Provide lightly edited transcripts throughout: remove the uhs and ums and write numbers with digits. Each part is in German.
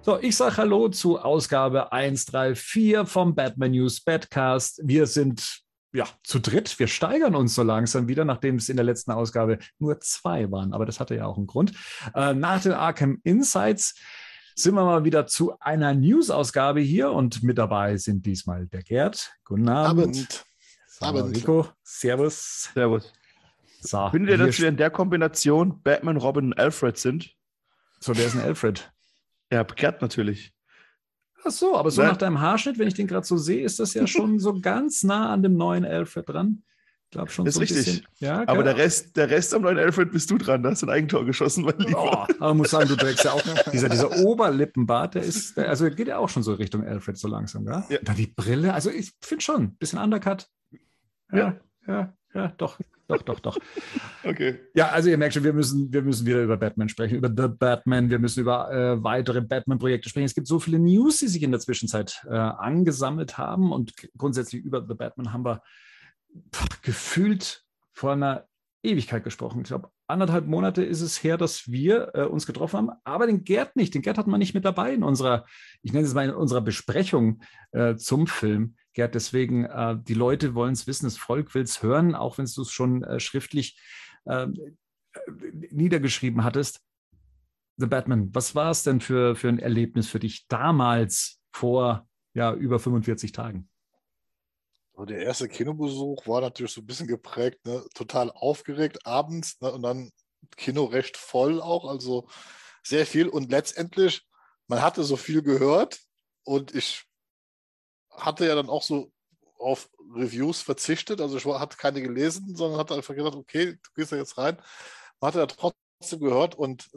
So, ich sage Hallo zu Ausgabe 134 vom Batman News Badcast. Wir sind zu dritt. Wir steigern uns so langsam wieder, nachdem es in der letzten Ausgabe nur 2 waren. Aber das hatte ja auch einen Grund. Nach den Arkham Insights sind wir mal wieder zu einer News-Ausgabe hier und mit dabei sind diesmal der Gerd. Guten Abend. Abend. Rico, servus. Servus. So, Findet ihr, dass wir in der Kombination Batman, Robin und Alfred sind? So, wer ist ein Alfred? Ja, Gerd natürlich. Ach so, aber so nach deinem Haarschnitt, wenn ich den gerade so sehe, ist das ja schon so ganz nah an dem neuen Alfred dran. Ich glaube schon das so ist ein richtig. Bisschen. Ja, aber der Rest am neuen Alfred bist du dran. Da hast du ein Eigentor geschossen, mein Lieber. Aber muss sagen, du trägst ja auch dieser Oberlippenbart, der geht ja auch schon so Richtung Alfred so langsam, ja? Ja. Da die Brille, also ich finde schon, ein bisschen Undercut. Ja, doch. Okay. Ja, also ihr merkt schon, wir müssen wieder über Batman sprechen, über The Batman. Wir müssen über weitere Batman-Projekte sprechen. Es gibt so viele News, die sich in der Zwischenzeit angesammelt haben. Und grundsätzlich über The Batman haben wir gefühlt vor einer Ewigkeit gesprochen. Ich glaube, 1,5 Monate ist es her, dass wir uns getroffen haben, aber den Gerd nicht. Den Gerd hat man nicht mit dabei in unserer, ich nenne es mal in unserer Besprechung zum Film. Gerd, deswegen, die Leute wollen es wissen, das Volk will es hören, auch wenn du es schon schriftlich niedergeschrieben hattest. The Batman, was war es denn für ein Erlebnis für dich damals vor über 45 Tagen? Der erste Kinobesuch war natürlich so ein bisschen geprägt, ne? Total aufgeregt abends, ne? Und dann Kino recht voll auch, also sehr viel. Und letztendlich, man hatte so viel gehört und ich hatte ja dann auch so auf Reviews verzichtet, also ich hatte keine gelesen, sondern hatte einfach gedacht, okay, du gehst da jetzt rein. Man hatte ja trotzdem gehört und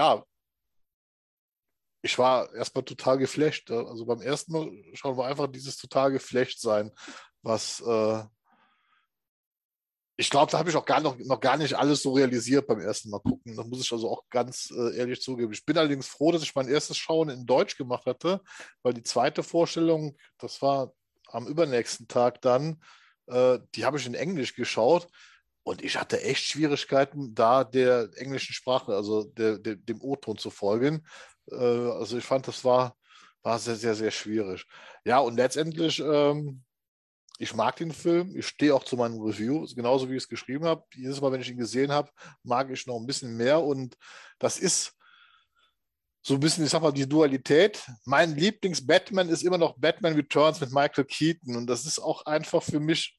ich war erstmal total geflasht. Also beim ersten Mal schauen wir einfach dieses total geflasht sein, was ich glaube, da habe ich auch noch gar nicht alles so realisiert beim ersten Mal gucken. Das muss ich also auch ganz ehrlich zugeben. Ich bin allerdings froh, dass ich mein erstes Schauen in Deutsch gemacht hatte, weil die zweite Vorstellung, das war am übernächsten Tag dann, die habe ich in Englisch geschaut und ich hatte echt Schwierigkeiten, da der englischen Sprache, also dem O-Ton zu folgen. Also ich fand, das war sehr, sehr, sehr schwierig. Ja, und letztendlich ich mag den Film, ich stehe auch zu meinem Review, genauso wie ich es geschrieben habe. Jedes Mal, wenn ich ihn gesehen habe, mag ich noch ein bisschen mehr. Und das ist so ein bisschen, ich sag mal, die Dualität. Mein Lieblings-Batman ist immer noch Batman Returns mit Michael Keaton. Und das ist auch einfach für mich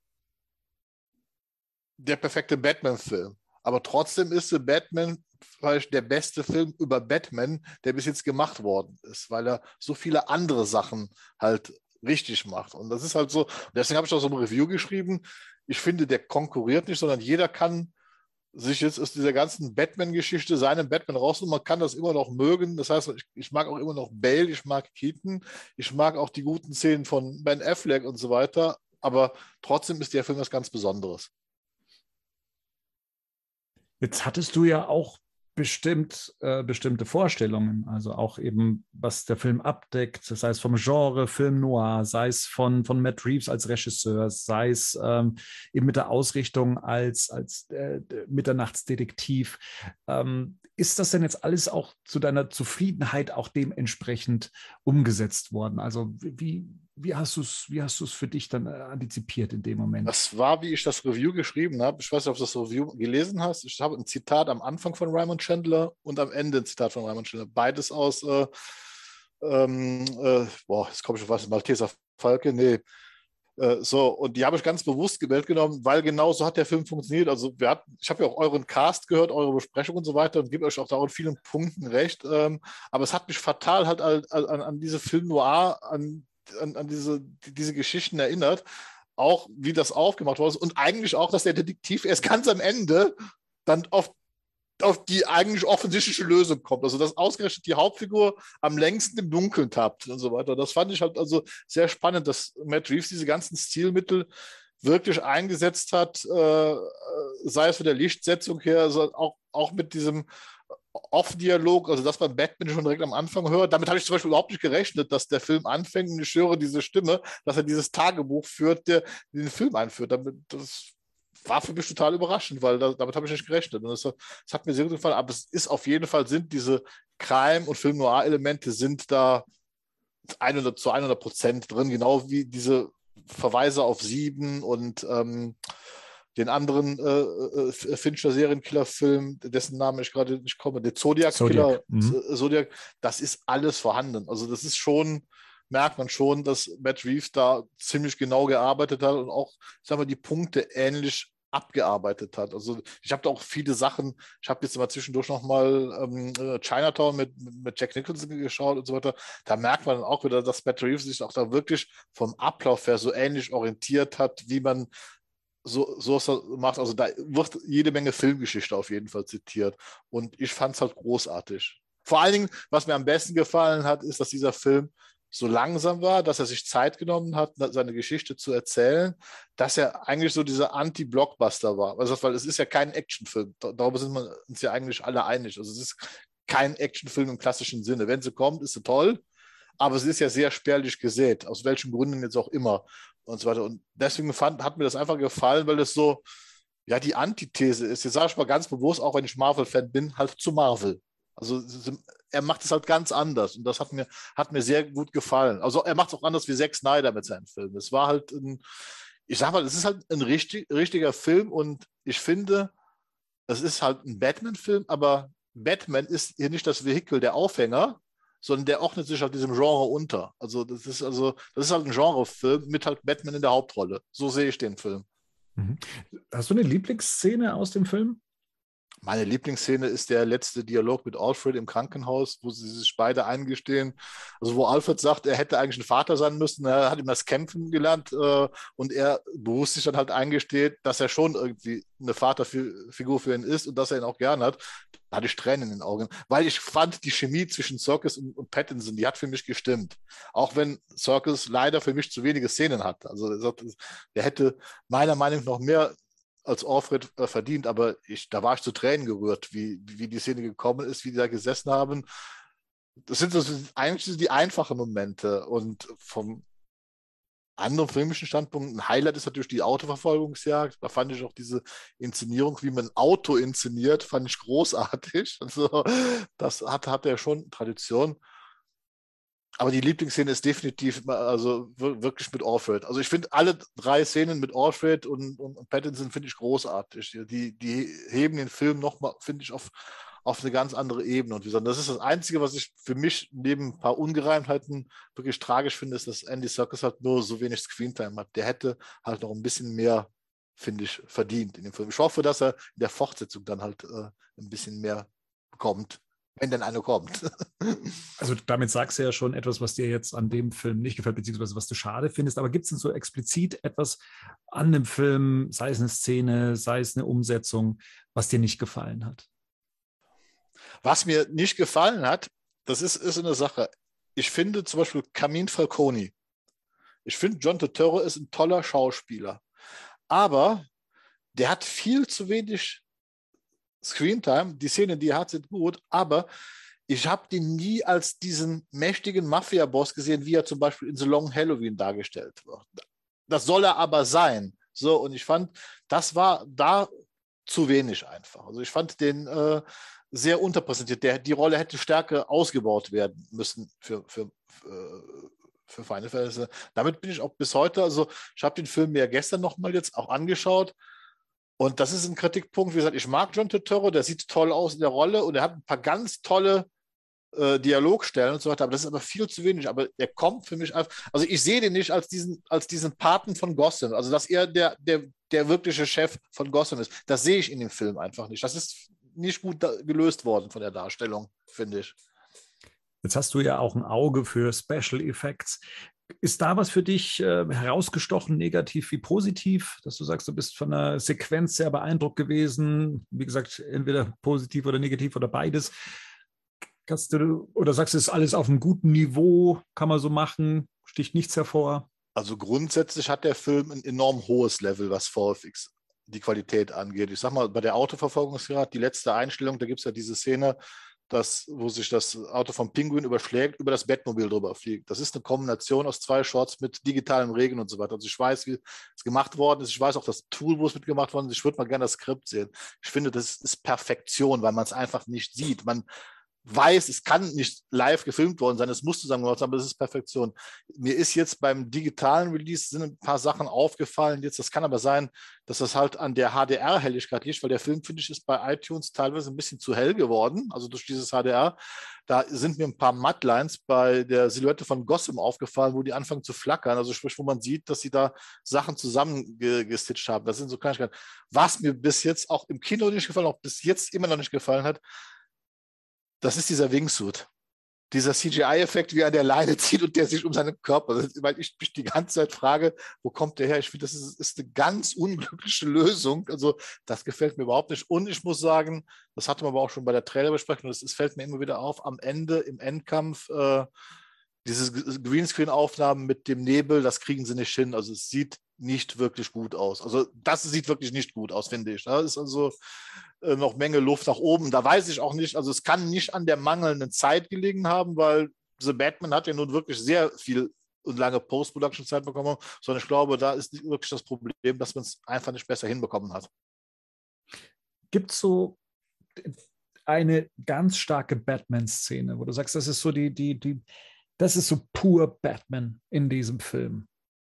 der perfekte Batman-Film. Aber trotzdem ist The Batman vielleicht der beste Film über Batman, der bis jetzt gemacht worden ist, weil er so viele andere Sachen halt richtig macht. Und das ist halt so, deswegen habe ich auch so ein Review geschrieben. Ich finde, der konkurriert nicht, sondern jeder kann sich jetzt aus dieser ganzen Batman-Geschichte seinen Batman rausnehmen. Man kann das immer noch mögen. Das heißt, ich mag auch immer noch Bale, ich mag Keaton, ich mag auch die guten Szenen von Ben Affleck und so weiter. Aber trotzdem ist der Film was ganz Besonderes. Jetzt hattest du ja auch bestimmte Vorstellungen, also auch eben, was der Film abdeckt, sei es vom Genre Film Noir, sei es von Matt Reeves als Regisseur, sei es eben mit der Ausrichtung als Mitternachtsdetektiv. Ist das denn jetzt alles auch zu deiner Zufriedenheit auch dementsprechend umgesetzt worden? Also wie hast du es für dich dann antizipiert in dem Moment? Das war, wie ich das Review geschrieben habe. Ich weiß nicht, ob du das Review gelesen hast. Ich habe ein Zitat am Anfang von Raymond Chandler und am Ende ein Zitat von Raymond Chandler. Beides aus, jetzt komme ich schon was, Malteser Falke, nee. Und die habe ich ganz bewusst gewählt genommen, weil genau so hat der Film funktioniert. Also ich habe ja auch euren Cast gehört, eure Besprechung und so weiter und gebe euch auch da in vielen Punkten recht. Aber es hat mich fatal halt an diese Film Noir, an diese Geschichten erinnert, auch wie das aufgemacht worden ist und eigentlich auch, dass der Detektiv erst ganz am Ende dann auf die eigentlich offensichtliche Lösung kommt. Also dass ausgerechnet die Hauptfigur am längsten im Dunkeln tappt und so weiter. Das fand ich halt also sehr spannend, dass Matt Reeves diese ganzen Stilmittel wirklich eingesetzt hat, sei es von der Lichtsetzung her, also auch mit diesem Off-Dialog, also dass man Batman schon direkt am Anfang hört. Damit habe ich zum Beispiel überhaupt nicht gerechnet, dass der Film anfängt und ich höre diese Stimme, dass er dieses Tagebuch führt, der den Film einführt. Das war für mich total überraschend, weil damit habe ich nicht gerechnet. Und das hat mir sehr gut gefallen. Aber es ist auf jeden Fall, sind diese Crime- und Film-Noir-Elemente sind da 100% drin, genau wie diese Verweise auf Sieben und den anderen Fincher-Serienkiller-Film, dessen Namen ich gerade nicht komme, der Zodiac-Killer, Zodiac, das ist alles vorhanden. Also das ist schon, merkt man schon, dass Matt Reeves da ziemlich genau gearbeitet hat und auch, sagen wir, die Punkte ähnlich abgearbeitet hat. Also ich habe da auch viele Sachen, ich habe jetzt mal zwischendurch nochmal Chinatown mit Jack Nicholson geschaut und so weiter. Da merkt man dann auch wieder, dass Matt Reeves sich auch da wirklich vom Ablauf her so ähnlich orientiert hat, wie man so macht. Also da wird jede Menge Filmgeschichte auf jeden Fall zitiert. Und ich fand es halt großartig. Vor allen Dingen, was mir am besten gefallen hat, ist, dass dieser Film so langsam war, dass er sich Zeit genommen hat, seine Geschichte zu erzählen, dass er eigentlich so dieser Anti-Blockbuster war. Also, weil es ist ja kein Actionfilm. Darüber sind wir uns ja eigentlich alle einig. Also es ist kein Actionfilm im klassischen Sinne. Wenn sie kommt, ist sie toll, aber sie ist ja sehr spärlich gesät, aus welchen Gründen jetzt auch immer und so weiter. Und deswegen hat mir das einfach gefallen, weil es so, ja, die Antithese ist. Jetzt sage ich mal ganz bewusst, auch wenn ich Marvel-Fan bin, halt zu Marvel. Also er macht es halt ganz anders und das hat mir sehr gut gefallen. Also er macht es auch anders wie Zack Snyder mit seinen Filmen. Es war halt ich sag mal, es ist halt ein richtiger Film und ich finde, es ist halt ein Batman-Film, aber Batman ist hier nicht das Vehikel, der Aufhänger, sondern der ordnet sich halt diesem Genre unter. Also das ist halt ein Genrefilm mit halt Batman in der Hauptrolle. So sehe ich den Film. Hast du eine Lieblingsszene aus dem Film? Meine Lieblingsszene ist der letzte Dialog mit Alfred im Krankenhaus, wo sie sich beide eingestehen. Also wo Alfred sagt, er hätte eigentlich ein Vater sein müssen, er hat ihm das Kämpfen gelernt und er bewusst sich dann halt eingesteht, dass er schon irgendwie eine Vaterfigur für ihn ist und dass er ihn auch gern hat. Da hatte ich Tränen in den Augen, weil ich fand, die Chemie zwischen Serkis und Pattinson, die hat für mich gestimmt. Auch wenn Serkis leider für mich zu wenige Szenen hat. Also der hätte meiner Meinung nach noch mehr als Alfred verdient, aber da war ich zu Tränen gerührt, wie die Szene gekommen ist, wie die da gesessen haben. Das sind eigentlich die einfachen Momente und vom anderen filmischen Standpunkt, ein Highlight ist natürlich die Autoverfolgungsjagd. Da fand ich auch diese Inszenierung, wie man ein Auto inszeniert, fand ich großartig. Also das hat ja schon Tradition. Aber die Lieblingsszene ist definitiv, also wirklich mit Alfred. Also ich finde alle 3 Szenen mit Alfred und Pattinson finde ich großartig. Die heben den Film nochmal, finde ich, auf eine ganz andere Ebene. Und wie gesagt, das ist das Einzige, was ich für mich neben ein paar Ungereimtheiten wirklich tragisch finde, ist, dass Andy Serkis halt nur so wenig Screentime hat. Der hätte halt noch ein bisschen mehr, finde ich, verdient in dem Film. Ich hoffe, dass er in der Fortsetzung dann halt ein bisschen mehr bekommt. Wenn denn eine kommt. Also damit sagst du ja schon etwas, was dir jetzt an dem Film nicht gefällt, beziehungsweise was du schade findest. Aber gibt es denn so explizit etwas an dem Film, sei es eine Szene, sei es eine Umsetzung, was dir nicht gefallen hat? Was mir nicht gefallen hat, das ist eine Sache. Ich finde zum Beispiel Carmine Falcone. Ich finde, John Turturro ist ein toller Schauspieler. Aber der hat viel zu wenig Screentime, die Szenen, die er hat, sind gut, aber ich habe den nie als diesen mächtigen Mafia-Boss gesehen, wie er zum Beispiel in The Long Halloween dargestellt wird. Das soll er aber sein. So, und ich fand, das war da zu wenig einfach. Also ich fand den sehr unterpräsentiert. Die Rolle hätte stärker ausgebaut werden müssen für Final Fantasy. Damit bin ich auch bis heute, also ich habe den Film mir gestern nochmal jetzt auch angeschaut. Und das ist ein Kritikpunkt, wie gesagt, ich mag John Turturro, der sieht toll aus in der Rolle und er hat ein paar ganz tolle Dialogstellen und so weiter, aber das ist aber viel zu wenig. Aber er kommt für mich einfach, also ich sehe den nicht als diesen Paten von Gotham, also dass er der wirkliche Chef von Gotham ist. Das sehe ich in dem Film einfach nicht. Das ist nicht gut gelöst worden von der Darstellung, finde ich. Jetzt hast du ja auch ein Auge für Special Effects. Ist da was für dich herausgestochen, negativ wie positiv, dass du sagst, du bist von der Sequenz sehr beeindruckt gewesen? Wie gesagt, entweder positiv oder negativ oder beides. Oder sagst du, ist alles auf einem guten Niveau, kann man so machen, sticht nichts hervor? Also grundsätzlich hat der Film ein enorm hohes Level, was VFX die Qualität angeht. Ich sag mal, bei der Autoverfolgungsjagd, die letzte Einstellung, da gibt es ja diese Szene, wo sich das Auto vom Pinguin überschlägt, über das Batmobil drüber fliegt. Das ist eine Kombination aus 2 Shots mit digitalem Regen und so weiter. Also ich weiß, wie es gemacht worden ist. Ich weiß auch das Tool, wo es mitgemacht worden ist. Ich würde mal gerne das Skript sehen. Ich finde, das ist Perfektion, weil man es einfach nicht sieht. Man weiß, es kann nicht live gefilmt worden sein, es muss zusammen gemacht sein, aber es ist Perfektion. Mir ist jetzt beim digitalen Release sind ein paar Sachen aufgefallen. Jetzt, das kann aber sein, dass das halt an der HDR-Helligkeit liegt, weil der Film, finde ich, ist bei iTunes teilweise ein bisschen zu hell geworden, also durch dieses HDR. Da sind mir ein paar Mudlines bei der Silhouette von Gotham aufgefallen, wo die anfangen zu flackern, also sprich, wo man sieht, dass sie da Sachen zusammengestitcht haben. Das sind so Kleinigkeiten. Was mir bis jetzt auch im Kino nicht gefallen, auch bis jetzt immer noch nicht gefallen hat, das ist dieser Wingsuit. Dieser CGI-Effekt, wie er an der Leine zieht und der sich um seinen Körper. Weil ich mich die ganze Zeit frage, wo kommt der her? Ich finde, das ist eine ganz unglückliche Lösung. Also, das gefällt mir überhaupt nicht. Und ich muss sagen, das hatten wir aber auch schon bei der Trailerbesprechung, das fällt mir immer wieder auf, am Ende, im Endkampf, diese Greenscreen-Aufnahmen mit dem Nebel, das kriegen sie nicht hin. Also, es sieht nicht wirklich gut aus. Also, das sieht wirklich nicht gut aus, finde ich. Da ist also noch Menge Luft nach oben. Da weiß ich auch nicht, also es kann nicht an der mangelnden Zeit gelegen haben, weil The Batman hat ja nun wirklich sehr viel und lange Post-Production-Zeit bekommen, sondern ich glaube, da ist wirklich das Problem, dass man es einfach nicht besser hinbekommen hat. Gibt es so eine ganz starke Batman-Szene, wo du sagst, das ist so das ist so pur Batman in diesem Film?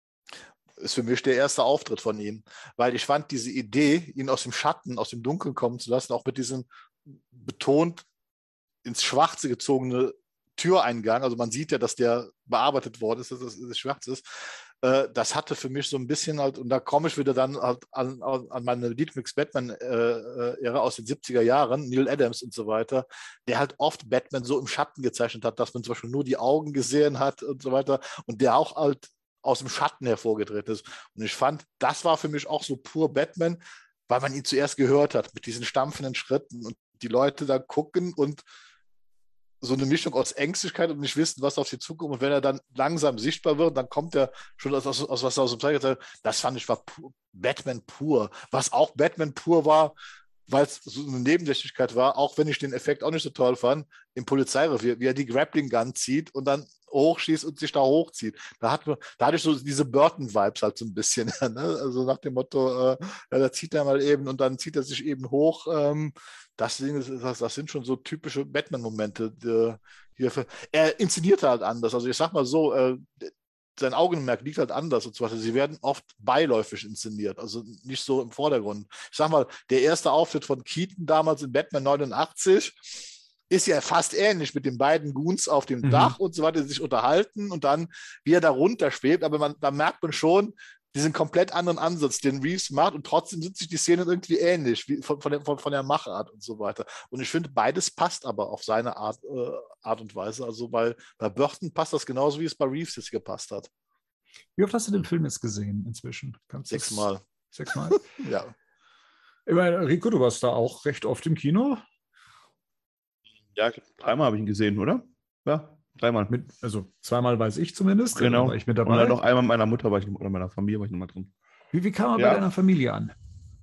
Ist für mich der erste Auftritt von ihm, weil ich fand diese Idee, ihn aus dem Schatten, aus dem Dunkeln kommen zu lassen, auch mit diesem betont ins Schwarze gezogene Türeingang, also man sieht ja, dass der bearbeitet worden ist, dass es schwarz ist, das hatte für mich so ein bisschen halt, und da komme ich wieder dann halt an meine Lieblings-Batman-Ära aus den 70er Jahren, Neil Adams und so weiter, der halt oft Batman so im Schatten gezeichnet hat, dass man zum Beispiel nur die Augen gesehen hat und so weiter, und der auch halt aus dem Schatten hervorgetreten ist. Und ich fand, das war für mich auch so pur Batman, weil man ihn zuerst gehört hat mit diesen stampfenden Schritten und die Leute da gucken und so eine Mischung aus Ängstlichkeit und nicht wissen, was auf sie zukommt. Und wenn er dann langsam sichtbar wird, dann kommt er schon aus was aus dem Zeichen. Das fand ich war Batman pur. Was auch Batman pur war, weil es so eine Nebensächlichkeit war, auch wenn ich den Effekt auch nicht so toll fand, im Polizeirevier, wie er die Grappling Gun zieht und dann hochschießt und sich da hochzieht. Da hatte ich so diese Burton-Vibes halt so ein bisschen. Ne? Also nach dem Motto, ja, da zieht er mal eben und dann zieht er sich eben hoch. Das sind schon so typische Batman-Momente. Er inszeniert halt anders. Also ich sag mal so, sein Augenmerk liegt halt anders. Und zwar, sie werden oft beiläufig inszeniert, also nicht so im Vordergrund. Ich sag mal, der erste Auftritt von Keaton damals in Batman 89 ist ja fast ähnlich mit den beiden Goons auf dem Dach und so weiter, die sich unterhalten und dann, wie er da runterschwebt. Aber da merkt man schon diesen komplett anderen Ansatz, den Reeves macht, und trotzdem sind sich die Szenen irgendwie ähnlich, wie von der Machart und so weiter. Und ich finde, beides passt aber auf seine Art und Weise. Also bei Burton passt das genauso, wie es bei Reeves jetzt gepasst hat. Wie oft hast du den Film jetzt gesehen inzwischen? 6-mal. 6-mal? Ja. Ich meine, Rico, du warst da auch recht oft im Kino. Ja, 3-mal habe ich ihn gesehen, oder? Ja, 3-mal. Also 2-mal weiß ich zumindest. Genau. War ich mit dabei. Und dann noch einmal mit meiner Mutter oder meiner Familie war ich noch mal drin. Wie kam man bei deiner Familie an?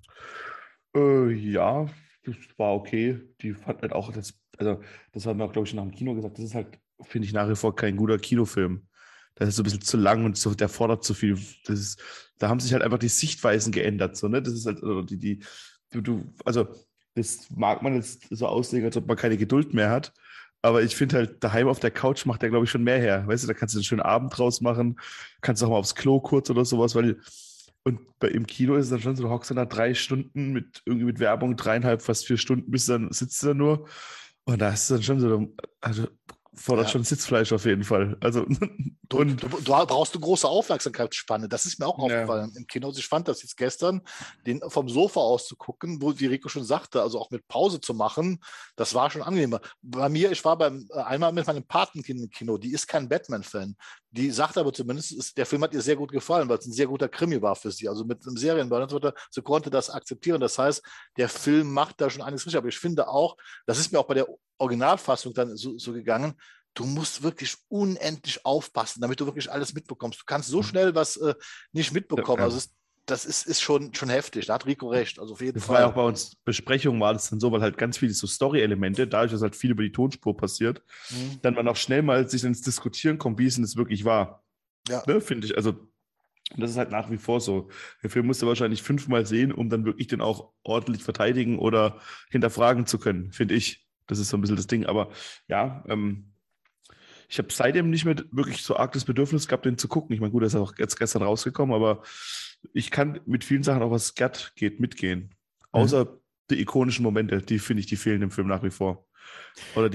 Ja, das war okay. Die fand halt auch, das haben wir auch, glaube ich, schon nach dem Kino gesagt, das ist halt, finde ich, nach wie vor kein guter Kinofilm. Das ist so ein bisschen zu lang und so, der fordert zu viel. Da haben sich halt einfach die Sichtweisen geändert. So, ne? Das ist halt, also das mag man jetzt so auslegen, als ob man keine Geduld mehr hat. Aber ich finde halt, daheim auf der Couch macht der, glaube ich, schon mehr her. Weißt du, da kannst du einen schönen Abend draus machen, kannst auch mal aufs Klo kurz oder sowas, und im Kino ist es dann schon so, du hockst dann da 3 Stunden mit Werbung, 3,5, fast 4 Stunden, sitzt du da nur. Und da ist dann schon so, also fordert schon Sitzfleisch auf jeden Fall. Also, du brauchst eine große Aufmerksamkeitsspanne. Das ist mir auch aufgefallen im Kino. Ich fand das jetzt gestern, den vom Sofa aus zu gucken, wo, wie Rico schon sagte, also auch mit Pause zu machen, das war schon angenehmer. Bei mir, ich war einmal mit meinem Patenkind im Kino, die ist kein Batman-Fan. Die sagt aber zumindest, der Film hat ihr sehr gut gefallen, weil es ein sehr guter Krimi war für sie. Also mit einem Serienball und so weiter, sie konnte das akzeptieren. Das heißt, der Film macht da schon einiges richtig. Aber ich finde auch, das ist mir auch bei der Originalfassung dann so gegangen, du musst wirklich unendlich aufpassen, damit du wirklich alles mitbekommst. Du kannst so schnell was nicht mitbekommen. Also das ist schon heftig. Da hat Rico recht. Also auf jeden Das Fall. war ja auch bei uns Besprechungen, war das dann so, weil halt ganz viele so Story-Elemente, dadurch, dass halt viel über die Tonspur passiert, dann man auch schnell mal sich ins Diskutieren kommt, wie es denn das wirklich war. Ja. Ne, finde ich. Also, das ist halt nach wie vor so. Der Film musst du wahrscheinlich 5-mal sehen, um dann wirklich den auch ordentlich verteidigen oder hinterfragen zu können, finde ich. Das ist so ein bisschen das Ding. Aber ja, ich habe seitdem nicht mehr wirklich so arg das Bedürfnis gehabt, den zu gucken. Ich meine, gut, er ist auch jetzt gestern rausgekommen, aber ich kann mit vielen Sachen auch, was Gerd geht, mitgehen. Außer die ikonischen Momente, die finde ich, die fehlen im Film nach wie vor. Oder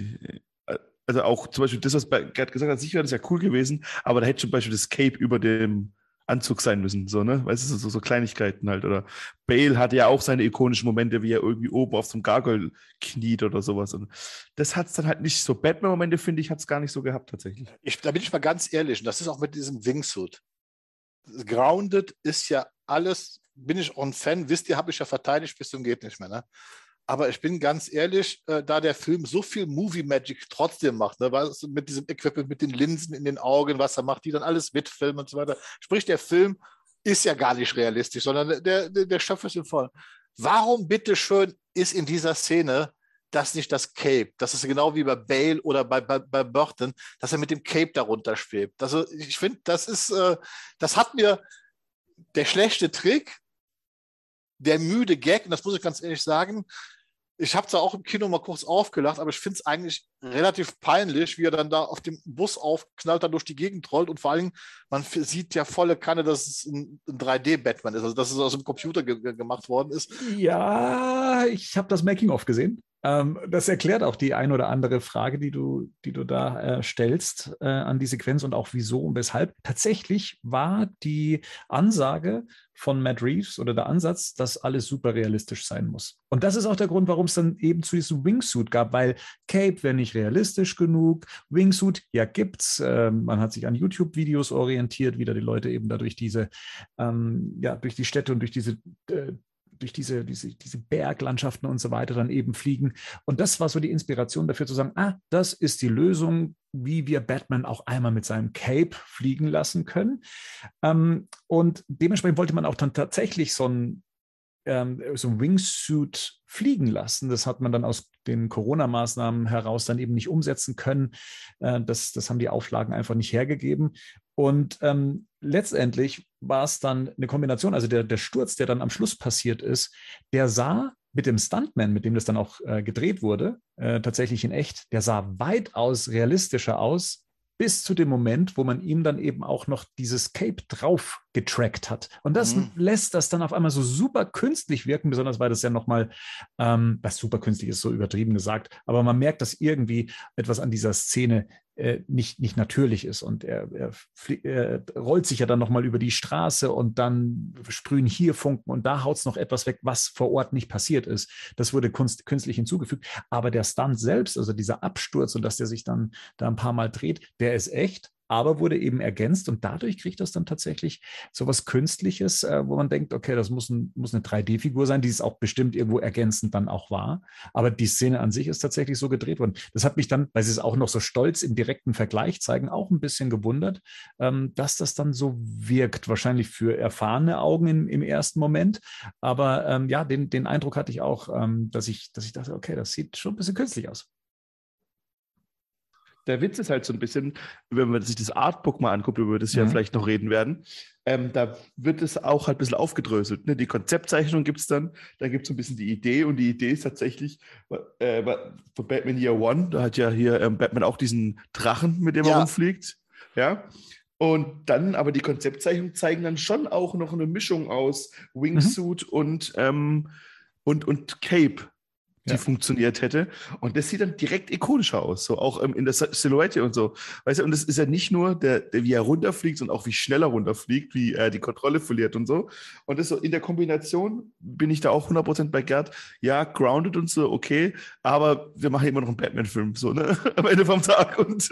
also auch zum Beispiel das, was Gerd gesagt hat, sicher wäre das ja cool gewesen, aber da hätte zum Beispiel das Cape über dem Anzug sein müssen, so, ne? Weißt du, so Kleinigkeiten halt. Oder Bale hatte ja auch seine ikonischen Momente, wie er irgendwie oben auf so einem Gargoyle kniet oder sowas. Und das hat es dann halt nicht so. Batman-Momente, finde ich, hat es gar nicht so gehabt, tatsächlich. Da bin ich mal ganz ehrlich, und das ist auch mit diesem Wingsuit. Grounded ist ja alles, bin ich auch ein Fan, wisst ihr, habe ich ja verteidigt bis zum geht nicht mehr, ne? Aber ich bin ganz ehrlich, da der Film so viel Movie Magic trotzdem macht, ne, was mit diesem Equipment, mit den Linsen in den Augen, was er macht, die dann alles mitfilmen und so weiter. Sprich, der Film ist ja gar nicht realistisch, sondern der Schöpfer ist im Vollen. Warum bitteschön ist in dieser Szene das nicht das Cape? Das ist genau wie bei Bale oder bei Burton, dass er mit dem Cape darunter schwebt. Also ich finde, das hat mir der schlechte Trick, der müde Gag, und das muss ich ganz ehrlich sagen, ich habe zwar auch im Kino mal kurz aufgelacht, aber ich finde es eigentlich relativ peinlich, wie er dann da auf dem Bus aufknallt, dann durch die Gegend rollt und vor allem, man sieht ja volle Kanne, dass es ein 3D-Batman ist, also dass es aus dem Computer gemacht worden ist. Ja, ich habe das Making-of gesehen. Das erklärt auch die ein oder andere Frage, die du da stellst an die Sequenz und auch wieso und weshalb. Tatsächlich war die Ansage von Matt Reeves oder der Ansatz, dass alles super realistisch sein muss. Und das ist auch der Grund, warum es dann eben zu diesem Wingsuit gab, weil Cape wäre nicht realistisch genug. Wingsuit, ja, gibt's. Man hat sich an YouTube-Videos orientiert, wie da die Leute eben da durch diese, durch die Städte und durch diese Berglandschaften und so weiter dann eben fliegen. Und das war so die Inspiration dafür zu sagen, das ist die Lösung, wie wir Batman auch einmal mit seinem Cape fliegen lassen können. Und dementsprechend wollte man auch dann tatsächlich so ein Wingsuit fliegen lassen. Das hat man dann aus den Corona-Maßnahmen heraus dann eben nicht umsetzen können. Das haben die Auflagen einfach nicht hergegeben. Und letztendlich war es dann eine Kombination, also der Sturz, der dann am Schluss passiert ist, der sah mit dem Stuntman, mit dem das dann auch gedreht wurde, tatsächlich in echt, der sah weitaus realistischer aus, bis zu dem Moment, wo man ihm dann eben auch noch dieses Cape drauf getrackt hat. Und das lässt das dann auf einmal so super künstlich wirken, besonders weil das ja nochmal, was super künstlich ist, so übertrieben gesagt, aber man merkt, dass irgendwie etwas an dieser Szene nicht natürlich ist. Und er rollt sich ja dann nochmal über die Straße und dann sprühen hier Funken und da haut es noch etwas weg, was vor Ort nicht passiert ist. Das wurde künstlich hinzugefügt. Aber der Stunt selbst, also dieser Absturz und dass der sich dann da ein paar Mal dreht, der ist echt, aber wurde eben ergänzt und dadurch kriegt das dann tatsächlich so was Künstliches, wo man denkt, okay, das muss eine 3D-Figur sein, die es auch bestimmt irgendwo ergänzend dann auch war. Aber die Szene an sich ist tatsächlich so gedreht worden. Das hat mich dann, weil sie es auch noch so stolz im direkten Vergleich zeigen, auch ein bisschen gewundert, dass das dann so wirkt. Wahrscheinlich für erfahrene Augen im ersten Moment. Aber den Eindruck hatte ich auch, dass ich dachte, okay, das sieht schon ein bisschen künstlich aus. Der Witz ist halt so ein bisschen, wenn man sich das Artbook mal anguckt, über das wir ja vielleicht noch reden werden, da wird es auch halt ein bisschen aufgedröselt. Ne? Die Konzeptzeichnung gibt es dann, da gibt es so ein bisschen die Idee und die Idee ist tatsächlich von Batman Year One, da hat ja hier Batman auch diesen Drachen, mit dem er rumfliegt. Ja. Und dann, aber die Konzeptzeichnungen zeigen dann schon auch noch eine Mischung aus Wingsuit und Cape, die funktioniert hätte. Und das sieht dann direkt ikonischer aus, so auch in der Silhouette und so. Weißt du, und das ist ja nicht nur, wie er runterfliegt, sondern auch wie schnell er runterfliegt, wie er die Kontrolle verliert und so. Und das so in der Kombination bin ich da auch 100% bei Gerd. Ja, Grounded und so, okay, aber wir machen immer noch einen Batman-Film, so, ne? Am Ende vom Tag und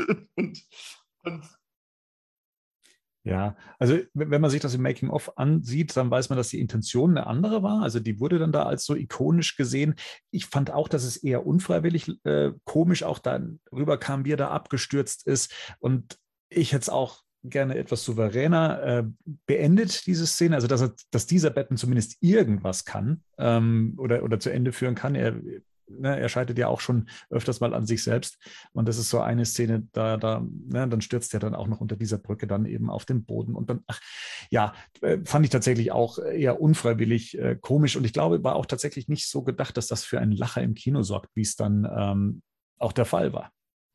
ja, also wenn man sich das im Making-of ansieht, dann weiß man, dass die Intention eine andere war. Also die wurde dann da als so ikonisch gesehen. Ich fand auch, dass es eher unfreiwillig komisch auch dann rüberkam, wie er da abgestürzt ist. Und ich hätte es auch gerne etwas souveräner beendet, diese Szene. Also, dass dieser Batman zumindest irgendwas kann oder zu Ende führen kann. Er scheitert ja auch schon öfters mal an sich selbst. Und das ist so eine Szene, dann stürzt er dann auch noch unter dieser Brücke dann eben auf den Boden. Und dann, fand ich tatsächlich auch eher unfreiwillig komisch. Und ich glaube, war auch tatsächlich nicht so gedacht, dass das für einen Lacher im Kino sorgt, wie es dann auch der Fall war.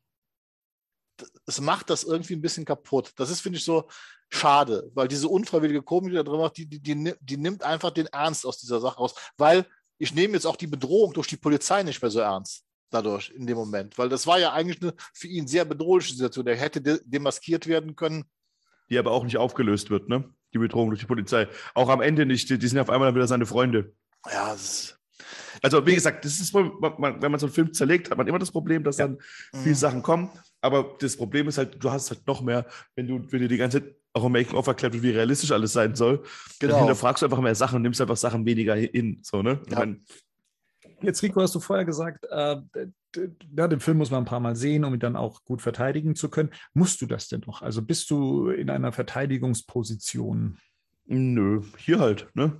Es macht das irgendwie ein bisschen kaputt. Das ist, finde ich, so schade, weil diese unfreiwillige Komik, die da drin macht, die nimmt einfach den Ernst aus dieser Sache raus. Weil ich nehme jetzt auch die Bedrohung durch die Polizei nicht mehr so ernst dadurch in dem Moment. Weil das war ja eigentlich eine für ihn sehr bedrohliche Situation. Er hätte demaskiert werden können. Die aber auch nicht aufgelöst wird, ne? Die Bedrohung durch die Polizei. Auch am Ende nicht. Die sind auf einmal dann wieder seine Freunde. Ja, das ist. Also, wie gesagt, das ist, wenn man so einen Film zerlegt, hat man immer das Problem, dass dann viele Sachen kommen. Aber das Problem ist halt, du hast halt noch mehr, wenn dir die ganze Zeit auch im Making-of erklärt wird, wie realistisch alles sein soll. Genau. Dann hinterfragst du einfach mehr Sachen und nimmst einfach Sachen weniger hin. So, ne? Ja. Jetzt, Rico, hast du vorher gesagt, den Film muss man ein paar Mal sehen, um ihn dann auch gut verteidigen zu können. Musst du das denn noch? Also bist du in einer Verteidigungsposition? Nö, hier halt, ne?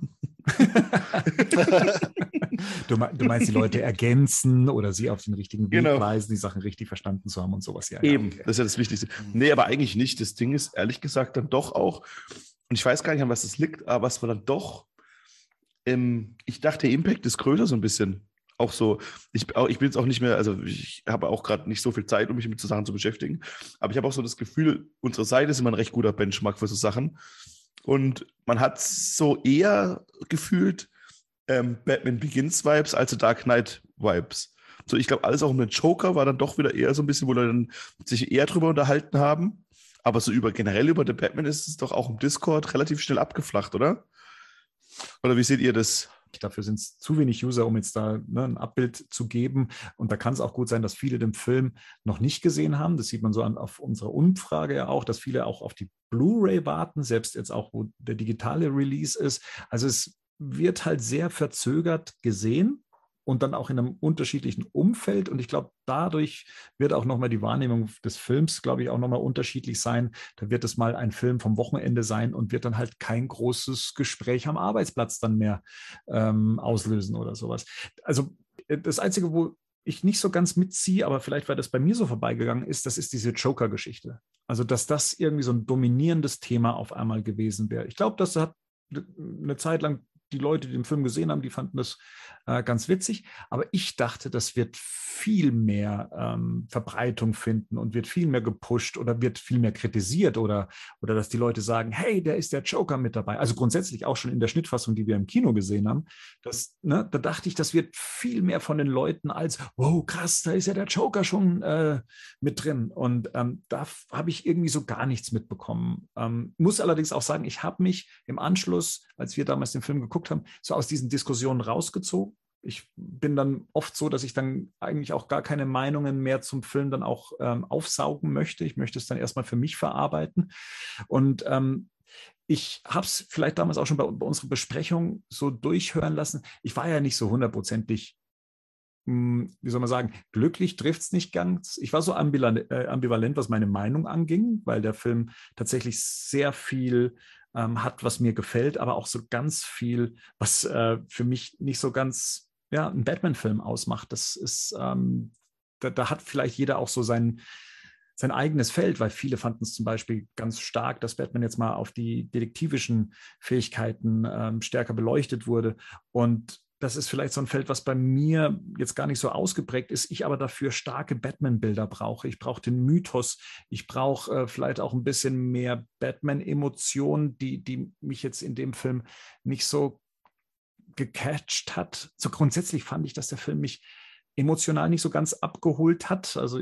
Du meinst, die Leute ergänzen oder sie auf den richtigen Weg weisen, die Sachen richtig verstanden zu haben und sowas. Ja, eben, okay. Das ist ja das Wichtigste. Nee, aber eigentlich nicht. Das Ding ist, ehrlich gesagt, dann doch auch, und ich weiß gar nicht, an was das liegt, aber was war dann doch, ich dachte, der Impact ist größer so ein bisschen. Auch so, ich bin jetzt auch nicht mehr, also ich habe auch gerade nicht so viel Zeit, um mich mit so Sachen zu beschäftigen, aber ich habe auch so das Gefühl, unsere Seite ist immer ein recht guter Benchmark für so Sachen. Und man hat so eher gefühlt Batman Begins-Vibes als Dark Knight-Vibes. So, ich glaube, alles auch um den Joker war dann doch wieder eher so ein bisschen, wo Leute dann sich eher drüber unterhalten haben. Aber so generell über den Batman ist es doch auch im Discord relativ schnell abgeflacht, oder? Oder wie seht ihr das? Dafür sind es zu wenig User, um jetzt da ein Abbild zu geben. Und da kann es auch gut sein, dass viele den Film noch nicht gesehen haben. Das sieht man so auf unserer Umfrage ja auch, dass viele auch auf die Blu-ray warten, selbst jetzt auch, wo der digitale Release ist. Also es wird halt sehr verzögert gesehen und dann auch in einem unterschiedlichen Umfeld. Und ich glaube, dadurch wird auch nochmal die Wahrnehmung des Films, glaube ich, auch nochmal unterschiedlich sein. Da wird es mal ein Film vom Wochenende sein und wird dann halt kein großes Gespräch am Arbeitsplatz dann mehr auslösen oder sowas. Also das Einzige, wo ich nicht so ganz mitziehe, aber vielleicht, weil das bei mir so vorbeigegangen ist, das ist diese Joker-Geschichte. Also, dass das irgendwie so ein dominierendes Thema auf einmal gewesen wäre. Ich glaube, das hat eine Zeit lang die Leute, die den Film gesehen haben, die fanden das ganz witzig. Aber ich dachte, das wird viel mehr Verbreitung finden und wird viel mehr gepusht oder wird viel mehr kritisiert oder dass die Leute sagen, hey, da ist der Joker mit dabei. Also grundsätzlich auch schon in der Schnittfassung, die wir im Kino gesehen haben. Da dachte ich, das wird viel mehr von den Leuten als, wow, krass, da ist ja der Joker schon mit drin. Und da habe ich irgendwie so gar nichts mitbekommen. Muss allerdings auch sagen, ich habe mich im Anschluss, als wir damals den Film geguckt haben, so aus diesen Diskussionen rausgezogen. Ich bin dann oft so, dass ich dann eigentlich auch gar keine Meinungen mehr zum Film dann auch aufsaugen möchte. Ich möchte es dann erstmal für mich verarbeiten. Und ich habe es vielleicht damals auch schon bei unserer Besprechung so durchhören lassen. Ich war ja nicht so hundertprozentig, wie soll man sagen, glücklich trifft es nicht ganz. Ich war so ambivalent, was meine Meinung anging, weil der Film tatsächlich sehr viel hat, was mir gefällt, aber auch so ganz viel, was für mich nicht so ganz ein Batman-Film ausmacht. Das ist, da hat vielleicht jeder auch so sein eigenes Feld, weil viele fanden es zum Beispiel ganz stark, dass Batman jetzt mal auf die detektivischen Fähigkeiten stärker beleuchtet wurde. Und das ist vielleicht so ein Feld, was bei mir jetzt gar nicht so ausgeprägt ist. Ich aber dafür starke Batman-Bilder brauche. Ich brauche den Mythos. Ich brauche vielleicht auch ein bisschen mehr Batman-Emotionen, die mich jetzt in dem Film nicht so gecatcht hat. So grundsätzlich fand ich, dass der Film mich emotional nicht so ganz abgeholt hat. Also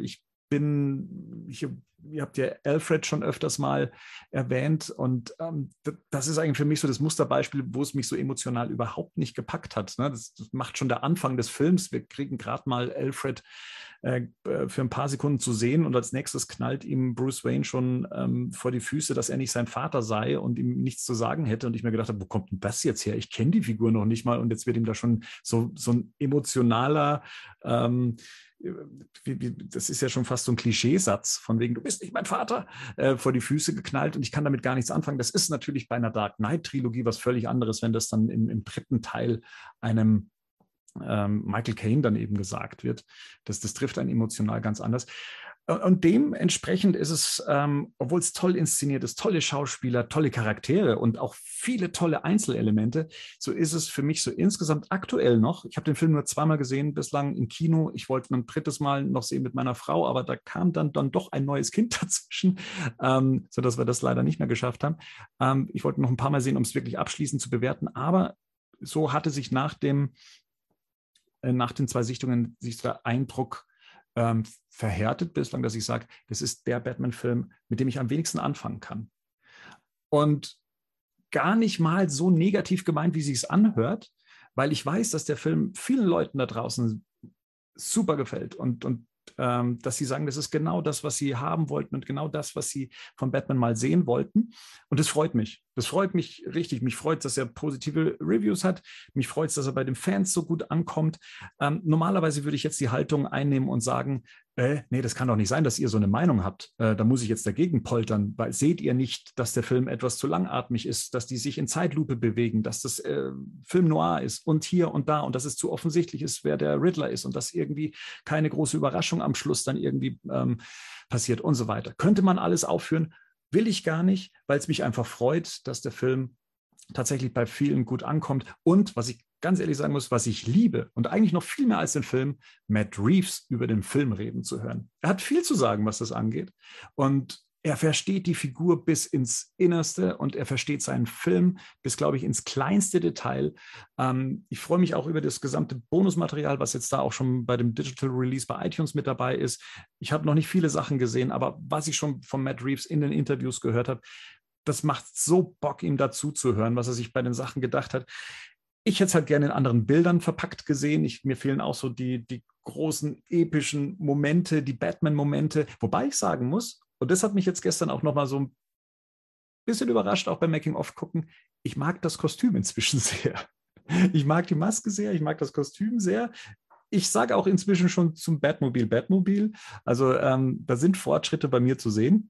ihr habt ja Alfred schon öfters mal erwähnt und das ist eigentlich für mich so das Musterbeispiel, wo es mich so emotional überhaupt nicht gepackt hat. Ne? Das macht schon der Anfang des Films. Wir kriegen gerade mal Alfred für ein paar Sekunden zu sehen und als nächstes knallt ihm Bruce Wayne schon vor die Füße, dass er nicht sein Vater sei und ihm nichts zu sagen hätte. Und ich mir gedacht habe, wo kommt denn das jetzt her? Ich kenne die Figur noch nicht mal und jetzt wird ihm da schon so ein emotionaler das ist ja schon fast so ein Klischeesatz, von wegen, du bist nicht mein Vater, vor die Füße geknallt und ich kann damit gar nichts anfangen. Das ist natürlich bei einer Dark Knight-Trilogie was völlig anderes, wenn das dann im dritten Teil einem Michael Caine dann eben gesagt wird. Das trifft einen emotional ganz anders. Und dementsprechend ist es, obwohl es toll inszeniert ist, tolle Schauspieler, tolle Charaktere und auch viele tolle Einzelelemente, so ist es für mich so insgesamt aktuell noch. Ich habe den Film nur zweimal gesehen bislang im Kino. Ich wollte ein drittes Mal noch sehen mit meiner Frau, aber da kam dann doch ein neues Kind dazwischen, sodass wir das leider nicht mehr geschafft haben. Ich wollte noch ein paar Mal sehen, um es wirklich abschließend zu bewerten, aber so hatte sich nach den 2 Sichtungen sich der Eindruck verhärtet bislang, dass ich sage, das ist der Batman-Film, mit dem ich am wenigsten anfangen kann. Und gar nicht mal so negativ gemeint, wie sich es anhört, weil ich weiß, dass der Film vielen Leuten da draußen super gefällt und dass sie sagen, das ist genau das, was sie haben wollten und genau das, was sie von Batman mal sehen wollten. Und das freut mich. Das freut mich richtig. Mich freut es, dass er positive Reviews hat. Mich freut es, dass er bei den Fans so gut ankommt. Normalerweise würde ich jetzt die Haltung einnehmen und sagen, nee, das kann doch nicht sein, dass ihr so eine Meinung habt. Da muss ich jetzt dagegen poltern, weil seht ihr nicht, dass der Film etwas zu langatmig ist, dass die sich in Zeitlupe bewegen, dass das Film noir ist und hier und da und dass es zu offensichtlich ist, wer der Riddler ist und dass irgendwie keine große Überraschung am Schluss dann irgendwie passiert und so weiter. Könnte man alles aufführen? Will ich gar nicht, weil es mich einfach freut, dass der Film tatsächlich bei vielen gut ankommt. Und was ich ganz ehrlich sagen muss, was ich liebe und eigentlich noch viel mehr als den Film, Matt Reeves über den Film reden zu hören. Er hat viel zu sagen, was das angeht. Und er versteht die Figur bis ins Innerste und er versteht seinen Film bis, glaube ich, ins kleinste Detail. Ich freue mich auch über das gesamte Bonusmaterial, was jetzt da auch schon bei dem Digital Release bei iTunes mit dabei ist. Ich habe noch nicht viele Sachen gesehen, aber was ich schon von Matt Reeves in den Interviews gehört habe, das macht so Bock, ihm dazu zu hören, was er sich bei den Sachen gedacht hat. Ich hätte es halt gerne in anderen Bildern verpackt gesehen. Mir fehlen auch so die großen epischen Momente, die Batman-Momente. Wobei ich sagen muss, und das hat mich jetzt gestern auch nochmal so ein bisschen überrascht, auch beim Making-of gucken, ich mag das Kostüm inzwischen sehr. Ich mag die Maske sehr, ich mag das Kostüm sehr. Ich sage auch inzwischen schon zum Batmobil. Also da sind Fortschritte bei mir zu sehen.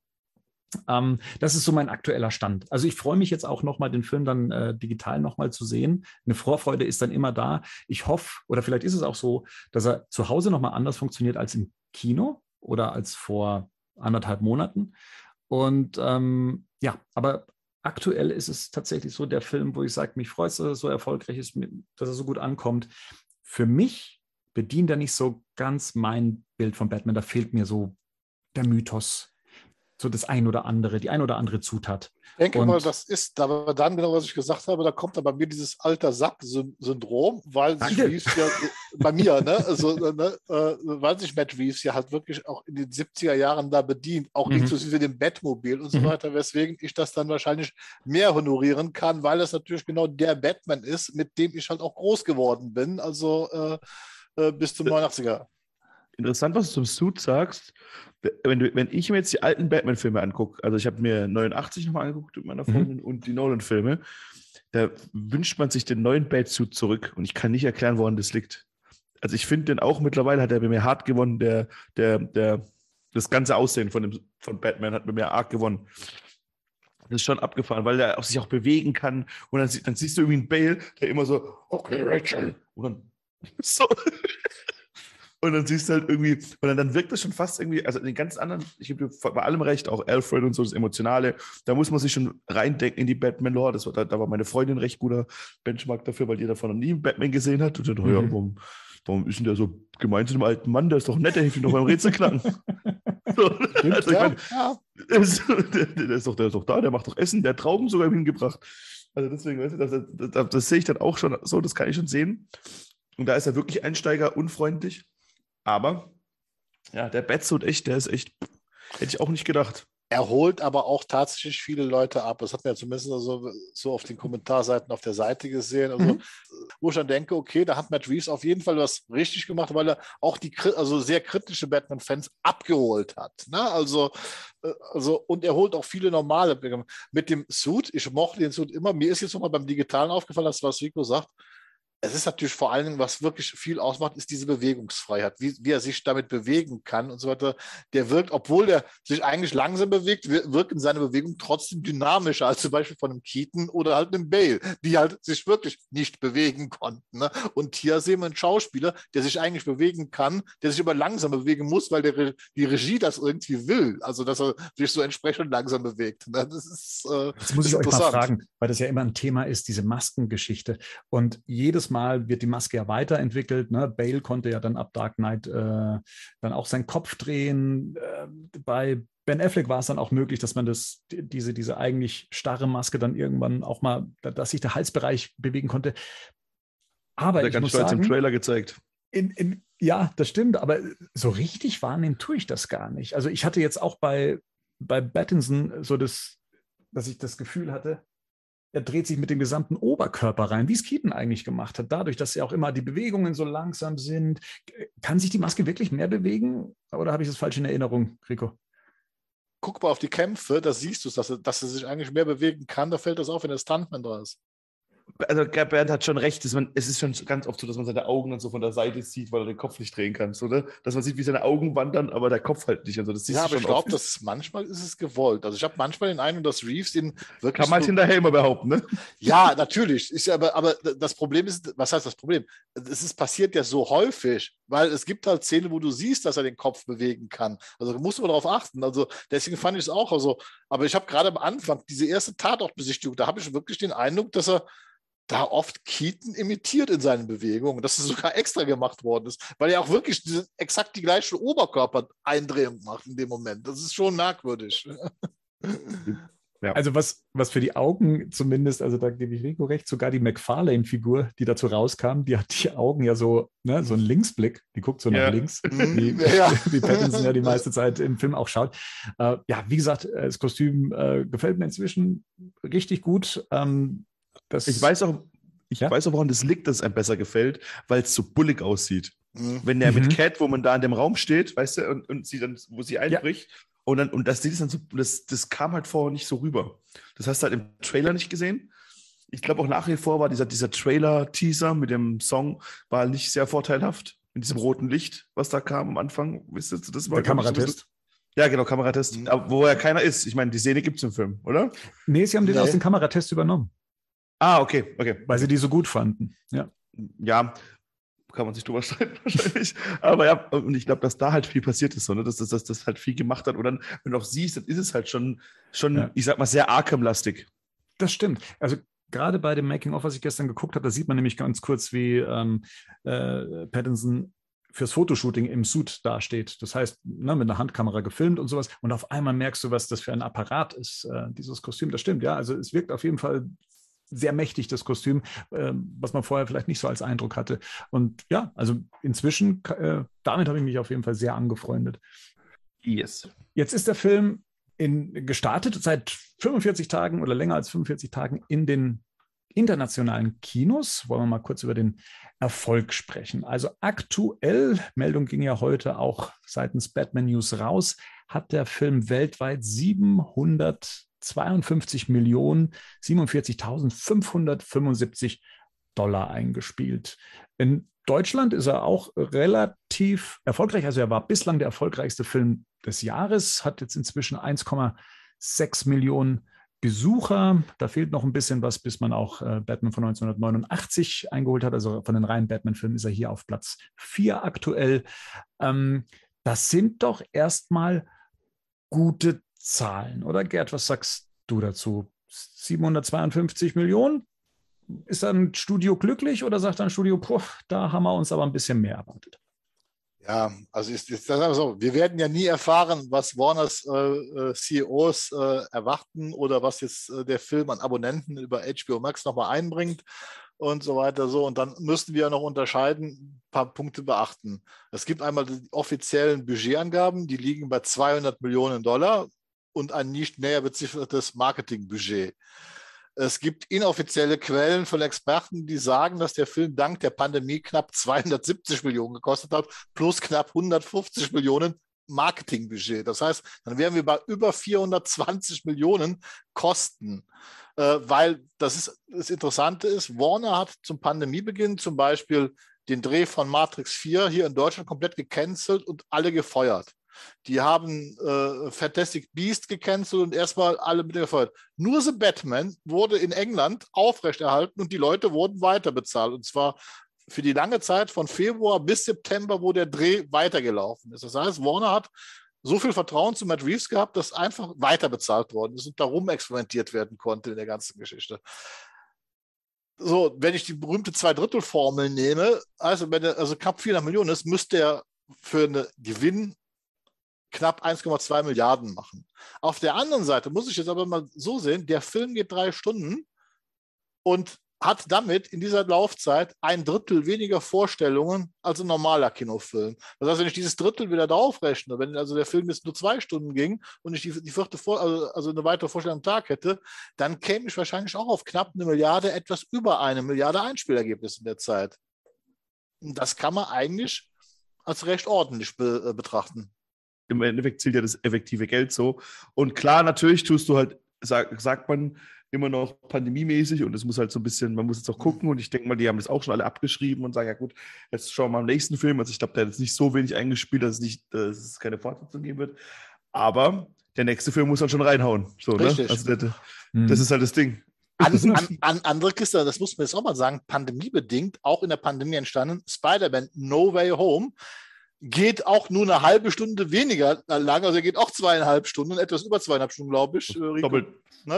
Das ist so mein aktueller Stand. Also ich freue mich jetzt auch nochmal, den Film dann digital nochmal zu sehen. Eine Vorfreude ist dann immer da. Ich hoffe, oder vielleicht ist es auch so, dass er zu Hause nochmal anders funktioniert als im Kino oder als vor 1,5 Monaten. Und ja, aber aktuell ist es tatsächlich so der Film, wo ich sage, mich freut es, dass er so erfolgreich ist, dass er so gut ankommt. Für mich bedient er nicht so ganz mein Bild von Batman. Da fehlt mir so der Mythos, so das ein oder andere, die ein oder andere Zutat. Ich denke mal, das ist aber dann genau, was ich gesagt habe, da kommt dann bei mir dieses alter Sack-Syndrom, weil sich Reeves ja bei mir, ne, also, weil sich Matt Reeves ja halt wirklich auch in den 70er Jahren da bedient, auch inklusive dem Batmobil und so weiter, weswegen ich das dann wahrscheinlich mehr honorieren kann, weil das natürlich genau der Batman ist, mit dem ich halt auch groß geworden bin, also bis zum 89er. Interessant, was du zum Suit sagst. Wenn ich mir jetzt die alten Batman-Filme angucke, also ich habe mir 89 nochmal angeguckt mit meiner Freundin und die Nolan-Filme, da wünscht man sich den neuen Batsuit zurück und ich kann nicht erklären, woran das liegt. Also ich finde den auch, mittlerweile hat er bei mir hart gewonnen, das ganze Aussehen von Batman hat bei mir arg gewonnen. Das ist schon abgefahren, weil er sich auch bewegen kann und dann siehst du irgendwie einen Bale, der immer so, okay, Rachel, und dann so... Und dann siehst du halt irgendwie, und dann wirkt das schon fast irgendwie, also in den ganz anderen, ich gebe dir bei allem recht, auch Alfred und so, das Emotionale, da muss man sich schon reindenken in die Batman-Lore. Da war meine Freundin ein recht guter Benchmark dafür, weil die davon noch nie einen Batman gesehen hat. Und dann, ja, warum ist denn der so gemein zu dem alten Mann? Der ist doch nett, der hilft ihm doch beim Rätsel knacken. So, also ich meine, der ist doch da, der macht doch Essen, der hat Trauben sogar hingebracht. Also deswegen, weißt du, das sehe ich dann auch schon so, das kann ich schon sehen. Und da ist er wirklich Einsteiger, unfreundlich. Aber, ja, der Batsuit der ist echt, hätte ich auch nicht gedacht. Er holt aber auch tatsächlich viele Leute ab. Das hat man ja zumindest so auf den Kommentarseiten auf der Seite gesehen. Also, wo ich dann denke, okay, da hat Matt Reeves auf jeden Fall was richtig gemacht, weil er auch die sehr kritische Batman-Fans abgeholt hat. Ne? Also, und er holt auch viele normale. Mit dem Suit, ich mochte den Suit immer. Mir ist jetzt nochmal beim Digitalen aufgefallen, das, was Rico sagt, es ist natürlich vor allen Dingen, was wirklich viel ausmacht, ist diese Bewegungsfreiheit, wie er sich damit bewegen kann und so weiter. Der wirkt, obwohl der sich eigentlich langsam bewegt, wirken seine Bewegungen trotzdem dynamischer als zum Beispiel von einem Keaton oder halt einem Bale, die halt sich wirklich nicht bewegen konnten. Ne? Und hier sehen wir einen Schauspieler, der sich eigentlich bewegen kann, der sich aber langsam bewegen muss, weil die Regie das irgendwie will. Also, dass er sich so entsprechend langsam bewegt. Ne? Das ist Jetzt muss ich euch mal fragen, weil das ja immer ein Thema ist, diese Maskengeschichte. Und jedes Mal wird die Maske ja weiterentwickelt. Ne? Bale konnte ja dann ab Dark Knight dann auch seinen Kopf drehen. Bei Ben Affleck war es dann auch möglich, dass man diese eigentlich starre Maske dann irgendwann auch mal, dass sich der Halsbereich bewegen konnte. Aber der ich ganz muss stolz sagen, im Trailer gezeigt. ja, das stimmt, aber so richtig wahrnehmen tue ich das gar nicht. Also ich hatte jetzt auch bei Pattinson so dass ich das Gefühl hatte, er dreht sich mit dem gesamten Oberkörper rein, wie es Keaton eigentlich gemacht hat. Dadurch, dass ja auch immer die Bewegungen so langsam sind. Kann sich die Maske wirklich mehr bewegen? Oder habe ich das falsch in Erinnerung, Rico? Guck mal auf die Kämpfe, da siehst du es, dass er sich eigentlich mehr bewegen kann. Da fällt das auf, wenn der Stuntman da ist. Also Bernd hat schon recht, es ist schon ganz oft so, dass man seine Augen dann so von der Seite sieht, weil er den Kopf nicht drehen kann, oder? Dass man sieht, wie seine Augen wandern, aber der Kopf halt nicht. Also das siehst Ja, du aber schon ich glaube, oft. manchmal ist es gewollt. Also ich habe manchmal den Eindruck, dass Reeves ihn wirklich Kann man halt hinterher immer behaupten, ne? Ja, natürlich. Aber das Problem ist, was heißt das Problem? Passiert ja so häufig, weil es gibt halt Szenen, wo du siehst, dass er den Kopf bewegen kann. Also musst du mal darauf achten. Also deswegen fand ich es auch. Also, aber ich habe gerade am Anfang diese erste Tatortbesichtigung, da habe ich wirklich den Eindruck, dass er da oft Keaton imitiert in seinen Bewegungen, dass es sogar extra gemacht worden ist, weil er auch wirklich exakt die gleiche Oberkörpereindrehung macht in dem Moment. Das ist schon merkwürdig. Ja. Also was für die Augen zumindest, also da gebe ich Rico recht, sogar die McFarlane-Figur, die dazu rauskam, die hat die Augen ja so, ne, so einen Linksblick, die guckt so nach links, wie Pattinson ja die meiste Zeit im Film auch schaut. Ja, wie gesagt, das Kostüm gefällt mir inzwischen richtig gut. Ich weiß auch, woran das liegt, dass es einem besser gefällt, weil es so bullig aussieht. Wenn der mit Catwoman da in dem Raum steht, weißt du, und sie dann, wo sie einbricht, und das ist dann so, das kam halt vorher nicht so rüber. Das hast du halt im Trailer nicht gesehen. Ich glaube auch nach wie vor war dieser Trailer-Teaser mit dem Song war nicht sehr vorteilhaft. Mit diesem roten Licht, was da kam am Anfang. Wisst ihr, das war der Kameratest. Ja, genau, Kameratest. Wo ja keiner ist. Ich meine, die Szene gibt es im Film, oder? Nee, sie haben den aus dem Kameratest übernommen. Ah, okay. Weil sie die so gut fanden. Ja, kann man sich drüber streiten wahrscheinlich. Aber ja, und ich glaube, dass da halt viel passiert ist, so, ne? dass das halt viel gemacht hat. Und dann, wenn du auch siehst, dann ist es halt schon ich sag mal, sehr Arkham-lastig. Das stimmt. Also gerade bei dem Making-of, was ich gestern geguckt habe, da sieht man nämlich ganz kurz, wie Pattinson fürs Fotoshooting im Suit dasteht. Das heißt, ne, mit einer Handkamera gefilmt und sowas. Und auf einmal merkst du, was das für ein Apparat ist, dieses Kostüm. Das stimmt, ja. Also es wirkt auf jeden Fall sehr mächtig, das Kostüm, was man vorher vielleicht nicht so als Eindruck hatte. Und ja, also inzwischen, damit habe ich mich auf jeden Fall sehr angefreundet. Yes. Jetzt ist der Film gestartet seit 45 Tagen oder länger als 45 Tagen in den internationalen Kinos. Wollen wir mal kurz über den Erfolg sprechen. Also aktuell, Meldung ging ja heute auch seitens Batman News raus, hat der Film weltweit 742.047.575 $ eingespielt. In Deutschland ist er auch relativ erfolgreich. Also er war bislang der erfolgreichste Film des Jahres, hat jetzt inzwischen 1,6 Millionen Besucher. Da fehlt noch ein bisschen was, bis man auch Batman von 1989 eingeholt hat. Also von den reinen Batman-Filmen ist er hier auf Platz 4 aktuell. Das sind doch erstmal gute Zahlen, oder Gerd, was sagst du dazu? 752 Millionen? Ist ein Studio glücklich oder sagt ein Studio, da haben wir uns aber ein bisschen mehr erwartet? Ja, also ist das so. Wir werden ja nie erfahren, was Warners CEOs erwarten oder was jetzt der Film an Abonnenten über HBO Max nochmal einbringt und so weiter. So. Und dann müssten wir ja noch unterscheiden, ein paar Punkte beachten. Es gibt einmal die offiziellen Budgetangaben, die liegen bei 200 Millionen $ und ein nicht näher beziffertes Marketingbudget. Es gibt inoffizielle Quellen von Experten, die sagen, dass der Film dank der Pandemie knapp 270 Millionen gekostet hat, plus knapp 150 Millionen Marketingbudget. Das heißt, dann wären wir bei über 420 Millionen Kosten. weil das Interessante ist, Warner hat zum Pandemiebeginn zum Beispiel den Dreh von Matrix 4 hier in Deutschland komplett gecancelt und alle gefeuert. Die haben Fantastic Beast gecancelt und erstmal alle mit gefeuert. Nur The Batman wurde in England aufrechterhalten und die Leute wurden weiterbezahlt. Und zwar für die lange Zeit von Februar bis September, wo der Dreh weitergelaufen ist. Das heißt, Warner hat so viel Vertrauen zu Matt Reeves gehabt, dass einfach weiterbezahlt worden ist und darum experimentiert werden konnte in der ganzen Geschichte. So, wenn ich die berühmte Zweidrittel-Formel nehme, also wenn er also knapp 400 Millionen ist, müsste er für einen Gewinn knapp 1,2 Milliarden machen. Auf der anderen Seite muss ich jetzt aber mal so sehen, der Film geht 3 Stunden und hat damit in dieser Laufzeit 1/3 weniger Vorstellungen als ein normaler Kinofilm. Das heißt, wenn ich dieses Drittel wieder draufrechne, wenn also der Film jetzt nur 2 Stunden ging und ich die vierte also eine weitere Vorstellung am Tag hätte, dann käme ich wahrscheinlich auch auf knapp 1 Milliarde, etwas über 1 Milliarde Einspielergebnis in der Zeit. Und das kann man eigentlich als recht ordentlich betrachten. Im Endeffekt zählt ja das effektive Geld so. Und klar, natürlich tust du halt, sagt man immer noch pandemiemäßig und es muss halt so ein bisschen, man muss jetzt auch gucken und ich denke mal, die haben das auch schon alle abgeschrieben und sagen, ja gut, jetzt schauen wir mal am nächsten Film. Also ich glaube, der hat jetzt nicht so wenig eingespielt, dass es keine Fortsetzung geben wird. Aber der nächste Film muss dann schon reinhauen. So, richtig. Ne? Also das ist halt das Ding. Andere Kiste, das muss man jetzt auch mal sagen, pandemiebedingt, auch in der Pandemie entstanden, Spider-Man No Way Home geht auch nur eine halbe Stunde weniger lang, also er geht auch 2,5 Stunden, etwas über 2,5 Stunden, glaube ich. Doppelt.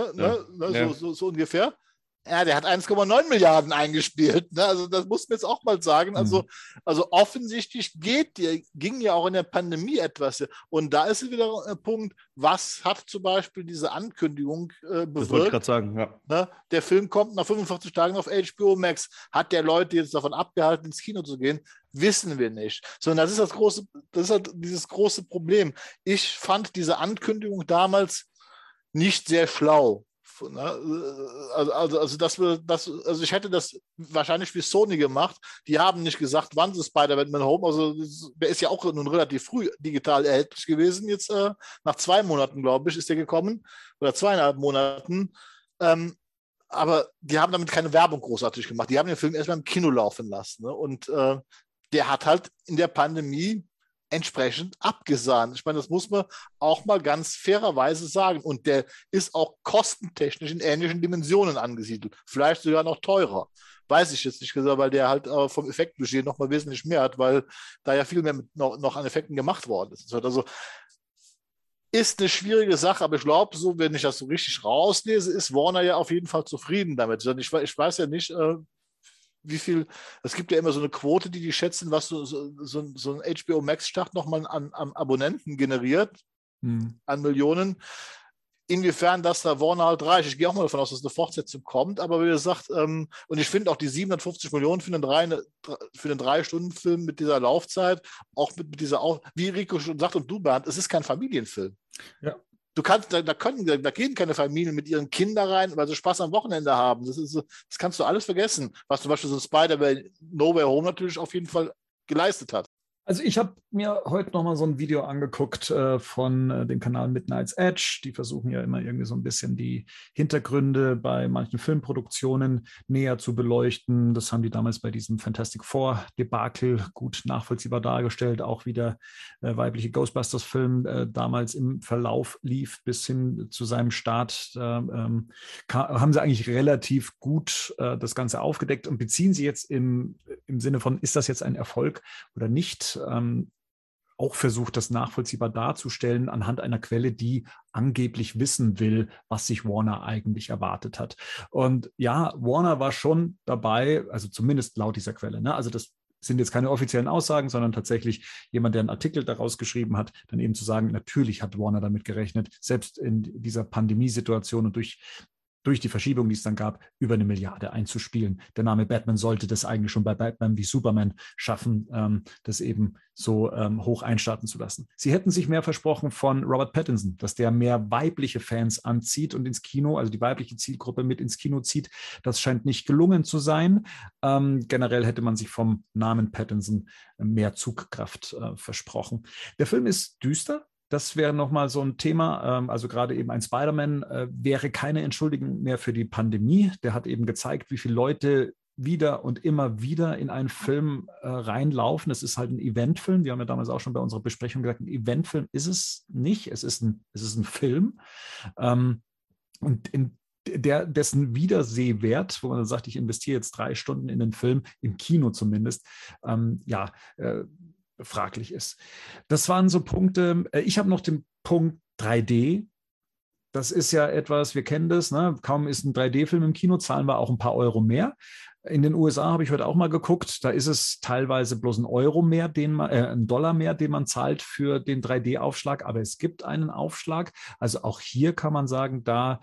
So ungefähr. Ja, der hat 1,9 Milliarden eingespielt. Ne? Also das muss man jetzt auch mal sagen. Also offensichtlich ging ja auch in der Pandemie etwas. Und da ist wieder ein Punkt, was hat zum Beispiel diese Ankündigung bewirkt? Das wollte ich gerade sagen, ja. Ne? Der Film kommt nach 45 Tagen auf HBO Max. Hat der Leute jetzt davon abgehalten, ins Kino zu gehen? Wissen wir nicht. Sondern das ist halt dieses große Problem. Ich fand diese Ankündigung damals nicht sehr schlau. Also ich hätte das wahrscheinlich wie Sony gemacht. Die haben nicht gesagt, wann sie Spider-Man Home, also der ist ja auch nun relativ früh digital erhältlich gewesen. Jetzt nach 2 Monaten, glaube ich, ist der gekommen oder 2,5 Monaten. Aber die haben damit keine Werbung großartig gemacht. Die haben den Film erstmal im Kino laufen lassen. Ne? Und der hat halt in der Pandemie entsprechend abgesahnt. Ich meine, das muss man auch mal ganz fairerweise sagen. Und der ist auch kostentechnisch in ähnlichen Dimensionen angesiedelt. Vielleicht sogar noch teurer. Weiß ich jetzt nicht gesagt, weil der halt vom Effektbudget noch mal wesentlich mehr hat, weil da ja viel mehr noch an Effekten gemacht worden ist. Also ist eine schwierige Sache, aber ich glaube, so, wenn ich das so richtig rauslese, ist Warner ja auf jeden Fall zufrieden damit. Ich weiß ja nicht, wie viel, es gibt ja immer so eine Quote, die schätzen, was so ein HBO Max-Start nochmal an Abonnenten generiert, an Millionen. Inwiefern das da Warner halt reicht. Ich gehe auch mal davon aus, dass eine Fortsetzung kommt, aber wie gesagt, und ich finde auch die 750 Millionen für einen 3-Stunden-Film mit dieser Laufzeit, auch mit dieser, wie Rico schon sagt und du, Bernd, es ist kein Familienfilm. Ja. Du kannst, da gehen keine Familien mit ihren Kindern rein, weil sie Spaß am Wochenende haben. Das kannst du alles vergessen, was zum Beispiel so ein Spider-Man No Way Home natürlich auf jeden Fall geleistet hat. Also ich habe mir heute noch mal so ein Video angeguckt von dem Kanal Midnight's Edge. Die versuchen ja immer irgendwie so ein bisschen die Hintergründe bei manchen Filmproduktionen näher zu beleuchten. Das haben die damals bei diesem Fantastic Four-Debakel gut nachvollziehbar dargestellt. Auch wie der weibliche Ghostbusters-Film damals im Verlauf lief bis hin zu seinem Start. Haben sie eigentlich relativ gut das Ganze aufgedeckt und beziehen sie jetzt im Sinne von, ist das jetzt ein Erfolg oder nicht? Auch versucht, das nachvollziehbar darzustellen anhand einer Quelle, die angeblich wissen will, was sich Warner eigentlich erwartet hat. Und ja, Warner war schon dabei, also zumindest laut dieser Quelle, ne? Also das sind jetzt keine offiziellen Aussagen, sondern tatsächlich jemand, der einen Artikel daraus geschrieben hat, dann eben zu sagen, natürlich hat Warner damit gerechnet, selbst in dieser Pandemiesituation und durch die Verschiebung, die es dann gab, über 1 Milliarde einzuspielen. Der Name Batman sollte das eigentlich schon bei Batman wie Superman schaffen, das eben so hoch einstarten zu lassen. Sie hätten sich mehr versprochen von Robert Pattinson, dass der mehr weibliche Fans anzieht und ins Kino, also die weibliche Zielgruppe mit ins Kino zieht. Das scheint nicht gelungen zu sein. Generell hätte man sich vom Namen Pattinson mehr Zugkraft versprochen. Der Film ist düster. das wäre nochmal so ein Thema. Also gerade eben ein Spider-Man wäre keine Entschuldigung mehr für die Pandemie. Der hat eben gezeigt, wie viele Leute wieder und immer wieder in einen Film reinlaufen. Es ist halt ein Eventfilm. Wir haben ja damals auch schon bei unserer Besprechung gesagt, ein Eventfilm ist es nicht. Es ist ein Film. Und dessen Wiedersehwert, wo man dann sagt, ich investiere jetzt 3 Stunden in den Film, im Kino zumindest, fraglich ist. Das waren so Punkte. Ich habe noch den Punkt 3D. Das ist ja etwas, wir kennen das, ne? Kaum ist ein 3D-Film im Kino, zahlen wir auch ein paar Euro mehr. In den USA habe ich heute auch mal geguckt, da ist es teilweise bloß $1 mehr, $1 mehr, den man zahlt für den 3D-Aufschlag, aber es gibt einen Aufschlag. Also auch hier kann man sagen, da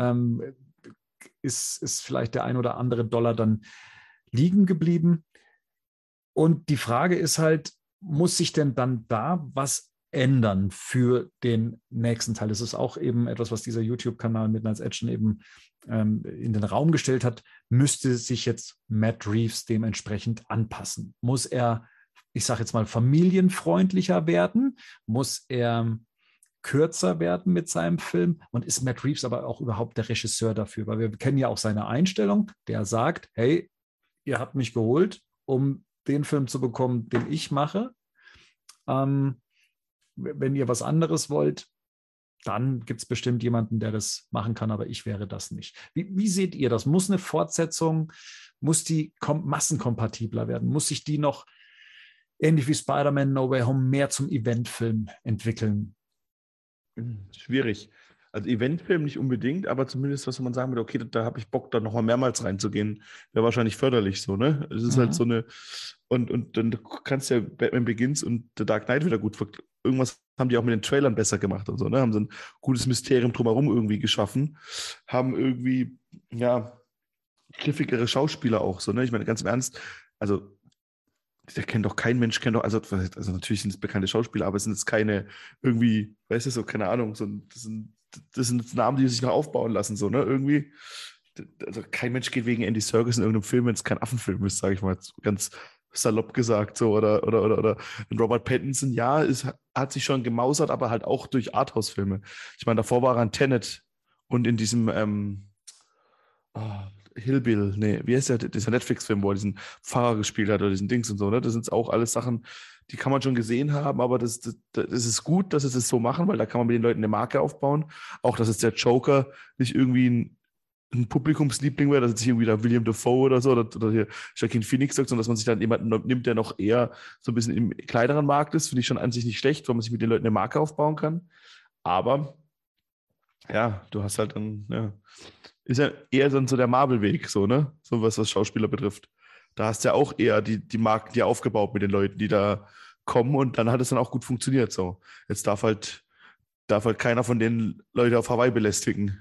ist vielleicht der ein oder andere Dollar dann liegen geblieben. Und die Frage ist halt, muss sich denn dann da was ändern für den nächsten Teil? Das ist auch eben etwas, was dieser YouTube-Kanal Midnight's Action eben in den Raum gestellt hat. Müsste sich jetzt Matt Reeves dementsprechend anpassen? Muss er, ich sage jetzt mal, familienfreundlicher werden? Muss er kürzer werden mit seinem Film? Und ist Matt Reeves aber auch überhaupt der Regisseur dafür? Weil wir kennen ja auch seine Einstellung, der sagt, hey, ihr habt mich geholt, um den Film zu bekommen, den ich mache. Wenn ihr was anderes wollt, dann gibt es bestimmt jemanden, der das machen kann, aber ich wäre das nicht. Wie seht ihr das? Muss eine Fortsetzung, muss die massenkompatibler werden? Muss sich die noch, ähnlich wie Spider-Man No Way Home, mehr zum Eventfilm entwickeln? Schwierig. Also Eventfilm nicht unbedingt, aber zumindest, was man sagen würde, okay, da habe ich Bock, da nochmal mehrmals reinzugehen. Wäre wahrscheinlich förderlich so, ne? Es ist halt so eine, und dann kannst du ja Batman Begins und The Dark Knight wieder gut, irgendwas haben die auch mit den Trailern besser gemacht und so, ne? Haben so ein gutes Mysterium drumherum irgendwie geschaffen, haben irgendwie, ja, griffigere Schauspieler auch so, ne? Ich meine, ganz im Ernst, also der kennt doch kein Mensch, also natürlich sind es bekannte Schauspieler, aber es sind jetzt keine irgendwie, weißt du, so, keine Ahnung, das sind Namen, die sich noch aufbauen lassen, so, ne, irgendwie. Also kein Mensch geht wegen Andy Serkis in irgendeinem Film, wenn es kein Affenfilm ist, sage ich mal, ganz salopp gesagt, so, oder Robert Pattinson, ja, hat sich schon gemausert, aber halt auch durch Arthouse-Filme. Ich meine, davor war er in Tenet und in diesem Hillbill, nee, wie heißt der, dieser Netflix-Film, wo er diesen Pfarrer gespielt hat oder diesen Dings und so, ne? Das sind auch alles Sachen, die kann man schon gesehen haben, aber das ist gut, dass sie das so machen, weil da kann man mit den Leuten eine Marke aufbauen. Auch, dass jetzt der Joker nicht irgendwie ein Publikumsliebling wäre, dass jetzt irgendwie da William Dafoe oder so oder hier Joaquin Phoenix sagt, sondern dass man sich dann jemanden nimmt, der noch eher so ein bisschen im kleineren Markt ist, finde ich schon an sich nicht schlecht, weil man sich mit den Leuten eine Marke aufbauen kann. Aber ja, du hast halt dann, ja, ist ja eher dann so der Marvel-Weg, so, ne? So was Schauspieler betrifft. Da hast du ja auch eher die Marken dir aufgebaut mit den Leuten, die da kommen und dann hat es dann auch gut funktioniert, so. Jetzt darf halt keiner von den Leuten auf Hawaii belästigen.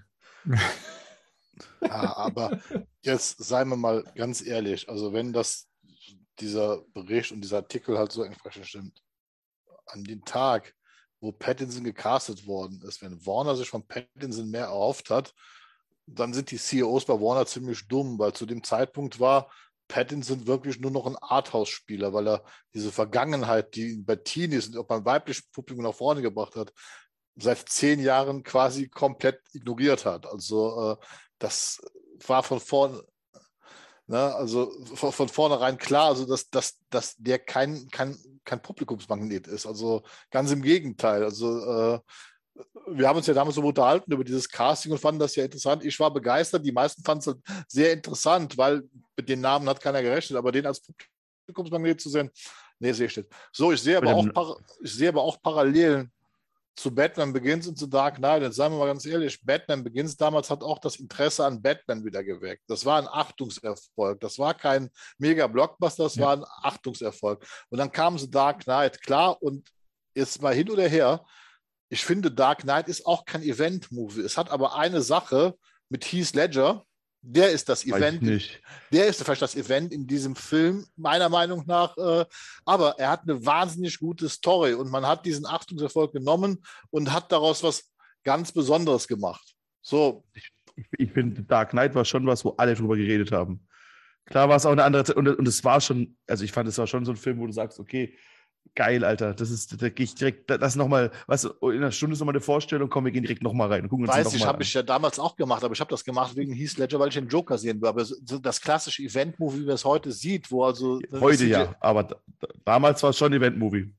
Ja, aber jetzt seien wir mal ganz ehrlich, also wenn dieser Bericht und dieser Artikel halt so entsprechend stimmt, an den Tag, wo Pattinson gecastet worden ist, wenn Warner sich von Pattinson mehr erhofft hat, dann sind die CEOs bei Warner ziemlich dumm, weil zu dem Zeitpunkt war Pattinson wirklich nur noch ein Arthouse-Spieler, weil er diese Vergangenheit, die ihn bei Teenies und auch beim weiblichen Publikum nach vorne gebracht hat, seit 10 Jahren quasi komplett ignoriert hat. Also das war von vorn, ne, also von vornherein klar, also dass der kein Publikumsmagnet ist. Also ganz im Gegenteil. Also wir haben uns ja damals so unterhalten über dieses Casting und fanden das ja interessant. Ich war begeistert. Die meisten fanden es halt sehr interessant, weil mit den Namen hat keiner gerechnet, aber den als Publikumsmagnet zu sehen, nee, sehe ich nicht. So, ich sehe aber auch Parallelen zu Batman Begins und zu Dark Knight. Jetzt sagen wir mal ganz ehrlich, Batman Begins damals hat auch das Interesse an Batman wieder geweckt. Das war ein Achtungserfolg. Das war kein Mega-Blockbuster, das war ein Achtungserfolg. Und dann kam so Dark Knight, klar, und jetzt mal hin oder her, ich finde, Dark Knight ist auch kein Event-Movie. Es hat aber eine Sache mit Heath Ledger, der ist das Event. Der ist vielleicht das Event in diesem Film, meiner Meinung nach. Aber er hat eine wahnsinnig gute Story und man hat diesen Achtungserfolg genommen und hat daraus was ganz Besonderes gemacht. So. Ich finde, Dark Knight war schon was, wo alle drüber geredet haben. Klar war es auch eine andere Zeit und es war schon, also ich fand, es war schon so ein Film, wo du sagst, okay, Geil, Alter. Da gehe ich direkt, das nochmal, weißt du, in einer Stunde ist nochmal eine Vorstellung, komm, wir gehen direkt nochmal rein. Gucken uns Weiß noch ich, mal habe an. ich ja damals auch gemacht, aber ich habe das gemacht wegen Heath Ledger, weil ich den Joker sehen will. Aber so das klassische Event-Movie, wie man es heute sieht, wo also Heute ja, aber damals war es schon ein Event-Movie.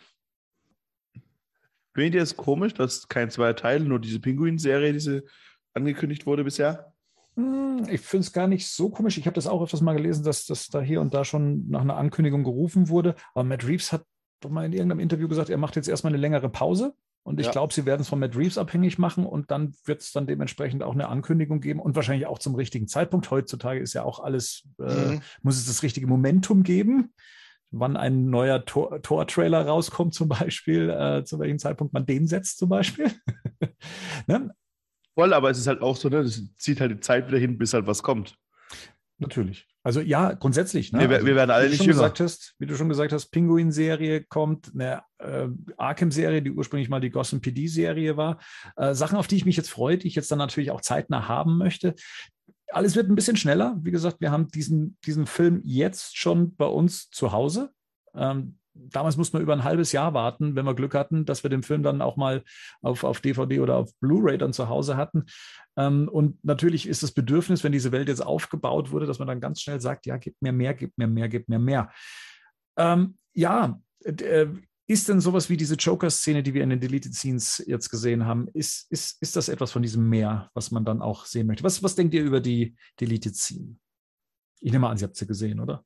Findet ihr es komisch, dass kein zweiter Teil, nur diese Pinguin-Serie, diese angekündigt wurde bisher? Ich finde es gar nicht so komisch. Ich habe das auch öfters mal gelesen, dass das da hier und da schon nach einer Ankündigung gerufen wurde. Aber Matt Reeves hat doch mal in irgendeinem Interview gesagt, er macht jetzt erstmal eine längere Pause. Und ich Ja. glaube, sie werden es von Matt Reeves abhängig machen und dann wird es dann dementsprechend auch eine Ankündigung geben und wahrscheinlich auch zum richtigen Zeitpunkt. Heutzutage ist ja auch alles, muss es das richtige Momentum geben, wann ein neuer Tor-Trailer rauskommt zum Beispiel, zu welchem Zeitpunkt man den setzt zum Beispiel. Ne? Voll, aber es ist halt auch so, ne, das zieht halt die Zeit wieder hin, bis halt was kommt. Natürlich. Also ja, grundsätzlich. Ne? Wir werden alle nicht jünger. Wie du schon gesagt hast, Pinguin-Serie kommt, eine Arkham-Serie, die ursprünglich mal die Gotham PD-Serie war. Sachen, auf die ich mich jetzt freue, die ich jetzt dann natürlich auch zeitnah haben möchte. Alles wird ein bisschen schneller. Wie gesagt, wir haben diesen Film jetzt schon bei uns zu Hause. Damals mussten wir über ein halbes Jahr warten, wenn wir Glück hatten, dass wir den Film dann auch mal auf DVD oder auf Blu-ray dann zu Hause hatten. Und natürlich ist das Bedürfnis, wenn diese Welt jetzt aufgebaut wurde, dass man dann ganz schnell sagt, ja, gib mir mehr, gib mir mehr, gib mir mehr. Ist denn sowas wie diese Joker-Szene, die wir in den Deleted Scenes jetzt gesehen haben, ist das etwas von diesem Mehr, was man dann auch sehen möchte? Was denkt ihr über die Deleted Scene? Ich nehme an, Sie habt sie gesehen, oder?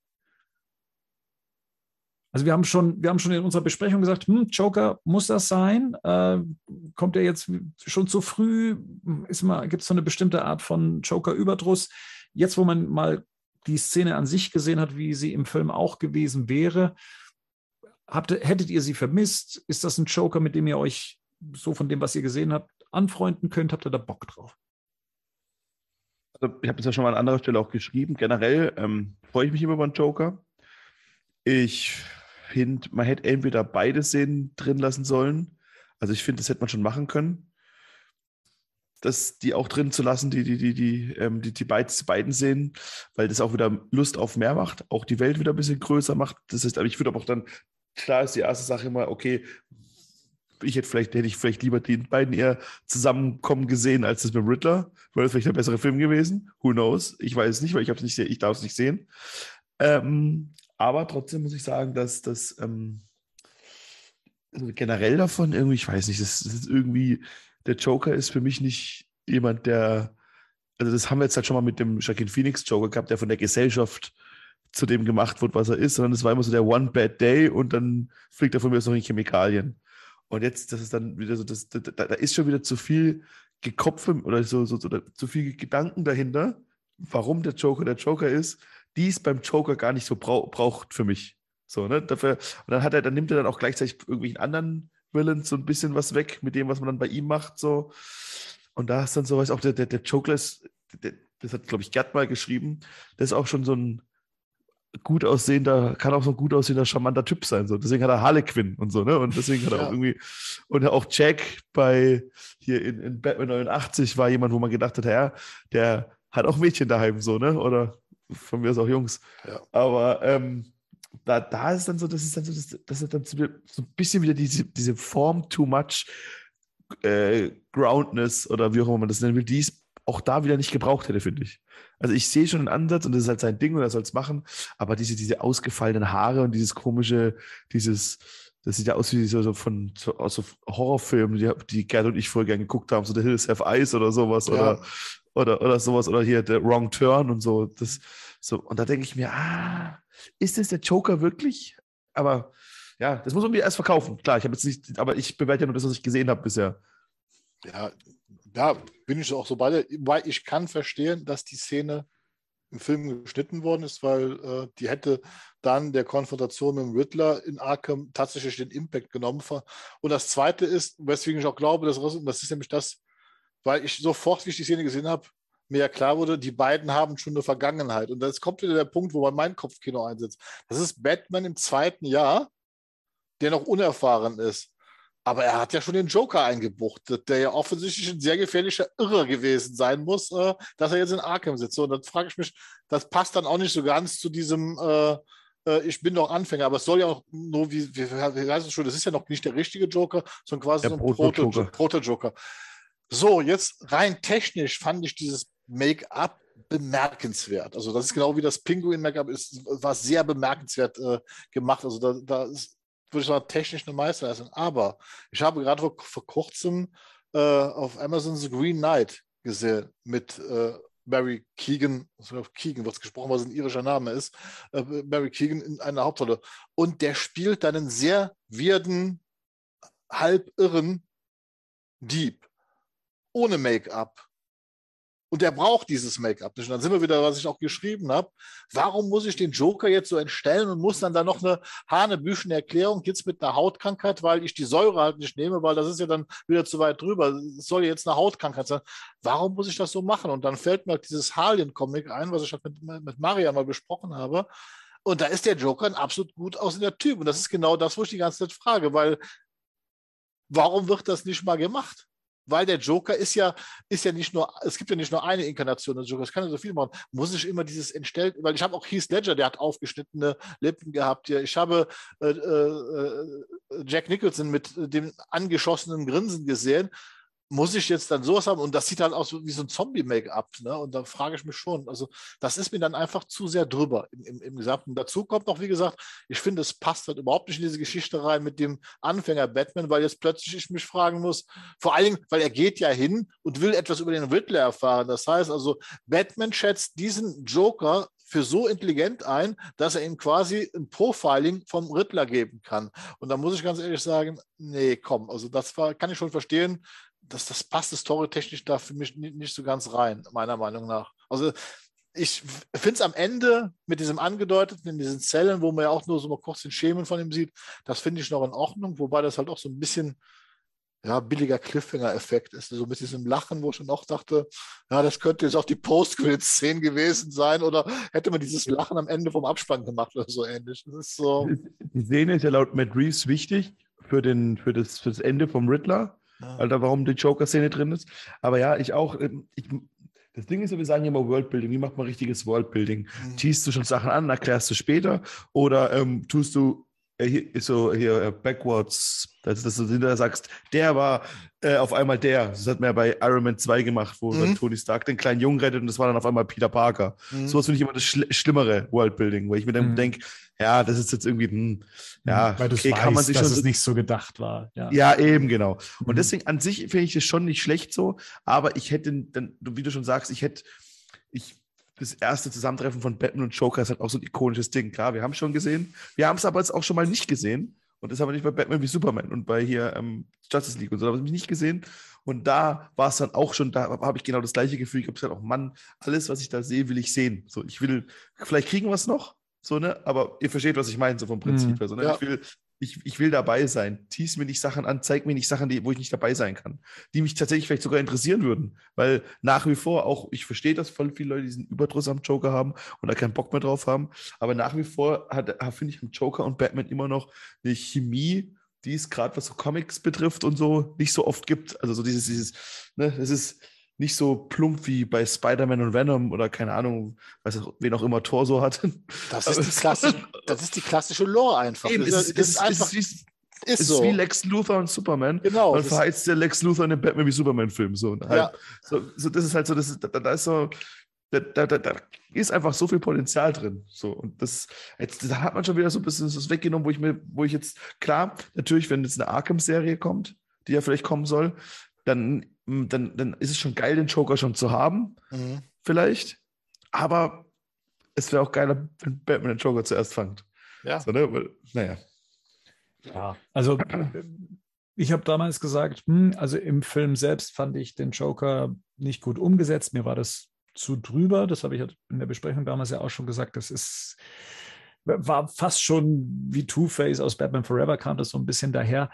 Also wir haben schon in unserer Besprechung gesagt, Joker, muss das sein? Kommt er jetzt schon zu früh? Gibt es so eine bestimmte Art von Joker-Überdruss? Jetzt, wo man mal die Szene an sich gesehen hat, wie sie im Film auch gewesen wäre, hättet ihr sie vermisst? Ist das ein Joker, mit dem ihr euch so von dem, was ihr gesehen habt, anfreunden könnt? Habt ihr da Bock drauf? Also ich habe das ja schon mal an anderer Stelle auch geschrieben. Generell freue ich mich immer über einen Joker. Ich finde, man hätte entweder beide Szenen drin lassen sollen. Also ich finde, das hätte man schon machen können. Die auch drin zu lassen, die beiden Szenen, weil das auch wieder Lust auf mehr macht, auch die Welt wieder ein bisschen größer macht. Das heißt, aber ich würde auch dann, klar ist die erste Sache immer, okay, hätte ich vielleicht lieber die beiden eher zusammenkommen gesehen, als das mit dem Riddler. Wäre das vielleicht ein besserer Film gewesen? Who knows? Ich weiß es nicht, weil ich darf es nicht sehen. Aber trotzdem muss ich sagen, dass das also generell davon irgendwie, ich weiß nicht, das ist irgendwie, der Joker ist für mich nicht jemand, also das haben wir jetzt halt schon mal mit dem Joaquin Phoenix Joker gehabt, der von der Gesellschaft zu dem gemacht wird, was er ist, sondern es war immer so der One Bad Day und dann fliegt er von mir aus noch in Chemikalien. Und jetzt, das ist dann wieder so, da ist schon wieder zu viel Gekopfe oder so zu viel Gedanken dahinter, warum der Joker ist, die es beim Joker gar nicht so braucht für mich. So, ne? Dafür, und dann nimmt er dann auch gleichzeitig irgendwelchen anderen Villains so ein bisschen was weg mit dem, was man dann bei ihm macht. So. Und da ist dann so was, auch der Joker das hat, glaube ich, Gerd mal geschrieben, der ist auch schon so ein kann auch so ein gut aussehender, charmanter Typ sein. So. Deswegen hat er Harlequin und so, ne? Und deswegen hat er auch irgendwie, und auch Jack hier in Batman 89 war jemand, wo man gedacht hat, ja, der hat auch Mädchen daheim, so, ne? Oder von mir aus auch Jungs. Ja. Aber da ist dann so, das ist dann so ein bisschen wieder diese Form too much Groundness oder wie auch immer man das nennen will, die es auch da wieder nicht gebraucht hätte, finde ich. Also ich sehe schon einen Ansatz und das ist halt sein Ding und er soll es machen, aber diese ausgefallenen Haare und dieses komische, das sieht ja aus wie aus so Horrorfilmen, die Gerd und ich voll gerne geguckt haben, so The Hills Have Eyes oder sowas oder sowas oder hier der Wrong Turn und so. Und da denke ich mir, ist das der Joker wirklich? Aber ja, das muss man mir erst verkaufen. Klar, aber ich bewerte ja nur das, was ich gesehen habe bisher. Ja, bin ich auch so bei dir, weil ich kann verstehen, dass die Szene im Film geschnitten worden ist, weil die hätte dann der Konfrontation mit dem Riddler in Arkham tatsächlich den Impact genommen. Und das Zweite ist, weswegen ich auch glaube, das ist nämlich das, weil ich sofort, wie ich die Szene gesehen habe, mir ja klar wurde, die beiden haben schon eine Vergangenheit. Und jetzt kommt wieder der Punkt, wo man mein Kopfkino einsetzt. Das ist Batman im zweiten Jahr, der noch unerfahren ist. Aber er hat ja schon den Joker eingebuchtet, der ja offensichtlich ein sehr gefährlicher Irrer gewesen sein muss, dass er jetzt in Arkham sitzt. Und dann frage ich mich, das passt dann auch nicht so ganz zu diesem ich bin noch Anfänger, aber es soll ja auch nur, wie heißt es schon, das ist ja noch nicht der richtige Joker, sondern quasi Der so ein Proto-Joker. Proto-Joker. So, jetzt rein technisch fand ich dieses Make-up bemerkenswert. Also das ist genau wie das Pinguin-Make-up ist, war sehr bemerkenswert gemacht. Also da ist, würde ich sagen, technisch eine Meisterleistung. Aber ich habe gerade vor kurzem auf Amazon The Green Knight gesehen mit Barry Keoghan, Keoghan wird es gesprochen, was ein irischer Name ist, Barry Keoghan in einer Hauptrolle. Und der spielt dann einen sehr weirden, halb irren Dieb ohne Make-up. Und der braucht dieses Make-up nicht. Und dann sind wir wieder, was ich auch geschrieben habe. Warum muss ich den Joker jetzt so entstellen und muss dann da noch eine hanebüchene Erklärung jetzt mit einer Hautkrankheit, weil ich die Säure halt nicht nehme, weil das ist ja dann wieder zu weit drüber. Es soll jetzt eine Hautkrankheit sein. Warum muss ich das so machen? Und dann fällt mir halt dieses Harlien-Comic ein, was ich halt mit Maria mal besprochen habe. Und da ist der Joker ein absolut gut aussehender Typ. Und das ist genau das, wo ich die ganze Zeit frage, weil warum wird das nicht mal gemacht? Weil der Joker ist ja nicht nur, es gibt ja nicht nur eine Inkarnation des Jokers, es kann ja so viel machen. Muss ich immer dieses entstellt, weil ich habe auch Heath Ledger, der hat aufgeschnittene Lippen gehabt hier. Ich habe Jack Nicholson mit dem angeschossenen Grinsen gesehen. Muss ich jetzt dann sowas haben? Und das sieht halt aus wie so ein Zombie-Make-up. Ne? Und da frage ich mich schon. Also, das ist mir dann einfach zu sehr drüber im Gesamten. Dazu kommt noch, wie gesagt, ich finde, es passt halt überhaupt nicht in diese Geschichte rein mit dem Anfänger Batman, weil jetzt plötzlich ich mich fragen muss, vor allen Dingen, weil er geht ja hin und will etwas über den Riddler erfahren. Das heißt also, Batman schätzt diesen Joker für so intelligent ein, dass er ihm quasi ein Profiling vom Riddler geben kann. Und da muss ich ganz ehrlich sagen, nee, komm, also kann ich schon verstehen, das passt storytechnisch da für mich nicht so ganz rein, meiner Meinung nach. Also ich finde es am Ende mit diesem Angedeuteten in diesen Zellen, wo man ja auch nur so mal kurz den Schemen von ihm sieht, das finde ich noch in Ordnung, wobei das halt auch so ein bisschen billiger Cliffhanger-Effekt ist. So mit diesem Lachen, wo ich dann auch dachte, ja, das könnte jetzt auch die Post-Credit-Szene gewesen sein oder hätte man dieses Lachen am Ende vom Abspann gemacht oder so ähnlich. Das ist so. Die Szene ist ja laut Matt Reeves wichtig für das Ende vom Riddler. Alter, warum die Joker-Szene drin ist. Aber ja, ich auch. Das Ding ist, wir sagen ja immer Worldbuilding. Wie macht man richtiges Worldbuilding? Teast du schon Sachen an, erklärst du später oder tust du hier backwards, dass du hinterher sagst, der war auf einmal der. Das hat man ja bei Iron Man 2 gemacht, wo dann Tony Stark den kleinen Jungen rettet und das war dann auf einmal Peter Parker. Sowas finde ich immer das schlimmere Worldbuilding, weil ich mir dann denke, ja, das ist jetzt irgendwie, weil du okay, weißt, kann man sich dass schon es nicht so gedacht war. Ja, eben, genau. Und deswegen an sich finde ich das schon nicht schlecht so, aber ich hätte dann, wie du schon sagst, das erste Zusammentreffen von Batman und Joker ist halt auch so ein ikonisches Ding. Klar, wir haben es schon gesehen. Wir haben es aber jetzt auch schon mal nicht gesehen. Und das haben wir nicht bei Batman wie Superman und bei hier Justice League und so. Da haben wir nicht gesehen. Und da war es dann auch schon, da habe ich genau das gleiche Gefühl. Ich habe gesagt, auch Mann, alles, was ich da sehe, will ich sehen. So, vielleicht kriegen wir es noch, so, ne? Aber ihr versteht, was ich meine, so vom Prinzip. Also, ne? Ja. Ich will dabei sein. Tease mir nicht Sachen an, zeig mir nicht Sachen, wo ich nicht dabei sein kann, die mich tatsächlich vielleicht sogar interessieren würden. Weil nach wie vor auch, ich verstehe, dass voll viele Leute diesen Überdruss am Joker haben und da keinen Bock mehr drauf haben. Aber nach wie vor finde ich am Joker und Batman immer noch eine Chemie, die es gerade, was so Comics betrifft und so, nicht so oft gibt. Also so dieses, ne, es ist nicht so plump wie bei Spider-Man und Venom oder keine Ahnung, wen auch immer Thor so hat. Das ist die klassische Lore einfach. Eben, es ist so wie Lex Luthor und Superman. Genau. Man verheizt der Lex Luthor in den Batman wie Superman-Film. So, ja. so, das ist halt so, da ist so, da ist einfach so viel Potenzial drin. So, und da hat man schon wieder so ein bisschen das weggenommen, wo ich jetzt, klar, natürlich, wenn jetzt eine Arkham-Serie kommt, die ja vielleicht kommen soll, dann ist es schon geil, den Joker schon zu haben, vielleicht. Aber es wäre auch geiler, wenn Batman den Joker zuerst fängt. Ja. So, ne? Weil, naja. Ja, also ich habe damals gesagt, also im Film selbst fand ich den Joker nicht gut umgesetzt. Mir war das zu drüber. Das habe ich in der Besprechung damals ja auch schon gesagt. War fast schon wie Two-Face aus Batman Forever, kam das so ein bisschen daher.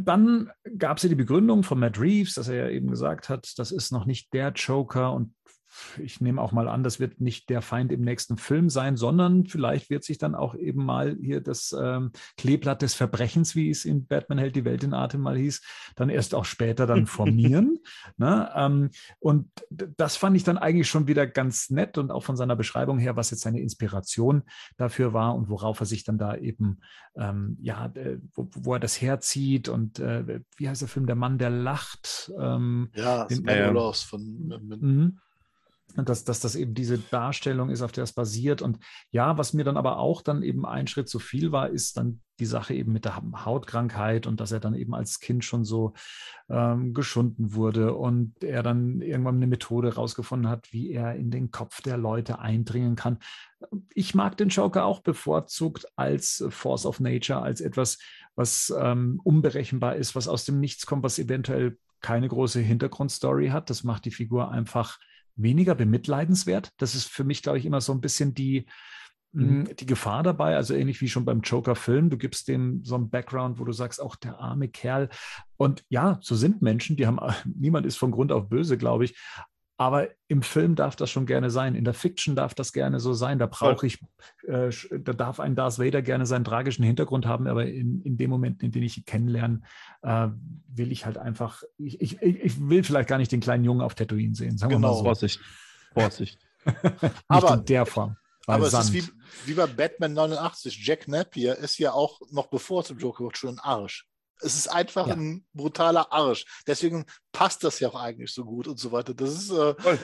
Dann gab es ja die Begründung von Matt Reeves, dass er ja eben gesagt hat, das ist noch nicht der Joker und ich nehme auch mal an, das wird nicht der Feind im nächsten Film sein, sondern vielleicht wird sich dann auch eben mal hier das Kleeblatt des Verbrechens, wie es in Batman hält die Welt in Atem mal hieß, dann erst auch später dann formieren. Ne? Und das fand ich dann eigentlich schon wieder ganz nett und auch von seiner Beschreibung her, was jetzt seine Inspiration dafür war und worauf er sich dann da eben, wo er das herzieht und wie heißt der Film, Der Mann, der lacht. Spangulos von dass das eben diese Darstellung ist, auf der es basiert. Und ja, was mir dann aber auch dann eben ein Schritt zu viel war, ist dann die Sache eben mit der Hautkrankheit und dass er dann eben als Kind schon so geschunden wurde und er dann irgendwann eine Methode rausgefunden hat, wie er in den Kopf der Leute eindringen kann. Ich mag den Joker auch bevorzugt als Force of Nature, als etwas, was unberechenbar ist, was aus dem Nichts kommt, was eventuell keine große Hintergrundstory hat. Das macht die Figur einfach weniger bemitleidenswert. Das ist für mich, glaube ich, immer so ein bisschen die Gefahr dabei, also ähnlich wie schon beim Joker-Film. Du gibst dem so einen Background, wo du sagst, auch der arme Kerl. Und ja, so sind Menschen, niemand ist von Grund auf böse, glaube ich. Aber im Film darf das schon gerne sein. In der Fiction darf das gerne so sein. Da darf ein Darth Vader gerne seinen tragischen Hintergrund haben, aber in dem Moment, in dem ich ihn kennenlerne, will ich halt einfach, ich will vielleicht gar nicht den kleinen Jungen auf Tatooine sehen. Sagen wir mal so. Vorsicht. Aber in der Form. Aber es ist wie bei Batman 89. Jack Napier ist ja auch noch bevor zum Joker wird schon ein Arsch. Es ist einfach ein brutaler Arsch. Deswegen passt das ja auch eigentlich so gut und so weiter. Das ist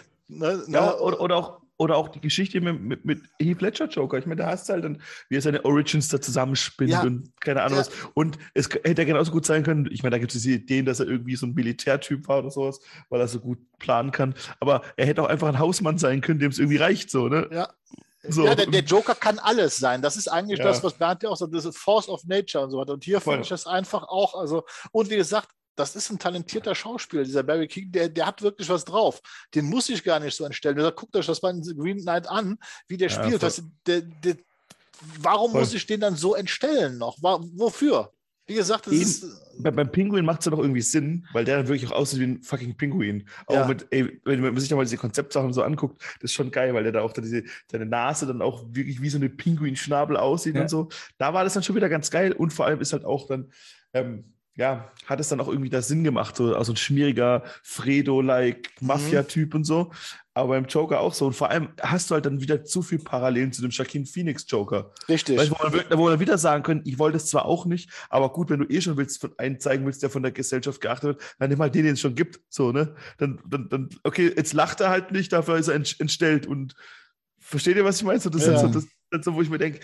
oder auch die Geschichte mit Heath Ledger Joker. Ich meine, da hast du halt dann, wie er seine Origins da zusammenspinnt und keine Ahnung was. Und es hätte ja genauso gut sein können, ich meine, da gibt es diese Ideen, dass er irgendwie so ein Militärtyp war oder sowas, weil er so gut planen kann. Aber er hätte auch einfach ein Hausmann sein können, dem es irgendwie reicht, so, ne? Ja. So. Ja, der Joker kann alles sein. Das ist eigentlich das, was Bernd ja auch sagt, das ist Force of Nature und so weiter. Und hier finde ich das einfach auch, und wie gesagt, das ist ein talentierter Schauspieler, dieser Barry Keoghan, der hat wirklich was drauf. Den muss ich gar nicht so entstellen. Guckt euch das bei Green Knight an, wie der spielt. Warum muss ich den dann so entstellen noch? Wofür? Wie gesagt, beim Pinguin macht es ja doch irgendwie Sinn, weil der dann wirklich auch aussieht wie ein fucking Pinguin. Auch wenn man sich da mal diese Konzeptsachen so anguckt, das ist schon geil, weil der da auch seine Nase dann auch wirklich wie so eine Pinguinschnabel aussieht und so. Da war das dann schon wieder ganz geil und vor allem ist halt auch dann, hat es dann auch irgendwie da Sinn gemacht, so ein schmieriger Fredo-like Mafia-Typ und so. Aber beim Joker auch so. Und vor allem hast du halt dann wieder zu viel Parallelen zu dem Joaquin Phoenix Joker. Richtig. Weißt, wo wir wieder sagen können, ich wollte es zwar auch nicht, aber gut, wenn du schon einen zeigen willst, der von der Gesellschaft geachtet wird, dann nimm halt den es schon gibt. So, ne? Dann, okay, jetzt lacht er halt nicht, dafür ist er entstellt. Und versteht ihr, was ich meine? So, das ist so, wo ich mir denke,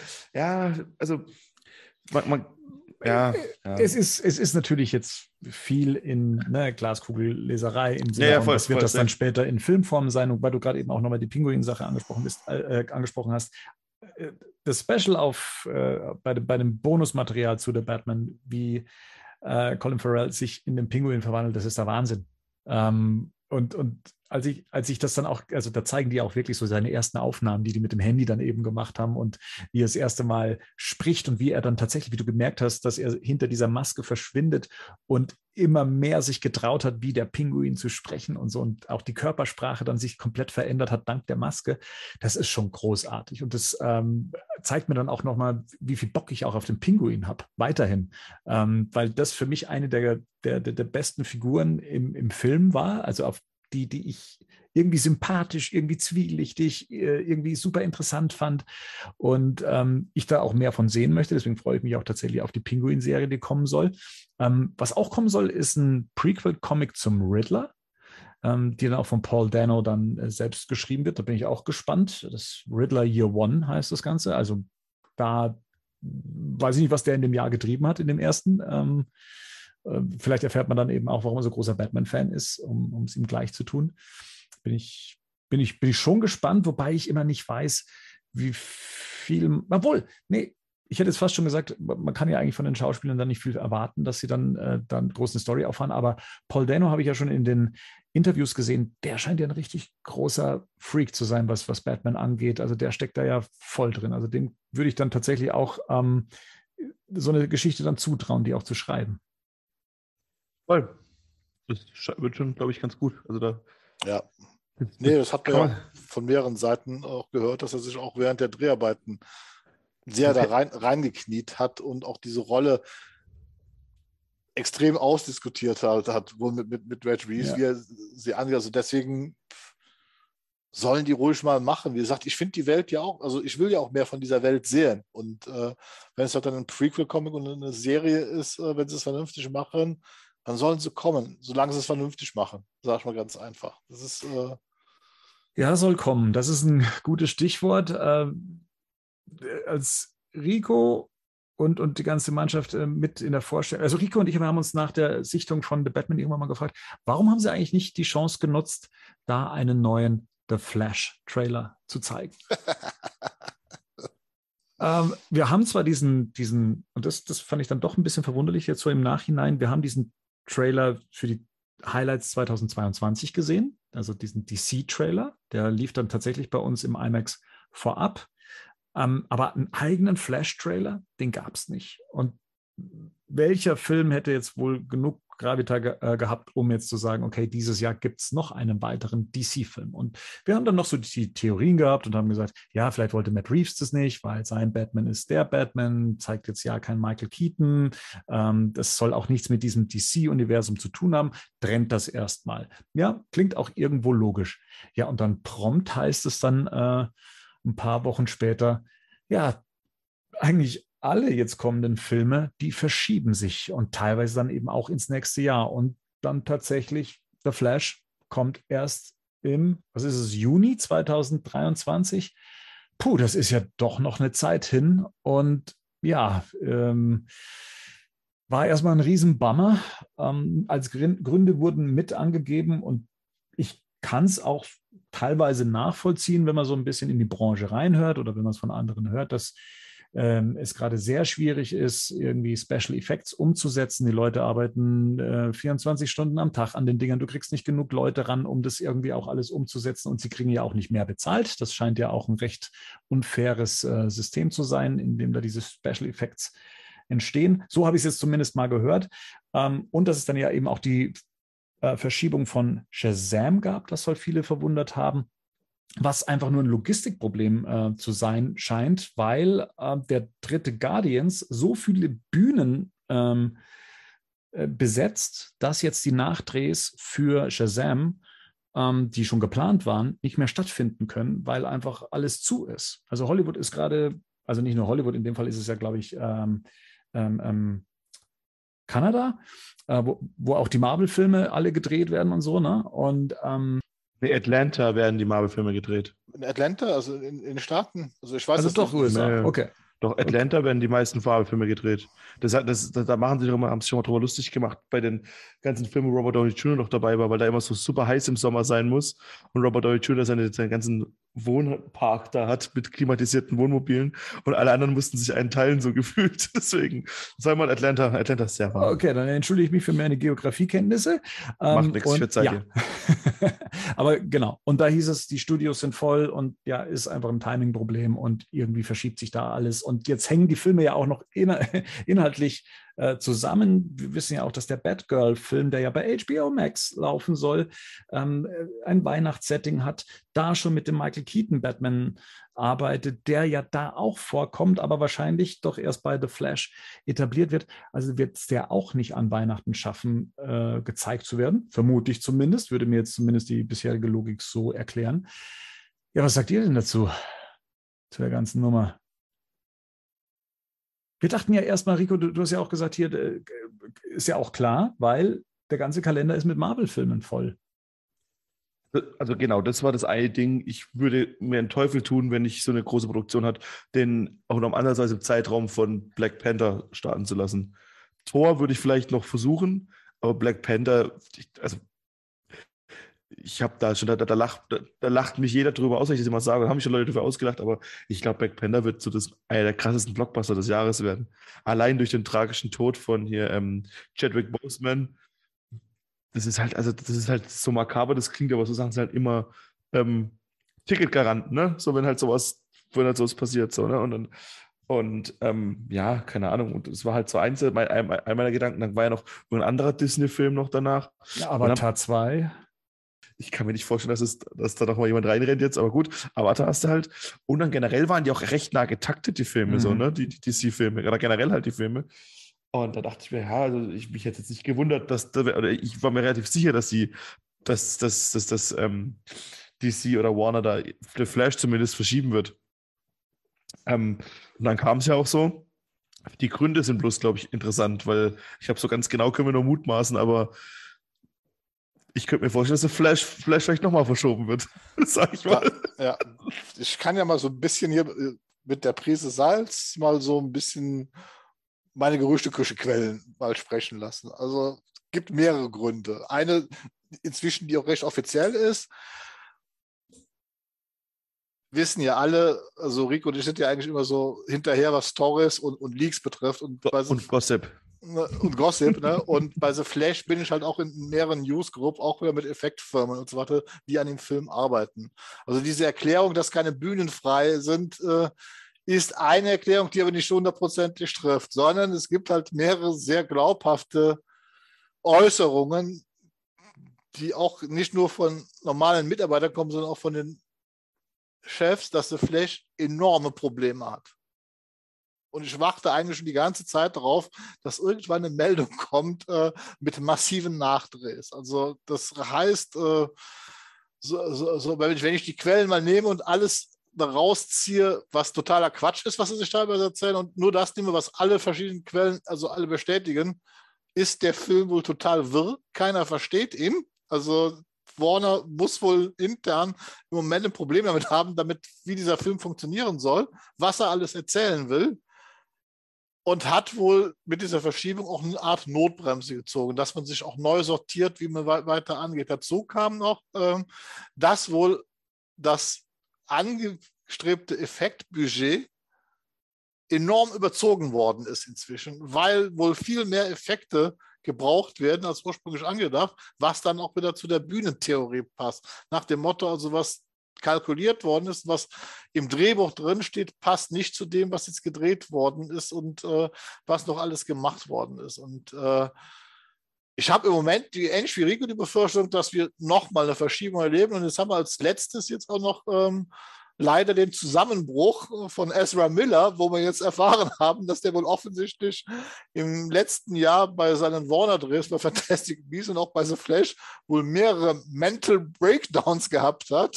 Es ist natürlich jetzt viel in Glaskugelleserei im Sinne von, was wird das dann später in Filmform sein, und weil du gerade eben auch nochmal die Pinguin-Sache angesprochen hast. Das Special bei dem Bonusmaterial zu The Batman, wie Colin Farrell sich in den Pinguin verwandelt, das ist der Wahnsinn. Und als ich das dann auch, also da zeigen die auch wirklich so seine ersten Aufnahmen, die mit dem Handy dann eben gemacht haben und wie er das erste Mal spricht und wie er dann tatsächlich, wie du gemerkt hast, dass er hinter dieser Maske verschwindet und immer mehr sich getraut hat, wie der Pinguin zu sprechen und so, und auch die Körpersprache dann sich komplett verändert hat dank der Maske. Das ist schon großartig und das zeigt mir dann auch nochmal, wie viel Bock ich auch auf den Pinguin habe, weiterhin, weil das für mich eine der besten Figuren im Film war, also auf die ich irgendwie sympathisch, irgendwie zwielichtig, irgendwie super interessant fand und ich da auch mehr von sehen möchte. Deswegen freue ich mich auch tatsächlich auf die Pinguin-Serie, die kommen soll. Was auch kommen soll, ist ein Prequel-Comic zum Riddler, die dann auch von Paul Dano dann selbst geschrieben wird. Da bin ich auch gespannt. Das Riddler Year One heißt das Ganze. Also da weiß ich nicht, was der in dem Jahr getrieben hat, in dem ersten. Vielleicht erfährt man dann eben auch, warum er so großer Batman-Fan ist, um es ihm gleich zu tun. Bin ich schon gespannt, wobei ich immer nicht weiß, wie viel, ich hätte jetzt fast schon gesagt, man kann ja eigentlich von den Schauspielern dann nicht viel erwarten, dass sie dann groß eine Story auffahren, aber Paul Dano habe ich ja schon in den Interviews gesehen, der scheint ja ein richtig großer Freak zu sein, was Batman angeht. Also der steckt da ja voll drin. Also dem würde ich dann tatsächlich auch so eine Geschichte dann zutrauen, die auch zu schreiben. Voll. Das wird schon, glaube ich, ganz gut. Also da. Ja. Nee, das hat man Kann ja auch man, von mehreren Seiten auch gehört, dass er sich auch während der Dreharbeiten sehr da reingekniet hat und auch diese Rolle extrem ausdiskutiert hat wohl mit Reg Reeves, Ja. wie er sie angeht. Also deswegen sollen die ruhig mal machen. Wie gesagt, ich finde die Welt ja auch, also ich will ja auch mehr von dieser Welt sehen. Und wenn es halt dann ein Prequel-Comic und eine Serie ist, wenn sie es vernünftig machen, dann sollen sie kommen, solange sie es vernünftig machen. Sag ich mal ganz einfach. Das ist Ja, soll kommen. Das ist ein gutes Stichwort. Als Rico und die ganze Mannschaft mit in der Vorstellung, also Rico und ich haben uns nach der Sichtung von The Batman irgendwann mal gefragt, warum haben sie eigentlich nicht die Chance genutzt, da einen neuen The Flash-Trailer zu zeigen? Wir haben zwar und das fand ich dann doch ein bisschen verwunderlich jetzt so im Nachhinein, wir haben diesen Trailer für die Highlights 2022 gesehen, also diesen DC-Trailer, der lief dann tatsächlich bei uns im IMAX vorab. Aber einen eigenen Flash-Trailer, den gab es nicht. Und welcher Film hätte jetzt wohl genug Gravitas gehabt, um jetzt zu sagen, okay, dieses Jahr gibt es noch einen weiteren DC-Film. Und wir haben dann noch so die Theorien gehabt und haben gesagt, ja, vielleicht wollte Matt Reeves das nicht, weil sein Batman ist der Batman, zeigt jetzt ja kein Michael Keaton. Das soll auch nichts mit diesem DC-Universum zu tun haben. Trennt das erstmal. Ja, klingt auch irgendwo logisch. Ja, und dann prompt heißt es dann ein paar Wochen später, ja, eigentlich alle jetzt kommenden Filme, die verschieben sich und teilweise dann eben auch ins nächste Jahr. Und dann tatsächlich, The Flash kommt erst was ist es, Juni 2023. Puh, das ist ja doch noch eine Zeit hin. Und ja, war erstmal ein Riesenbummer. Als Gründe wurden mit angegeben und ich kann es auch teilweise nachvollziehen, wenn man so ein bisschen in die Branche reinhört oder wenn man es von anderen hört, dass es gerade sehr schwierig ist, irgendwie Special Effects umzusetzen. Die Leute arbeiten 24 Stunden am Tag an den Dingern. Du kriegst nicht genug Leute ran, um das irgendwie auch alles umzusetzen und sie kriegen ja auch nicht mehr bezahlt. Das scheint ja auch ein recht unfaires System zu sein, in dem da diese Special Effects entstehen. So habe ich es jetzt zumindest mal gehört. Und dass es dann ja eben auch die Verschiebung von Shazam gab, das soll viele verwundert haben, was einfach nur ein Logistikproblem zu sein scheint, weil der dritte Guardians so viele Bühnen besetzt, dass jetzt die Nachdrehs für Shazam, die schon geplant waren, nicht mehr stattfinden können, weil einfach alles zu ist. Also Hollywood ist gerade, also nicht nur Hollywood, in dem Fall ist es ja, glaube ich, Kanada, wo auch die Marvel-Filme alle gedreht werden und so, ne? Und in Atlanta werden die Marvel-Filme gedreht. in Atlanta, also in den Staaten. Also ich weiß also das doch nicht. USA, Nee. okay. Doch, Atlanta werden die meisten Marvel-Filme gedreht. Da machen sie haben sich schon mal drüber lustig gemacht bei den ganzen Filmen, wo Robert Downey Jr. noch dabei war, weil da immer so super heiß im Sommer sein muss. Und Robert Downey Jr. seinen ganzen Wohnpark da hat mit klimatisierten Wohnmobilen und alle anderen mussten sich einen teilen, so gefühlt. Deswegen, sag mal, Atlanta ist sehr warm. Okay, dann entschuldige ich mich für meine Geografiekenntnisse. Macht nichts, ich verzeihe dir. Aber genau, und da hieß es, die Studios sind voll und ja, ist einfach ein Timing-Problem und irgendwie verschiebt sich da alles. Und jetzt hängen die Filme ja auch noch inhaltlich zusammen. Wir wissen ja auch, dass der Batgirl-Film, der ja bei HBO Max laufen soll, ein Weihnachtssetting hat, da schon mit dem Michael Keaton Batman arbeitet, der ja da auch vorkommt, aber wahrscheinlich doch erst bei The Flash etabliert wird. Also wird es der auch nicht an Weihnachten schaffen, gezeigt zu werden. Vermute ich zumindest, würde mir jetzt zumindest die bisherige Logik so erklären. Ja, was sagt ihr denn dazu? Zu der ganzen Nummer? Wir dachten ja erstmal, Rico, du hast ja auch gesagt, hier ist ja auch klar, weil der ganze Kalender ist mit Marvel-Filmen voll. Also genau, das war das eine Ding. Ich würde mir einen Teufel tun, wenn ich so eine große Produktion hat, den auch noch anders als im Zeitraum von Black Panther starten zu lassen. Thor würde ich vielleicht noch versuchen, aber Black Panther, ich habe da schon, da lacht mich jeder drüber aus, wenn ich das immer sage. Da haben mich schon Leute dafür ausgelacht, aber ich glaube, Black Panther wird so einer der krassesten Blockbuster des Jahres werden. Allein durch den tragischen Tod von hier Chadwick Boseman. Das ist halt so makaber, das klingt, aber so sagen sie halt immer Ticketgarant, ne? So, wenn halt sowas passiert, so, ne? Ja, keine Ahnung. Und es war halt so ein meiner Gedanken, dann war ja noch ein anderer Disney-Film noch danach. Ja, Avatar 2. ich kann mir nicht vorstellen, dass da noch mal jemand reinrennt jetzt, aber gut, Avatar hast du halt. Und dann generell waren die auch recht nah getaktet, die Filme, so, ne? Die DC-Filme, oder generell halt die Filme. Und da dachte ich mir, ja, also mich hätte jetzt nicht gewundert, oder ich war mir relativ sicher, dass DC oder Warner da The Flash zumindest verschieben wird. Und dann kam es ja auch so. Die Gründe sind bloß, glaube ich, interessant, weil ich habe so ganz genau, können wir nur mutmaßen, aber ich könnte mir vorstellen, dass der Flash vielleicht nochmal verschoben wird, sag ich mal. Ja. Ich kann ja mal so ein bisschen hier mit der Prise Salz mal so ein bisschen meine Gerüchteküche-Quellen mal sprechen lassen. Also es gibt mehrere Gründe. Eine inzwischen, die auch recht offiziell ist, wissen ja alle, also Rico und ich sind ja eigentlich immer so hinterher, was Stories und Leaks betrifft. Und Gossip. Und Gossip, ne? Und bei The Flash bin ich halt auch in mehreren Newsgroups, auch wieder mit Effektfirmen und so weiter, die an dem Film arbeiten. Also diese Erklärung, dass keine Bühnen frei sind, ist eine Erklärung, die aber nicht hundertprozentig trifft, sondern es gibt halt mehrere sehr glaubhafte Äußerungen, die auch nicht nur von normalen Mitarbeitern kommen, sondern auch von den Chefs, dass The Flash enorme Probleme hat. Und ich warte eigentlich schon die ganze Zeit darauf, dass irgendwann eine Meldung kommt mit massiven Nachdrehs. Also das heißt, wenn ich die Quellen mal nehme und alles da rausziehe, was totaler Quatsch ist, was sie sich teilweise erzählen, und nur das nehme, was alle verschiedenen Quellen, also alle bestätigen, ist der Film wohl total wirr. Keiner versteht ihn. Also Warner muss wohl intern im Moment ein Problem damit haben, wie dieser Film funktionieren soll, was er alles erzählen will. Und hat wohl mit dieser Verschiebung auch eine Art Notbremse gezogen, dass man sich auch neu sortiert, wie man weiter angeht. Dazu kam noch, dass wohl das angestrebte Effektbudget enorm überzogen worden ist inzwischen, weil wohl viel mehr Effekte gebraucht werden als ursprünglich angedacht, was dann auch wieder zu der Bühnentheorie passt. Nach dem Motto, also was kalkuliert worden ist, was im Drehbuch drin steht, passt nicht zu dem, was jetzt gedreht worden ist und was noch alles gemacht worden ist. Und ich habe im Moment ähnlich wie Rico die Befürchtung, dass wir nochmal eine Verschiebung erleben. Und jetzt haben wir als letztes jetzt auch noch leider den Zusammenbruch von Ezra Miller, wo wir jetzt erfahren haben, dass der wohl offensichtlich im letzten Jahr bei seinen Warner-Drehs bei Fantastic Beasts und auch bei The Flash wohl mehrere Mental Breakdowns gehabt hat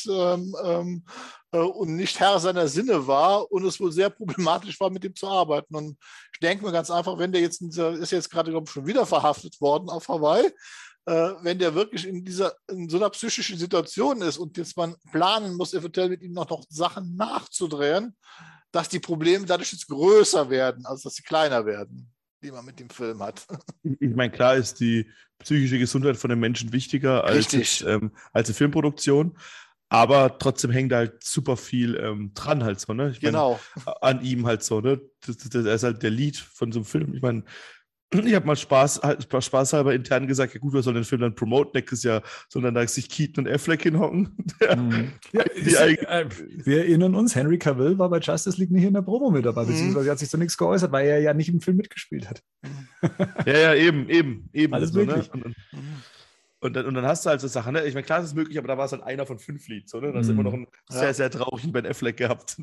und nicht Herr seiner Sinne war und es wohl sehr problematisch war, mit ihm zu arbeiten. Und ich denke mir ganz einfach, wenn der jetzt ist jetzt gerade, glaube ich, schon wieder verhaftet worden auf Hawaii, wenn der wirklich in so einer psychischen Situation ist und jetzt man planen muss, eventuell mit ihm noch Sachen nachzudrehen, dass die Probleme dadurch jetzt größer werden, als dass sie kleiner werden, die man mit dem Film hat. Ich meine, klar ist die psychische Gesundheit von den Menschen wichtiger als die Filmproduktion, aber trotzdem hängt da halt super viel dran halt so, ne? Genau. An ihm halt so, ne? Er ist halt der Lead von so einem Film. Ich meine, ich habe mal spaßhalber intern gesagt, ja gut, wir sollen den Film dann promoten nächstes Jahr, sondern da sich Keaton und Affleck hinhocken. Wir erinnern uns, Henry Cavill war bei Justice League nicht in der Promo mit dabei, beziehungsweise hat sich zu nichts geäußert, weil er ja nicht im Film mitgespielt hat. Ja, eben. Alles so, möglich. Ne? Und dann hast du halt so Sachen, ne? Ich meine, klar ist es möglich, aber da war es halt einer von 5 Leads, so, ne? Da hast du immer noch einen sehr, sehr traurigen Ben Affleck gehabt.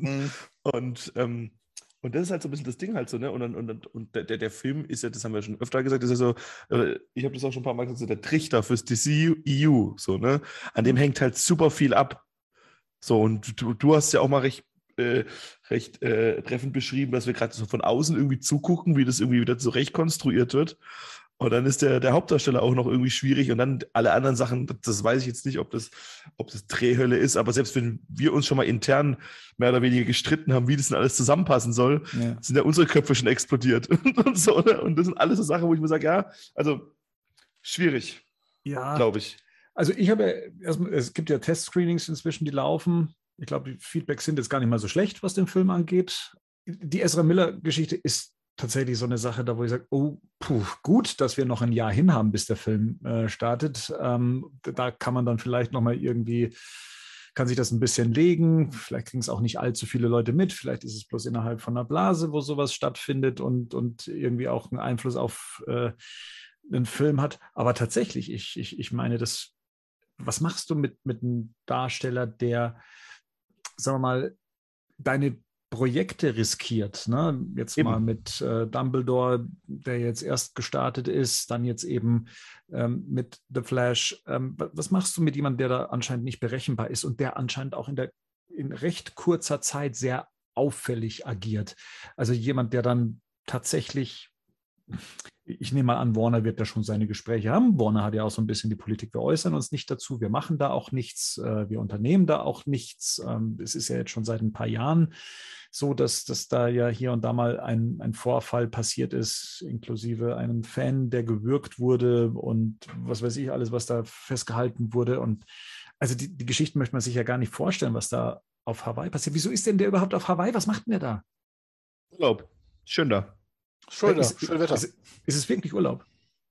Und das ist halt so ein bisschen das Ding halt so, ne? Und der Film ist ja, das haben wir schon öfter gesagt, ist ja so, ich habe das auch schon ein paar Mal gesagt, so der Trichter fürs DCEU, so, ne? An dem hängt halt super viel ab. So, und du hast ja auch mal recht treffend beschrieben, dass wir gerade so von außen irgendwie zugucken, wie das irgendwie wieder zurecht konstruiert wird. Und dann ist der Hauptdarsteller auch noch irgendwie schwierig und dann alle anderen Sachen, das weiß ich jetzt nicht, ob das Drehhölle ist, aber selbst wenn wir uns schon mal intern mehr oder weniger gestritten haben, wie das denn alles zusammenpassen soll, sind ja unsere Köpfe schon explodiert und so, ne? Und das sind alles so Sachen, wo ich mir sage, ja, also schwierig, glaube ich. Also ich habe es gibt ja Testscreenings inzwischen, die laufen. Ich glaube, die Feedbacks sind jetzt gar nicht mal so schlecht, was den Film angeht. Die Ezra Miller-Geschichte ist tatsächlich so eine Sache, da wo ich sage, gut, dass wir noch ein Jahr hin haben, bis der Film startet. Da kann man dann vielleicht nochmal irgendwie, kann sich das ein bisschen legen. Vielleicht kriegen es auch nicht allzu viele Leute mit. Vielleicht ist es bloß innerhalb von einer Blase, wo sowas stattfindet und irgendwie auch einen Einfluss auf einen Film hat. Aber tatsächlich, ich meine, das was machst du mit einem Darsteller, der, sagen wir mal, deine Projekte riskiert, ne? Jetzt Eben. mal mit Dumbledore, der jetzt erst gestartet ist, dann jetzt eben mit The Flash. Was machst du mit jemandem, der da anscheinend nicht berechenbar ist und der anscheinend auch in recht kurzer Zeit sehr auffällig agiert? Also jemand, der dann tatsächlich, ich nehme mal an, Warner wird da schon seine Gespräche haben. Warner hat ja auch so ein bisschen die Politik, wir äußern uns nicht dazu, wir machen da auch nichts, wir unternehmen da auch nichts. Es ist ja jetzt schon seit ein paar Jahren so, dass da ja hier und da mal ein Vorfall passiert ist, inklusive einem Fan, der gewürgt wurde und was weiß ich alles, was da festgehalten wurde. Und also die Geschichten möchte man sich ja gar nicht vorstellen, was da auf Hawaii passiert. Wieso ist denn der überhaupt auf Hawaii? Was macht denn der da? Urlaub. Schön da. Schön Wetter. Ist es wirklich Urlaub?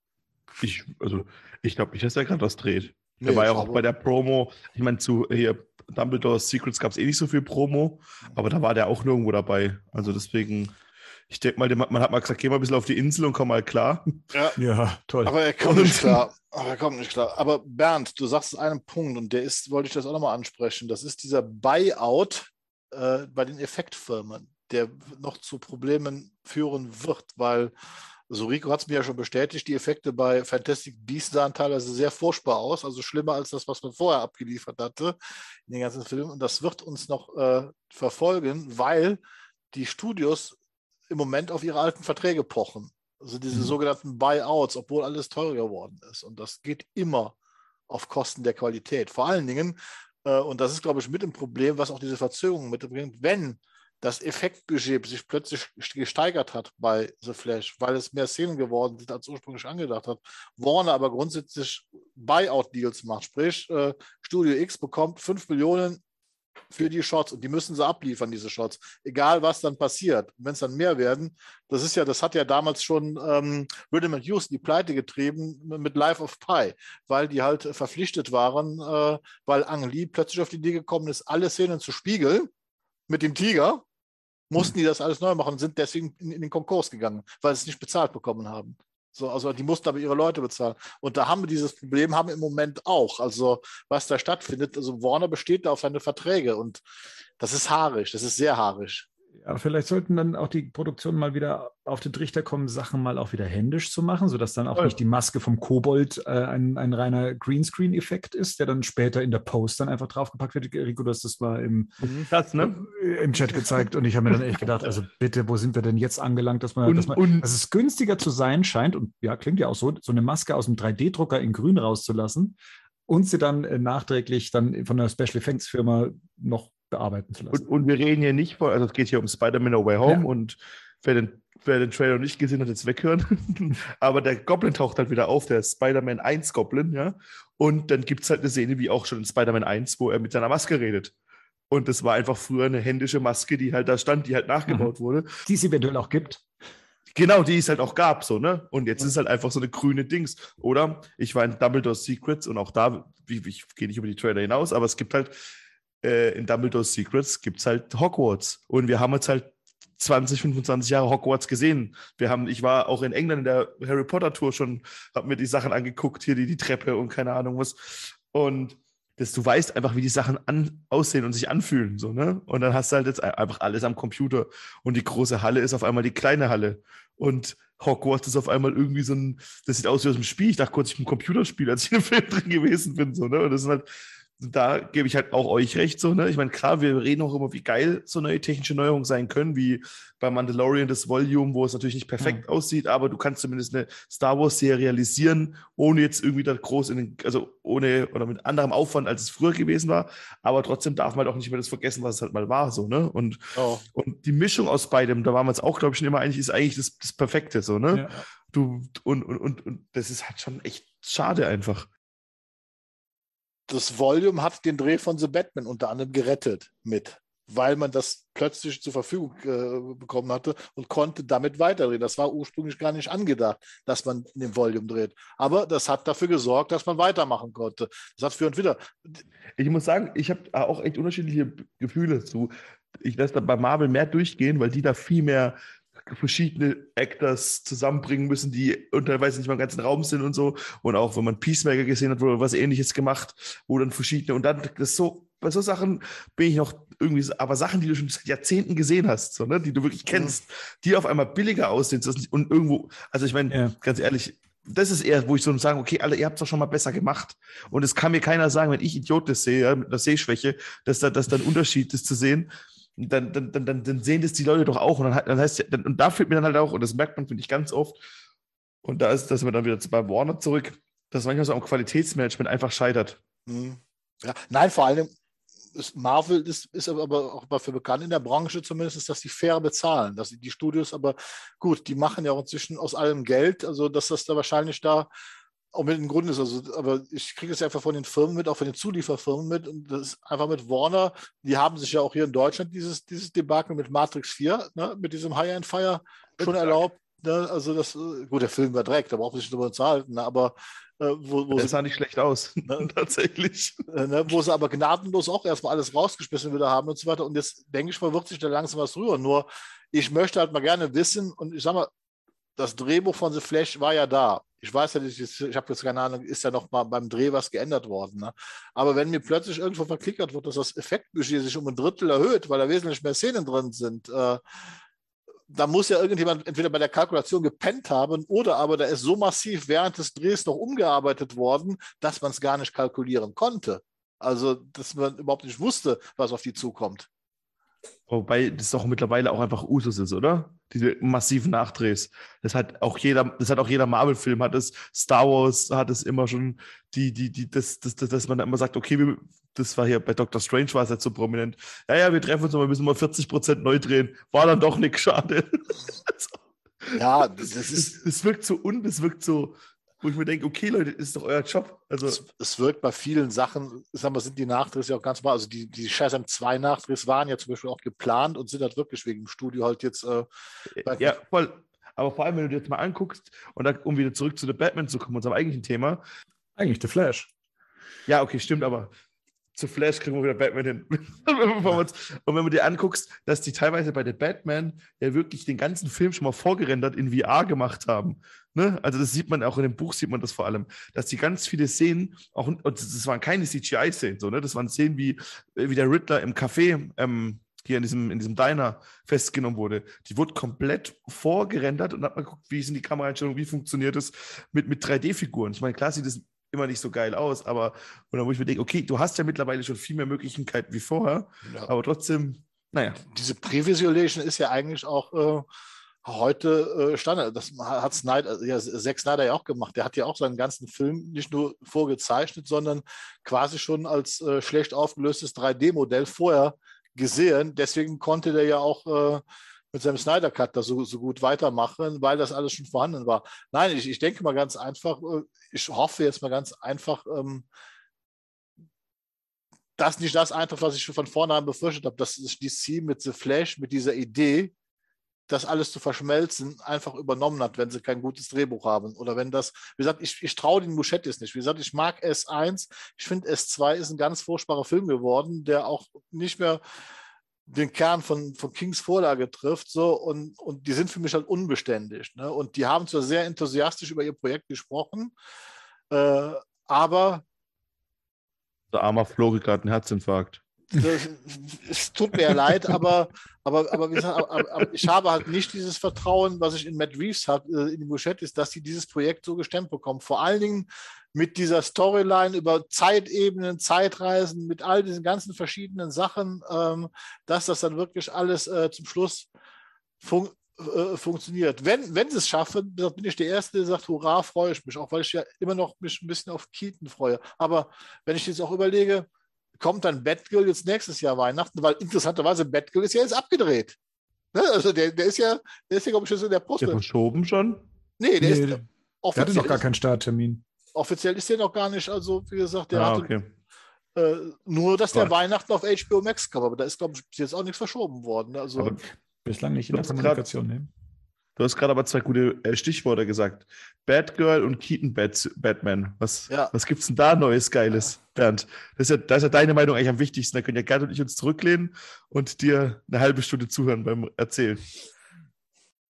Ich glaube nicht, dass der gerade was dreht. Nee, Der war ja ich auch glaube- bei der Promo, ich meine, zu hier Dumbledore's Secrets gab es eh nicht so viel Promo, aber da war der auch nirgendwo dabei. Also deswegen, ich denke mal, man hat mal gesagt, geh mal ein bisschen auf die Insel und komm mal klar. Ja, toll. Aber er kommt nicht klar. Aber Bernd, du sagst einen Punkt und wollte ich das auch nochmal ansprechen. Das ist dieser Buyout bei den Effektfirmen, der noch zu Problemen führen wird, weil so Rico hat es mir ja schon bestätigt, die Effekte bei Fantastic Beasts sahen teilweise sehr furchtbar aus, also schlimmer als das, was man vorher abgeliefert hatte in den ganzen Filmen. Und das wird uns noch verfolgen, weil die Studios im Moment auf ihre alten Verträge pochen. Also diese sogenannten Buyouts, obwohl alles teurer geworden ist. Und das geht immer auf Kosten der Qualität. Vor allen Dingen, und das ist, glaube ich, mit ein Problem, was auch diese Verzögerung mitbringt, wenn das Effektbudget sich plötzlich gesteigert hat bei The Flash, weil es mehr Szenen geworden sind, als ursprünglich angedacht hat. Warner aber grundsätzlich Buyout-Deals macht, sprich Studio X bekommt 5 Millionen für die Shots und die müssen sie abliefern, diese Shots, egal was dann passiert. Wenn es dann mehr werden, das hat ja damals schon Rhythm and Houston die Pleite getrieben mit Life of Pi, weil die halt verpflichtet waren, weil Ang Lee plötzlich auf die Idee gekommen ist, alle Szenen zu spiegeln mit dem Tiger, mussten die das alles neu machen und sind deswegen in den Konkurs gegangen, weil sie es nicht bezahlt bekommen haben. So, also die mussten aber ihre Leute bezahlen. Und da haben wir dieses Problem, haben wir im Moment auch. Also was da stattfindet, also Warner besteht da auf seine Verträge und das ist haarig, das ist sehr haarig. Ja, vielleicht sollten dann auch die Produktionen mal wieder auf den Trichter kommen, Sachen mal auch wieder händisch zu machen, sodass dann auch nicht die Maske vom Kobold ein reiner Greenscreen-Effekt ist, der dann später in der Post dann einfach draufgepackt wird. Rico, das war im Chat gezeigt und ich habe mir dann echt gedacht, also bitte, wo sind wir denn jetzt angelangt, dass es günstiger zu sein scheint und ja, klingt ja auch so eine Maske aus dem 3D-Drucker in grün rauszulassen und sie dann nachträglich dann von einer Special Effects Firma noch bearbeiten zu lassen. Und wir reden hier nicht von, also es geht hier um Spider-Man No Way Home und wer den Trailer noch nicht gesehen hat, jetzt weghören. Aber der Goblin taucht halt wieder auf, der Spider-Man 1 Goblin, ja. Und dann gibt es halt eine Szene, wie auch schon in Spider-Man 1, wo er mit seiner Maske redet. Und das war einfach früher eine händische Maske, die halt da stand, die halt nachgebaut wurde. Die es eventuell auch gibt. Genau, die es halt auch gab, so, ne? Und jetzt ist halt einfach so eine grüne Dings. Oder ich war in Dumbledore's Secrets und auch da, ich gehe nicht über die Trailer hinaus, aber es gibt halt in Dumbledore's Secrets gibt es halt Hogwarts. Und wir haben jetzt halt 20, 25 Jahre Hogwarts gesehen. Ich war auch in England in der Harry Potter Tour schon, habe mir die Sachen angeguckt, hier die Treppe und keine Ahnung was. Und du weißt einfach, wie die Sachen aussehen und sich anfühlen. So, ne? Und dann hast du halt jetzt einfach alles am Computer. Und die große Halle ist auf einmal die kleine Halle. Und Hogwarts ist auf einmal irgendwie das sieht aus wie aus dem Spiel. Ich dachte kurz, ich bin ein Computerspiel, als ich in dem Film drin gewesen bin. So, ne? Und das ist halt, da gebe ich halt auch euch recht, so, ne? Ich meine, klar, wir reden auch immer, wie geil so neue technische Neuerungen sein können, wie bei Mandalorian das Volume, wo es natürlich nicht perfekt aussieht, aber du kannst zumindest eine Star Wars-Serie realisieren, ohne jetzt irgendwie da groß ohne oder mit anderem Aufwand, als es früher gewesen war. Aber trotzdem darf man halt auch nicht mehr das vergessen, was es halt mal war, so, ne? Und die Mischung aus beidem, da waren wir jetzt auch, glaube ich, schon immer ist eigentlich das Perfekte, so, ne? Ja. Und das ist halt schon echt schade einfach. Das Volume hat den Dreh von The Batman unter anderem gerettet weil man das plötzlich zur Verfügung bekommen hatte und konnte damit weiterdrehen. Das war ursprünglich gar nicht angedacht, dass man in dem Volume dreht. Aber das hat dafür gesorgt, dass man weitermachen konnte. Das hat für und wieder. Ich muss sagen, ich habe auch echt unterschiedliche Gefühle zu. Ich lasse da bei Marvel mehr durchgehen, weil die da viel mehr verschiedene Actors zusammenbringen müssen, die teilweise nicht mal im ganzen Raum sind und so. Und auch wenn man Peacemaker gesehen hat, wurde was Ähnliches gemacht, wo dann verschiedene, und dann das so, bei so Sachen bin ich noch irgendwie, aber Sachen, die du schon seit Jahrzehnten gesehen hast, so, ne, die du wirklich kennst, die auf einmal billiger aussehen und irgendwo, also ich meine, ganz ehrlich, das ist eher, wo ich so sage, okay, Alter, ihr habt es doch schon mal besser gemacht. Und es kann mir keiner sagen, wenn ich Idiot das sehe, ja, mit einer Sehschwäche, dass da ein Unterschied ist zu sehen. Dann sehen das die Leute doch auch. Und dann heißt und da fehlt mir dann halt auch, und das merkt man, finde ich, ganz oft, und da ist, dass wir dann wieder bei Warner zurück, dass manchmal so am Qualitätsmanagement einfach scheitert. Ja, nein, vor allem Marvel ist aber auch dafür bekannt in der Branche zumindest, dass die fair bezahlen, dass die Studios aber, gut, die machen ja auch inzwischen aus allem Geld, also dass das da wahrscheinlich da auch mit dem Grund ist, also, aber ich kriege es ja einfach von den Firmen mit, auch von den Zulieferfirmen mit, und das ist einfach mit Warner, die haben sich ja auch hier in Deutschland dieses Debakel mit Matrix 4, ne, mit diesem High-End-Fire schon erlaubt, ne, also das, gut, der Film war direkt, da braucht man sich darüber zu halten, ne, aber das sah nicht schlecht aus, ne? Tatsächlich. Ne, wo sie aber gnadenlos auch erstmal alles rausgeschmissen wieder haben und so weiter. Und jetzt denke ich mal, wird sich da langsam was rühren. Nur ich möchte halt mal gerne wissen, und ich sag mal, das Drehbuch von The Flash war ja da. Ich weiß ja nicht, ich habe jetzt keine Ahnung, ist ja noch mal beim Dreh was geändert worden. Ne? Aber wenn mir plötzlich irgendwo verklickert wird, dass das Effektbudget sich um ein Drittel erhöht, weil da wesentlich mehr Szenen drin sind, da muss ja irgendjemand entweder bei der Kalkulation gepennt haben oder aber da ist so massiv während des Drehs noch umgearbeitet worden, dass man es gar nicht kalkulieren konnte. Also, dass man überhaupt nicht wusste, was auf die zukommt. Wobei das doch mittlerweile auch einfach Usus ist, oder? Diese massiven Nachdrehs. Das hat auch jeder Marvel-Film hat es, Star Wars hat es immer schon, dass man immer sagt, okay, das war hier bei Doctor Strange war es jetzt so prominent. Ja, wir treffen uns mal, wir müssen mal 40% neu drehen. War dann doch nicht schade. Ja, das wirkt so, wo ich mir denke, okay, Leute, das ist doch euer Job. Also es wirkt bei vielen Sachen, sagen wir, sind die Nachdrehs ja auch ganz normal. Also die Shazam 2 Nachdrehs waren ja zum Beispiel auch geplant und sind halt wirklich wegen dem Studio halt jetzt. Ja, voll. Aber vor allem, wenn du dir jetzt mal anguckst, und dann, um wieder zurück zu The Batman zu kommen, unserem eigentlichen Thema. Eigentlich The Flash. Ja, okay, stimmt, aber zu Flash kriegen wir wieder Batman hin. Und wenn du dir anguckst, dass die teilweise bei The Batman ja wirklich den ganzen Film schon mal vorgerendert in VR gemacht haben. Ne? Also das sieht man auch in dem Buch, sieht man das vor allem, dass die ganz viele Szenen, auch, und das waren keine CGI-Szenen, so, ne? Das waren Szenen wie der Riddler im Café, hier in diesem Diner festgenommen wurde. Die wurde komplett vorgerendert und hat mal geguckt, wie ist denn die Kameraeinstellung, wie funktioniert das mit 3D-Figuren. Ich meine, klar sieht das immer nicht so geil aus, aber und dann, wo ich mir denke, okay, du hast ja mittlerweile schon viel mehr Möglichkeiten wie vorher, aber trotzdem, naja. Diese Previsualization ist ja eigentlich auch heute Standard. Das hat Zack Snyder ja auch gemacht. Der hat ja auch seinen ganzen Film nicht nur vorgezeichnet, sondern quasi schon als schlecht aufgelöstes 3D-Modell vorher gesehen. Deswegen konnte der ja auch mit seinem Snyder Cut da so gut weitermachen, weil das alles schon vorhanden war. Nein, ich denke mal ganz einfach, ich hoffe jetzt mal ganz einfach, dass nicht das eintrifft, was ich schon von vornherein befürchtet habe, dass sich DC mit The Flash, mit dieser Idee, das alles zu verschmelzen, einfach übernommen hat, wenn sie kein gutes Drehbuch haben. Oder wenn das, wie gesagt, ich traue den Muschettis nicht. Wie gesagt, ich mag S1, ich finde S2 ist ein ganz furchtbarer Film geworden, der auch nicht mehr den Kern von Kings Vorlage trifft, so, und die sind für mich halt unbeständig. Ne? Und die haben zwar sehr enthusiastisch über ihr Projekt gesprochen, aber der armer Flori gerade einen Herzinfarkt. Es tut mir ja leid, aber wie gesagt, aber ich habe halt nicht dieses Vertrauen, was ich in Matt Reeves habe, in die Muschettis, dass sie dieses Projekt so gestemmt bekommen. Vor allen Dingen mit dieser Storyline über Zeitebenen, Zeitreisen, mit all diesen ganzen verschiedenen Sachen, dass das dann wirklich alles zum Schluss funktioniert. Wenn sie es schaffen, bin ich der Erste, der sagt, hurra, freue ich mich, auch weil ich ja immer noch mich ein bisschen auf Keaton freue. Aber wenn ich jetzt auch überlege, kommt dann Batgirl jetzt nächstes Jahr Weihnachten, weil interessanterweise Batgirl ist ja jetzt abgedreht. Ne? Also der ist ja, glaube ich, schon in der Post. Der verschoben schon? Nee, der der hatte noch gar keinen Starttermin. Offiziell ist der noch gar nicht, also wie gesagt, der hatte okay. Nur, dass der Weihnachten auf HBO Max kam, aber da ist, glaube ich, bis jetzt auch nichts verschoben worden. Also, aber bislang nicht in der Kommunikation. Ne? Du hast gerade aber zwei gute Stichworte gesagt. Batgirl und Keaton Batman. Was gibt's denn da Neues, Geiles, Bernd? Da ist ja deine Meinung eigentlich am wichtigsten. Da können ja Gerd und ich uns zurücklehnen und dir eine halbe Stunde zuhören beim Erzählen.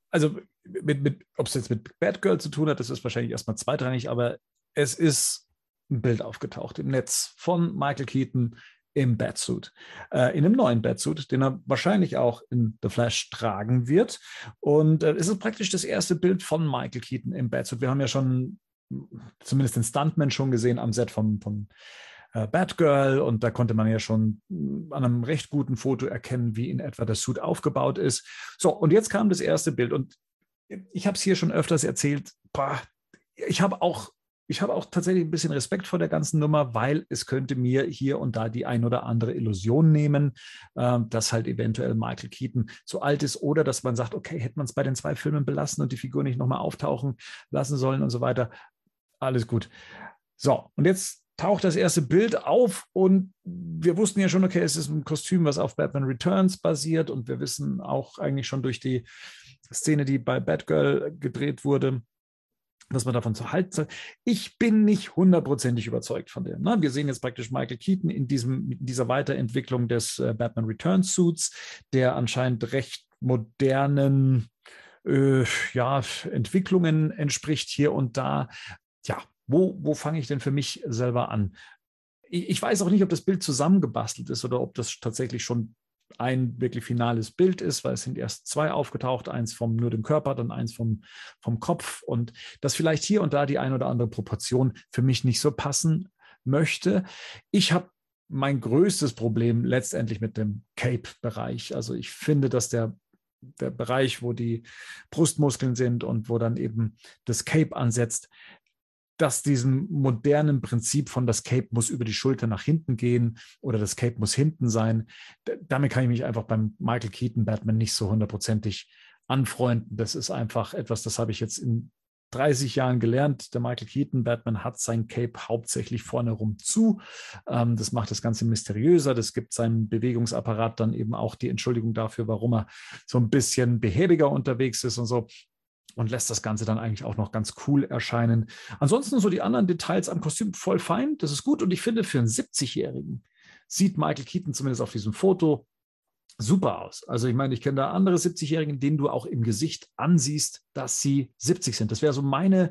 also ob es jetzt mit Batgirl zu tun hat, das ist wahrscheinlich erstmal zweitrangig, aber es ist ein Bild aufgetaucht im Netz von Michael Keaton im Batsuit, in einem neuen Batsuit, den er wahrscheinlich auch in The Flash tragen wird. Und es ist praktisch das erste Bild von Michael Keaton im Batsuit. Wir haben ja schon zumindest den Stuntman schon gesehen am Set von Batgirl, und da konnte man ja schon an einem recht guten Foto erkennen, wie in etwa der Suit aufgebaut ist. So, und jetzt kam das erste Bild, und ich habe es hier schon öfters erzählt, ich habe auch tatsächlich ein bisschen Respekt vor der ganzen Nummer, weil es könnte mir hier und da die ein oder andere Illusion nehmen, dass halt eventuell Michael Keaton zu alt ist, oder dass man sagt, okay, hätte man es bei den 2 Filmen belassen und die Figur nicht nochmal auftauchen lassen sollen und so weiter. Alles gut. So, und jetzt taucht das erste Bild auf, und wir wussten ja schon, okay, es ist ein Kostüm, was auf Batman Returns basiert, und wir wissen auch eigentlich schon durch die Szene, die bei Batgirl gedreht wurde, was man davon zu halten soll. Ich bin nicht 100% überzeugt von dem. Wir sehen jetzt praktisch Michael Keaton in dieser Weiterentwicklung des Batman Returns Suits, der anscheinend recht modernen Entwicklungen entspricht hier und da. Ja, wo fange ich denn für mich selber an? Ich weiß auch nicht, ob das Bild zusammengebastelt ist oder ob das tatsächlich schon ein wirklich finales Bild ist, weil es sind erst 2 aufgetaucht, eins vom nur dem Körper, dann eins vom Kopf, und dass vielleicht hier und da die ein oder andere Proportion für mich nicht so passen möchte. Ich habe mein größtes Problem letztendlich mit dem Cape-Bereich. Also ich finde, dass der Bereich, wo die Brustmuskeln sind und wo dann eben das Cape ansetzt, dass diesem modernen Prinzip von das Cape muss über die Schulter nach hinten gehen oder das Cape muss hinten sein, damit kann ich mich einfach beim Michael Keaton Batman nicht so 100% anfreunden. Das ist einfach etwas, das habe ich jetzt in 30 Jahren gelernt. Der Michael Keaton Batman hat sein Cape hauptsächlich vorne rum zu. Das macht das Ganze mysteriöser. Das gibt seinem Bewegungsapparat dann eben auch die Entschuldigung dafür, warum er so ein bisschen behäbiger unterwegs ist und so. Und lässt das Ganze dann eigentlich auch noch ganz cool erscheinen. Ansonsten so die anderen Details am Kostüm voll fein, das ist gut. Und ich finde, für einen 70-Jährigen sieht Michael Keaton zumindest auf diesem Foto super aus. Also ich meine, ich kenne da andere 70-Jährigen, denen du auch im Gesicht ansiehst, dass sie 70 sind. Das wäre so meine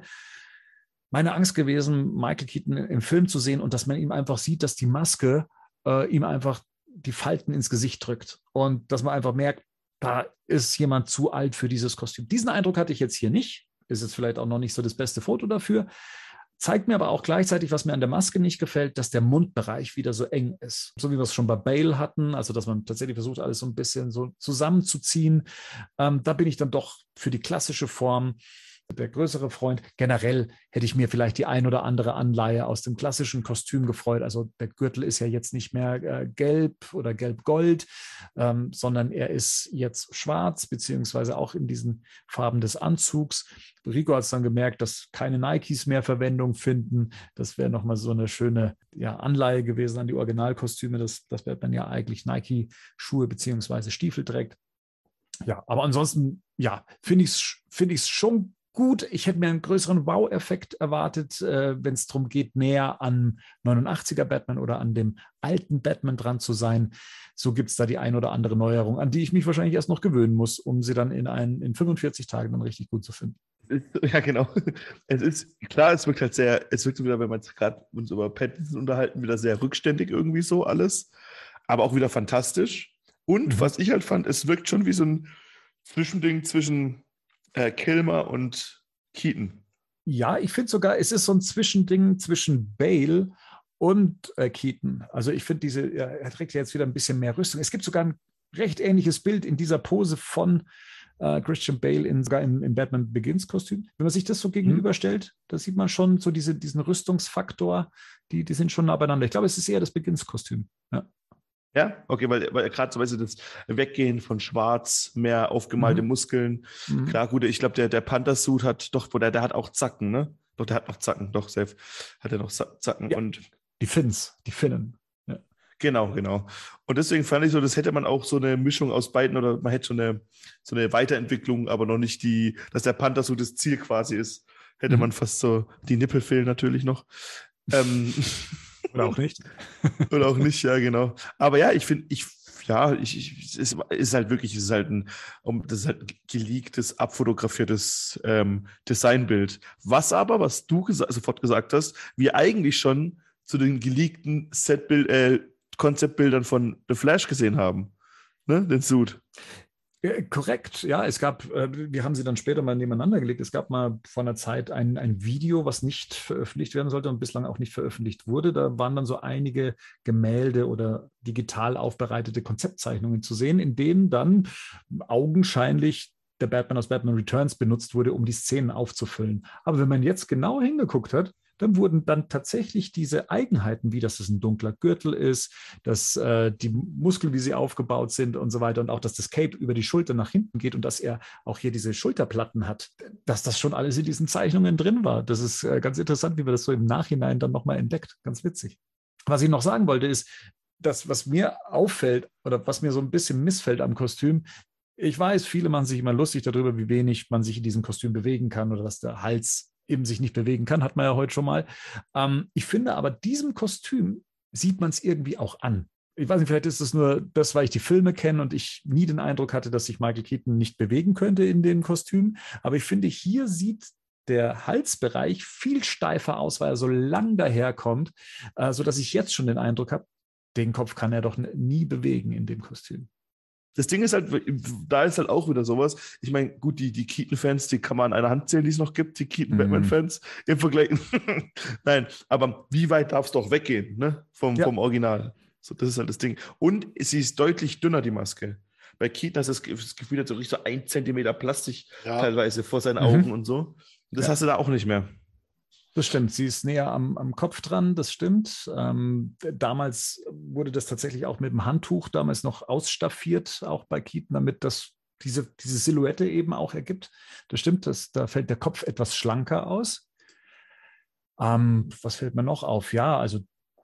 Angst gewesen, Michael Keaton im Film zu sehen und dass man ihm einfach sieht, dass die Maske ihm einfach die Falten ins Gesicht drückt. Und dass man einfach merkt, da ist jemand zu alt für dieses Kostüm. Diesen Eindruck hatte ich jetzt hier nicht. Ist jetzt vielleicht auch noch nicht so das beste Foto dafür. Zeigt mir aber auch gleichzeitig, was mir an der Maske nicht gefällt, dass der Mundbereich wieder so eng ist. So wie wir es schon bei Bale hatten, also dass man tatsächlich versucht, alles so ein bisschen so zusammenzuziehen. Da bin ich dann doch für die klassische Form der größere Freund. Generell hätte ich mir vielleicht die ein oder andere Anleihe aus dem klassischen Kostüm gefreut. Also der Gürtel ist ja jetzt nicht mehr gelb oder gelb-gold, sondern er ist jetzt schwarz, beziehungsweise auch in diesen Farben des Anzugs. Rico hat es dann gemerkt, dass keine Nikes mehr Verwendung finden. Das wäre nochmal so eine schöne Anleihe gewesen an die Originalkostüme, dass Batman ja eigentlich Nike-Schuhe beziehungsweise Stiefel trägt. Ja, aber ansonsten, finde ich es schon gut. Ich hätte mir einen größeren Wow-Effekt erwartet, wenn es darum geht, näher an 89er Batman oder an dem alten Batman dran zu sein. So gibt es da die ein oder andere Neuerung, an die ich mich wahrscheinlich erst noch gewöhnen muss, um sie dann in 45 Tagen dann richtig gut zu finden. Ja, genau. Es ist klar, es wirkt wieder, wenn wir uns gerade über Pattinson unterhalten, wieder sehr rückständig irgendwie so alles, aber auch wieder fantastisch. Und was ich halt fand, es wirkt schon wie so ein Zwischending zwischen Kilmer und Keaton. Ja, ich finde sogar, es ist so ein Zwischending zwischen Bale und Keaton. Also ich finde er trägt ja jetzt wieder ein bisschen mehr Rüstung. Es gibt sogar ein recht ähnliches Bild in dieser Pose von Christian Bale sogar im Batman Begins Kostüm. Wenn man sich das so gegenüberstellt, da sieht man schon so diesen Rüstungsfaktor, die sind schon nah beieinander. Ich glaube, es ist eher das Begins Kostüm. Ja. Ja, okay, weil gerade so, weißt du, das Weggehen von Schwarz, mehr aufgemalte Muskeln. Klar, gut, ich glaube, der Panther-Suit der hat auch Zacken, ne? Doch, der hat noch Zacken, doch, safe. Hat er noch Zacken. Ja, und die Finnen. Ja. Genau. Und deswegen fand ich so, das hätte man auch so eine Mischung aus beiden, oder man hätte so eine Weiterentwicklung, aber noch nicht dass der Panther-Suit das Ziel quasi ist. Hätte man fast so, die Nippel fehlen natürlich noch. Oder auch nicht. Oder auch nicht, ja, genau. Aber ja, ich Ja, es ist halt wirklich, das ist halt ein geleaktes, abfotografiertes Designbild. Was du sofort gesagt hast, wir eigentlich schon zu den geleakten Konzeptbildern von The Flash gesehen haben. Ne? Den Suit. Korrekt, ja, wir haben sie dann später mal nebeneinander gelegt. Es gab mal vor einer Zeit ein Video, was nicht veröffentlicht werden sollte und bislang auch nicht veröffentlicht wurde. Da waren dann so einige Gemälde oder digital aufbereitete Konzeptzeichnungen zu sehen, in denen dann augenscheinlich der Batman aus Batman Returns benutzt wurde, um die Szenen aufzufüllen. Aber wenn man jetzt genau hingeguckt hat, dann wurden dann tatsächlich diese Eigenheiten, wie dass es ein dunkler Gürtel ist, dass die Muskeln, wie sie aufgebaut sind und so weiter und auch, dass das Cape über die Schulter nach hinten geht und dass er auch hier diese Schulterplatten hat, dass das schon alles in diesen Zeichnungen drin war. Das ist ganz interessant, wie man das so im Nachhinein dann nochmal entdeckt. Ganz witzig. Was ich noch sagen wollte, ist, das, was mir auffällt oder was mir so ein bisschen missfällt am Kostüm, ich weiß, viele machen sich immer lustig darüber, wie wenig man sich in diesem Kostüm bewegen kann oder dass der Hals eben sich nicht bewegen kann, hat man ja heute schon mal. Ich finde aber, diesem Kostüm sieht man es irgendwie auch an. Ich weiß nicht, vielleicht ist es nur das, weil ich die Filme kenne und ich nie den Eindruck hatte, dass sich Michael Keaton nicht bewegen könnte in dem Kostüm. Aber ich finde, hier sieht der Halsbereich viel steifer aus, weil er so lang daherkommt, sodass ich jetzt schon den Eindruck habe, den Kopf kann er doch nie bewegen in dem Kostüm. Das Ding ist halt, da ist halt auch wieder sowas. Ich meine, gut, die Keaton-Fans, die kann man an einer Hand zählen, die es noch gibt, die Keaton-Batman-Fans im Vergleich. Nein, aber wie weit darfst du auch weggehen, ne? Vom Original. So, das ist halt das Ding. Und sie ist deutlich dünner, die Maske. Bei Keaton hast du das Gefühl, dass so richtig so 1 Zentimeter Plastik teilweise vor seinen Augen und so. Das hast du da auch nicht mehr. Das stimmt, sie ist näher am Kopf dran, das stimmt. Damals wurde das tatsächlich auch mit dem Handtuch damals noch ausstaffiert, auch bei Keaton, damit das diese Silhouette eben auch ergibt. Das stimmt, da fällt der Kopf etwas schlanker aus. Was fällt mir noch auf? Ja, also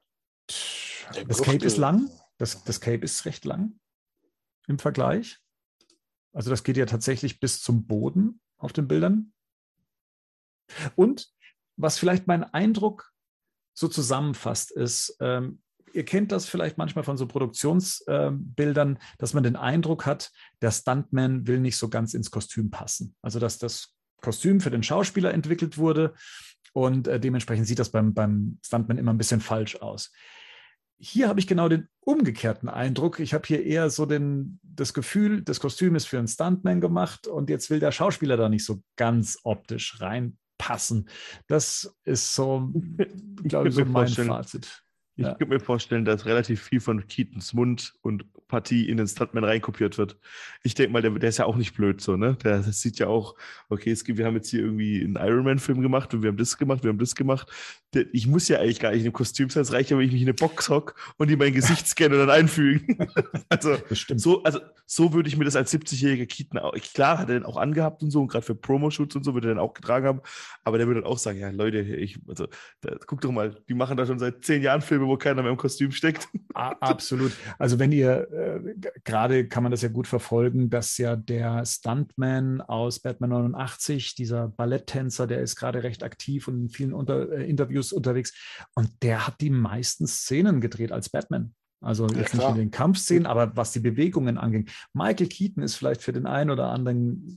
das Cape ist lang, das Cape ist recht lang im Vergleich. Also das geht ja tatsächlich bis zum Boden auf den Bildern. Und was vielleicht mein Eindruck so zusammenfasst, ist, ihr kennt das vielleicht manchmal von so Produktionsbildern, dass man den Eindruck hat, der Stuntman will nicht so ganz ins Kostüm passen. Also dass das Kostüm für den Schauspieler entwickelt wurde und dementsprechend sieht das beim Stuntman immer ein bisschen falsch aus. Hier habe ich genau den umgekehrten Eindruck. Ich habe hier eher so das Gefühl, das Kostüm ist für einen Stuntman gemacht und jetzt will der Schauspieler da nicht so ganz optisch reinpassen. Das ist so, glaube ich, so mein Fazit. Ich könnte mir vorstellen, dass relativ viel von Keatons Mund und Partie in den Stuntman reinkopiert wird. Ich denke mal, der ist ja auch nicht blöd so, ne? Der sieht ja auch, okay, wir haben jetzt hier irgendwie einen Iron-Man-Film gemacht und wir haben das gemacht. Ich muss ja eigentlich gar nicht in einem Kostüm sein, es reicht ja, wenn ich mich in eine Box hocke und die mein Gesicht scanne und dann einfügen. Also so würde ich mir das als 70-jähriger Keaton auch, klar hat er den auch angehabt und so und gerade für Promo-Shoots und so würde er den auch getragen haben, aber der würde dann auch sagen, ja Leute, guck doch mal, die machen da schon seit 10 Jahren Filme, wo keiner mehr im Kostüm steckt. Absolut. Also wenn ihr, gerade kann man das ja gut verfolgen, dass ja der Stuntman aus Batman 89, dieser Balletttänzer, der ist gerade recht aktiv und in vielen Interviews unterwegs und der hat die meisten Szenen gedreht als Batman. Also jetzt nicht in den Kampfszenen, aber was die Bewegungen anging. Michael Keaton ist vielleicht für den einen oder anderen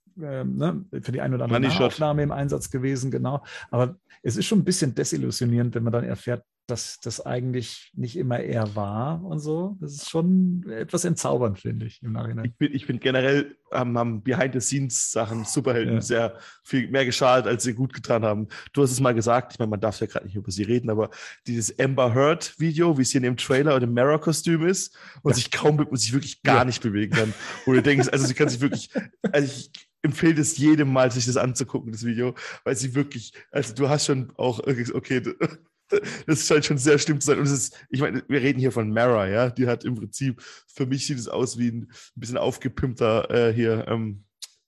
für die eine oder andere Nahaufnahme im Einsatz gewesen, genau. Aber es ist schon ein bisschen desillusionierend, wenn man dann erfährt, dass das eigentlich nicht immer er war und so. Das ist schon etwas entzaubernd, finde ich, im Nachhinein. Ich finde generell haben Behind-the-Scenes-Sachen Superhelden sehr viel mehr geschadet, als sie gut getan haben. Du hast es mal gesagt, ich meine, man darf ja gerade nicht über sie reden, aber dieses Amber Heard-Video, wie es hier in dem Trailer oder im Mirror-Kostüm ist und sich wirklich gar nicht bewegen kann. Wo du denkst, also sie kann sich wirklich, ich empfehle es jedem mal, sich das anzugucken, das Video, weil sie wirklich, also du hast schon auch, okay, das scheint schon sehr schlimm zu sein. Und es ist, ich meine, wir reden hier von Mara, ja, die hat im Prinzip, für mich sieht es aus wie ein bisschen aufgepimpter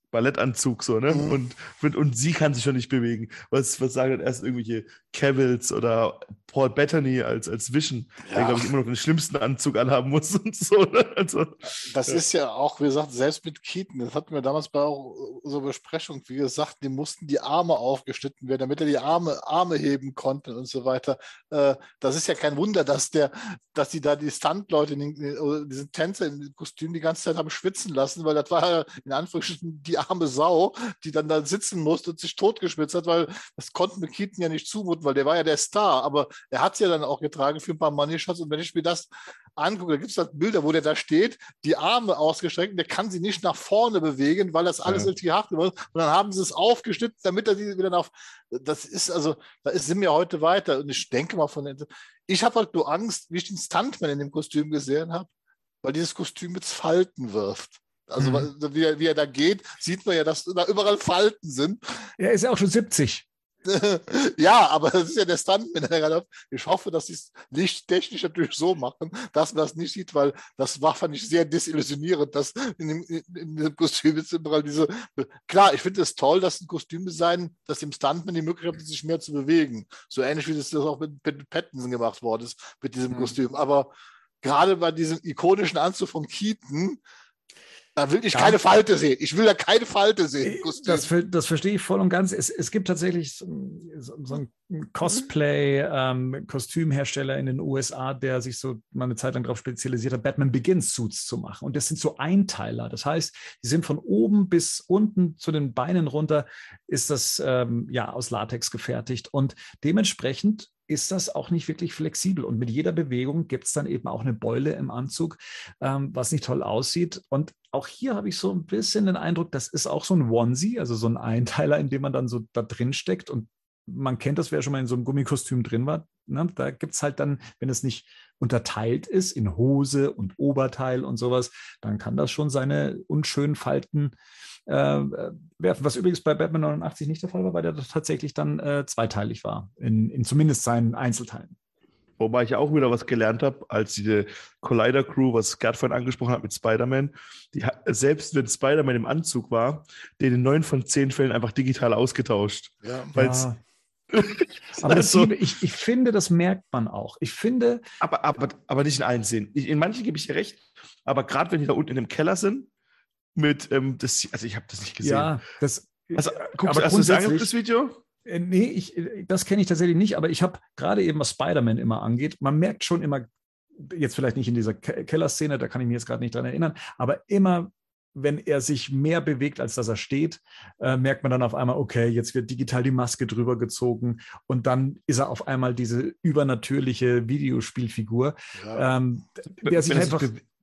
Ballettanzug so, ne? Und sie kann sich schon nicht bewegen. Was sagen dann erst irgendwelche Cavills oder Paul Bettany als Vision, der, glaube ich, immer noch den schlimmsten Anzug anhaben muss und so. Ne? Also, das ist ja auch, wie gesagt, selbst mit Keaton, das hatten wir damals bei auch so Besprechung, wie gesagt, die mussten die Arme aufgeschnitten werden, damit er die Arme heben konnte und so weiter. Das ist ja kein Wunder, dass die da die Stuntleute, diese Tänzer im Kostüm die ganze Zeit haben schwitzen lassen, weil das war ja in Anführungsstrichen die arme Sau, die dann da sitzen musste und sich totgeschwitzt hat, weil das konnten wir Keaton ja nicht zumuten, weil der war ja der Star, aber er hat es ja dann auch getragen für ein paar Money Shots und wenn ich mir das angucke, da gibt es halt Bilder, wo der da steht, die Arme ausgestreckt, der kann sie nicht nach vorne bewegen, weil das alles irgendwie hart ist und dann haben sie es aufgeschnitten, damit er sie wieder nach, das ist also, sind wir heute weiter und ich denke mal ich habe halt nur Angst, wie ich den Stuntman in dem Kostüm gesehen habe, weil dieses Kostüm jetzt Falten wirft. Also wie er da geht, sieht man ja, dass da überall Falten sind. Er ist ja auch schon 70. Ja, aber das ist ja der Stuntman. Ich hoffe, dass sie es lichttechnisch natürlich so machen, dass man das nicht sieht, weil das war, fand ich, sehr desillusionierend, dass in dem Kostüm jetzt überall diese... Klar, ich finde es toll, dass ein Kostümdesign, dass dem Stuntman die Möglichkeit hat, sich mehr zu bewegen. So ähnlich wie das auch mit Pattinson gemacht worden ist, mit diesem Kostüm. Aber gerade bei diesem ikonischen Anzug von Keaton, da will ich keine Falte sehen. Ich will da keine Falte sehen. Das verstehe ich voll und ganz. Es gibt tatsächlich so einen Cosplay-Kostümhersteller in den USA, der sich so mal eine Zeit lang darauf spezialisiert hat, Batman Begins Suits zu machen. Und das sind so Einteiler. Das heißt, die sind von oben bis unten zu den Beinen runter, ist das aus Latex gefertigt. Und dementsprechend ist das auch nicht wirklich flexibel. Und mit jeder Bewegung gibt es dann eben auch eine Beule im Anzug, was nicht toll aussieht. Und auch hier habe ich so ein bisschen den Eindruck, das ist auch so ein Onesie, also so ein Einteiler, in dem man dann so da drin steckt. Und man kennt das, wer schon mal in so einem Gummikostüm drin war. Ne? Da gibt es halt dann, wenn es nicht unterteilt ist in Hose und Oberteil und sowas, dann kann das schon seine unschönen Falten werfen. Was übrigens bei Batman 89 nicht der Fall war, weil der tatsächlich dann zweiteilig war, in zumindest seinen Einzelteilen. Wobei ich auch wieder was gelernt habe, als diese Collider-Crew, was Gerd vorhin angesprochen hat mit Spider-Man, selbst wenn Spider-Man im Anzug war, den in 9 von 10 Fällen einfach digital ausgetauscht. Ja. Aber ich finde, das merkt man auch. Ich finde... Aber nicht in allen Szenen. In manchen gebe ich dir recht, aber gerade wenn die da unten in dem Keller sind, ich habe das nicht gesehen. Ja, hast du das angeguckt, das Video? Nee, das kenne ich tatsächlich nicht, aber ich habe gerade eben, was Spider-Man immer angeht, man merkt schon immer, jetzt vielleicht nicht in dieser Kellerszene, da kann ich mich jetzt gerade nicht dran erinnern, aber immer, wenn er sich mehr bewegt, als dass er steht, merkt man dann auf einmal, okay, jetzt wird digital die Maske drüber gezogen und dann ist er auf einmal diese übernatürliche Videospielfigur, der sich einfach...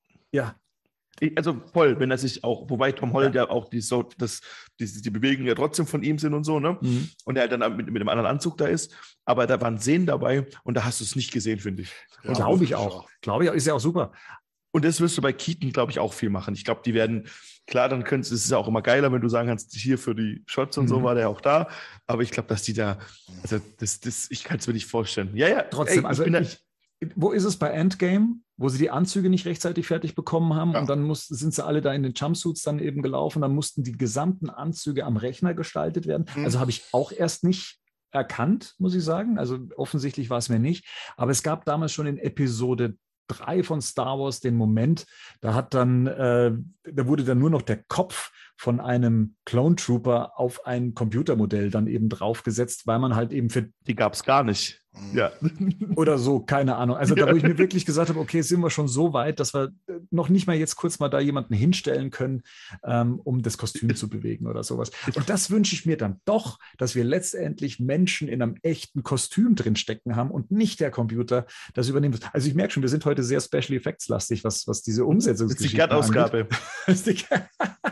Also voll, wenn er sich auch, wobei Tom Holland ja auch die Bewegungen ja trotzdem von ihm sind und so, ne? Mhm. Und er halt dann mit einem anderen Anzug da ist. Aber da waren Szenen dabei und da hast du es nicht gesehen, finde ich. Ja, glaube ich auch. Ist ja auch super. Und das wirst du bei Keaton, glaube ich, auch viel machen. Ich glaube, die werden, klar, es ist ja auch immer geiler, wenn du sagen kannst, hier für die Shots und so war der auch da. Aber ich glaube, dass die da, also ich kann es mir nicht vorstellen. Ja, trotzdem, wo ist es bei Endgame, wo sie die Anzüge nicht rechtzeitig fertig bekommen haben und dann sind sie alle da in den Jumpsuits dann eben gelaufen, dann mussten die gesamten Anzüge am Rechner gestaltet werden. Also habe ich auch erst nicht erkannt, muss ich sagen. Also offensichtlich war es mir nicht. Aber es gab damals schon in Episode 3 von Star Wars den Moment, da wurde dann nur noch der Kopf von einem Clone Trooper auf ein Computermodell dann eben draufgesetzt, weil man halt eben die gab es gar nicht. Ja. Oder so, keine Ahnung. Also da, wo ich mir wirklich gesagt habe, okay, sind wir schon so weit, dass wir noch nicht mal jetzt kurz mal da jemanden hinstellen können, um das Kostüm zu bewegen oder sowas. Und das wünsche ich mir dann doch, dass wir letztendlich Menschen in einem echten Kostüm drinstecken haben und nicht der Computer das übernimmt. Also ich merke schon, wir sind heute sehr Special Effects lastig, was diese Umsetzungsgeschichten angeht. Das ist die Gerd-Ausgabe.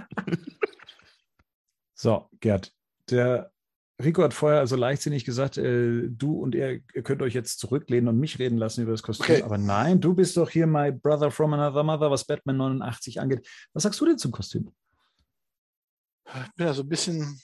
So, Gerd, der Rico hat vorher also leichtsinnig gesagt, du und ihr könnt euch jetzt zurücklehnen und mich reden lassen über das Kostüm. Okay. Aber nein, du bist doch hier my brother from another mother, was Batman 89 angeht. Was sagst du denn zum Kostüm? Ich bin ja so ein bisschen...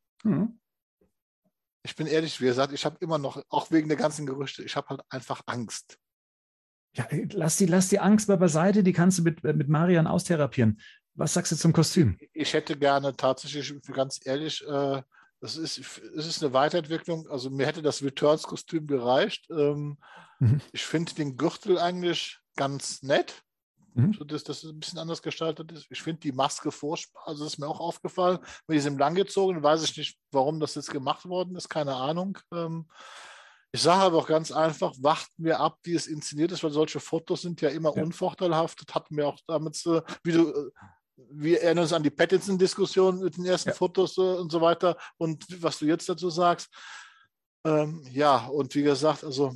Ich bin ehrlich, wie gesagt, ich habe immer noch, auch wegen der ganzen Gerüchte, ich habe halt einfach Angst. Ja, lass die Angst mal beiseite, die kannst du mit Marian austherapieren. Was sagst du zum Kostüm? Ich hätte gerne tatsächlich, ganz ehrlich, es ist eine Weiterentwicklung. Also mir hätte das Returns-Kostüm gereicht. Ich finde den Gürtel eigentlich ganz nett, so dass das ein bisschen anders gestaltet ist. Ich finde die Maske furchtbar. Also das ist mir auch aufgefallen. Mit diesem langgezogenen weiß ich nicht, warum das jetzt gemacht worden ist. Keine Ahnung. Ich sage aber auch ganz einfach, warten wir ab, wie es inszeniert ist, weil solche Fotos sind ja immer unvorteilhaft. Das hatten wir auch damit, wir erinnern uns an die Pattinson-Diskussion mit den ersten Fotos und so weiter und was du jetzt dazu sagst. Ja, und wie gesagt, also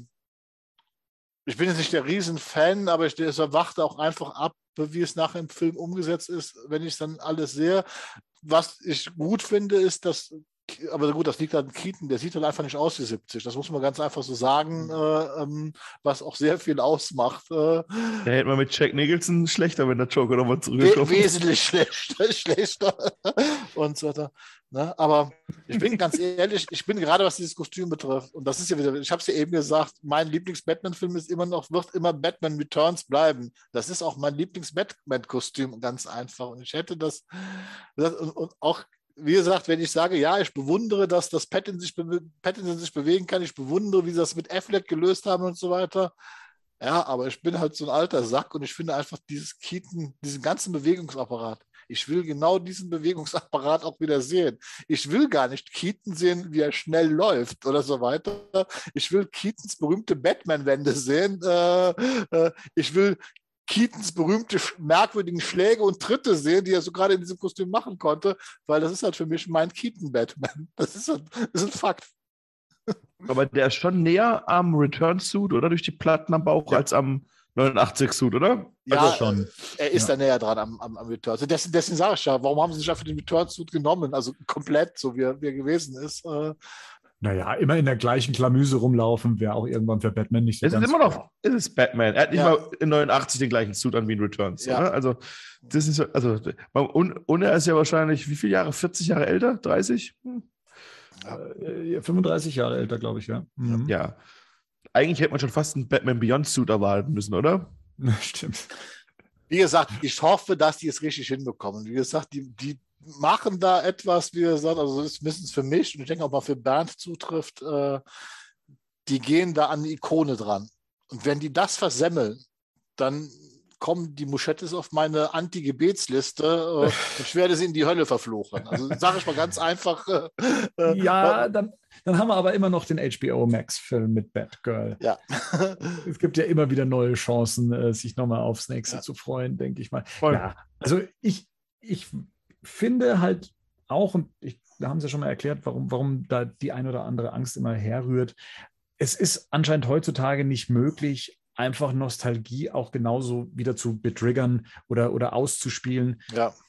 ich bin jetzt nicht der Riesenfan, aber ich warte auch einfach ab, wie es nachher im Film umgesetzt ist, wenn ich dann alles sehe. Was ich gut finde, ist, dass aber gut, das liegt an Keaton, der sieht halt einfach nicht aus wie 70. Das muss man ganz einfach so sagen, was auch sehr viel ausmacht. Da hätte man mit Jack Nicholson schlechter, wenn der Joker nochmal zurückkommt. Wesentlich schlechter und so weiter. Ne? Aber ich bin ganz ehrlich, ich bin gerade, was dieses Kostüm betrifft, und das ist ja wieder, ich habe es ja eben gesagt, mein Lieblings-Batman-Film wird immer Batman Returns bleiben. Das ist auch mein Lieblings-Batman-Kostüm, ganz einfach. Und ich hätte das und auch wie gesagt, wenn ich sage, ja, ich bewundere, dass das Pattinson sich bewegen kann, ich bewundere, wie sie das mit Affleck gelöst haben und so weiter. Ja, aber ich bin halt so ein alter Sack und ich finde einfach dieses Keaton, diesen ganzen Bewegungsapparat. Ich will genau diesen Bewegungsapparat auch wieder sehen. Ich will gar nicht Keaton sehen, wie er schnell läuft oder so weiter. Ich will Keatons berühmte Batman-Wände sehen. Ich will Keatons berühmte merkwürdigen Schläge und Tritte sehen, die er so gerade in diesem Kostüm machen konnte, weil das ist halt für mich mein Keaton-Batman. Das ist ein Fakt. Aber der ist schon näher am Return-Suit, oder? Durch die Platten am Bauch als am 89-Suit, oder? Ja, also schon. Er ist da näher dran am Return. Also deswegen sage ich ja, warum haben sie sich einfach den Return-Suit genommen? Also komplett, so wie er gewesen ist. Naja, immer in der gleichen Klamüse rumlaufen, wäre auch irgendwann für Batman nicht so. Es ist immer noch, es ist Batman. Er hat nicht mal in 89 den gleichen Suit an wie in Returns. Ja. Oder? Also, das ist, und er ist ja wahrscheinlich, wie viele Jahre? 40 Jahre älter? 30? 35 Jahre älter, glaube ich, ja. Mhm. Ja. Eigentlich hätte man schon fast einen Batman Beyond Suit erwarten müssen, oder? Stimmt. Wie gesagt, ich hoffe, dass die es richtig hinbekommen. Wie gesagt, die machen da etwas, wie gesagt, also das ist mindestens für mich und ich denke auch mal für Bernd zutrifft, die gehen da an die Ikone dran. Und wenn die das versemmeln, dann kommen die Muschettis auf meine Anti-Gebetsliste und ich werde sie in die Hölle verfluchen. Also sage ich mal ganz einfach. Ja, dann haben wir aber immer noch den HBO Max-Film mit Batgirl. Ja. Es gibt ja immer wieder neue Chancen, sich nochmal aufs nächste zu freuen, denke ich mal. Voll. Ja, also ich finde halt auch, und da haben Sie ja schon mal erklärt, warum da die ein oder andere Angst immer herrührt. Es ist anscheinend heutzutage nicht möglich, einfach Nostalgie auch genauso wieder zu betriggern oder auszuspielen,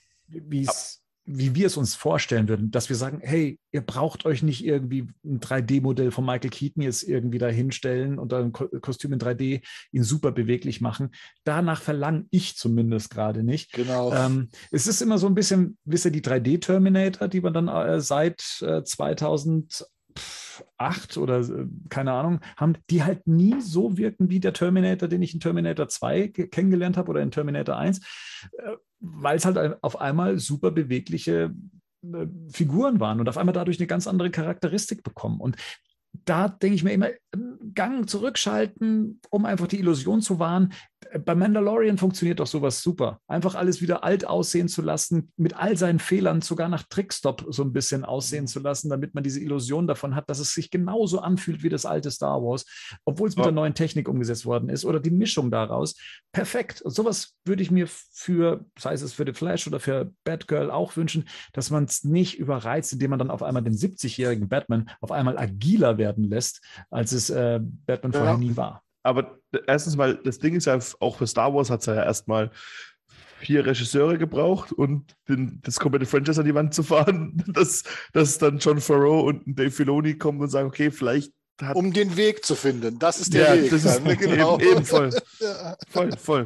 wie wir es uns vorstellen würden, dass wir sagen, hey, ihr braucht euch nicht irgendwie ein 3D-Modell von Michael Keaton jetzt irgendwie da hinstellen und dann ein Kostüm in 3D ihn super beweglich machen. Danach verlange ich zumindest gerade nicht. Genau. Es ist immer so ein bisschen, wisst ihr, die 3D-Terminator, die man dann seit 2008 oder keine Ahnung, haben, die halt nie so wirken wie der Terminator, den ich in Terminator 2 kennengelernt habe oder in Terminator 1, weil es halt auf einmal super bewegliche Figuren waren und auf einmal dadurch eine ganz andere Charakteristik bekommen. Und da denke ich mir immer, Gang zurückschalten, um einfach die Illusion zu wahren. Bei Mandalorian funktioniert doch sowas super. Einfach alles wieder alt aussehen zu lassen, mit all seinen Fehlern sogar nach Trickstop so ein bisschen aussehen zu lassen, damit man diese Illusion davon hat, dass es sich genauso anfühlt wie das alte Star Wars, obwohl es mit der neuen Technik umgesetzt worden ist oder die Mischung daraus. Perfekt. Und sowas würde ich mir sei es für The Flash oder für Batgirl auch wünschen, dass man es nicht überreizt, indem man dann auf einmal den 70-jährigen Batman auf einmal agiler werden lässt, als es Batman vorher nie war. Aber erstens mal, das Ding ist ja, auch für Star Wars hat es ja erstmal 4 Regisseure gebraucht und das komplette Franchise an die Wand zu fahren, dass dann John Favreau und Dave Filoni kommen und sagen, okay, vielleicht um den Weg zu finden. Das ist der Weg. Das ist genau. eben voll. Voll.